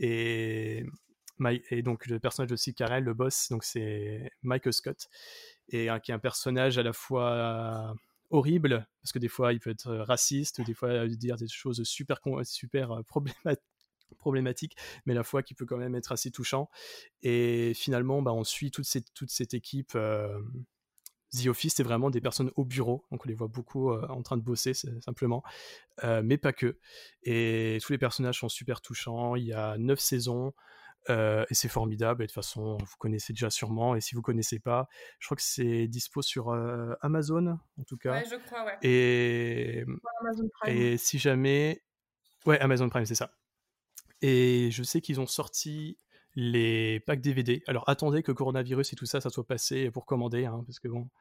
Et, et donc le personnage de Steve Carell, le boss, donc c'est Michael Scott, et hein, qui est un personnage à la fois horrible, parce que des fois il peut être raciste, des fois dire des choses super, super problématiques, problématique, mais à la fois qui peut quand même être assez touchant. Et finalement, bah, on suit toute cette, toute cette équipe. Euh, The Office, c'est vraiment des personnes au bureau, donc on les voit beaucoup euh, en train de bosser, c'est, simplement, euh, mais pas que. Et tous les personnages sont super touchants. Il y a neuf saisons, euh, et c'est formidable. Et de toute façon, vous connaissez déjà sûrement, et si vous connaissez pas, je crois que c'est dispo sur euh, Amazon, en tout cas. Ouais, je crois, ouais. Et, Amazon Prime. et si jamais... Ouais, Amazon Prime, c'est ça. Et je sais qu'ils ont sorti les packs D V D. Alors attendez que coronavirus et tout ça, ça soit passé pour commander, hein, parce que bon...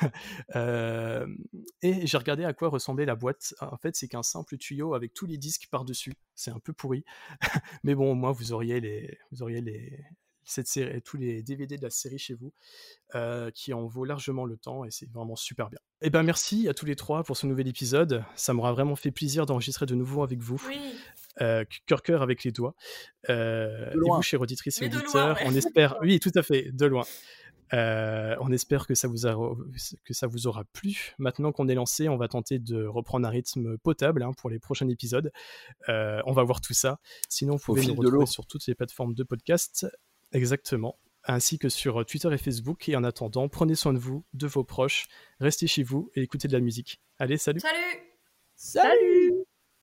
euh... Et j'ai regardé à quoi ressemblait la boîte. En fait, c'est qu'un simple tuyau avec tous les disques par-dessus. C'est un peu pourri. Mais bon, au moins, vous auriez les... Vous auriez les... Cette série, tous les D V D de la série chez vous, euh, qui en vaut largement le temps, et c'est vraiment super bien. Et ben merci à tous les trois pour ce nouvel épisode. Ça m'aura vraiment fait plaisir d'enregistrer de nouveau avec vous. Oui. Euh, cœur cœur avec les doigts. Euh, et vous, chers auditrices et Mais auditeurs, loin, ouais. on espère, oui, tout à fait, de loin. Euh, on espère que ça, vous a, que ça vous aura plu. Maintenant qu'on est lancé, on va tenter de reprendre un rythme potable hein, pour les prochains épisodes. Euh, on va voir tout ça. Sinon, vous pouvez nous retrouver sur toutes les plateformes de podcast. Exactement, ainsi que sur Twitter et Facebook. Et en attendant, prenez soin de vous, de vos proches, restez chez vous et écoutez de la musique. Allez, salut. Salut. Salut.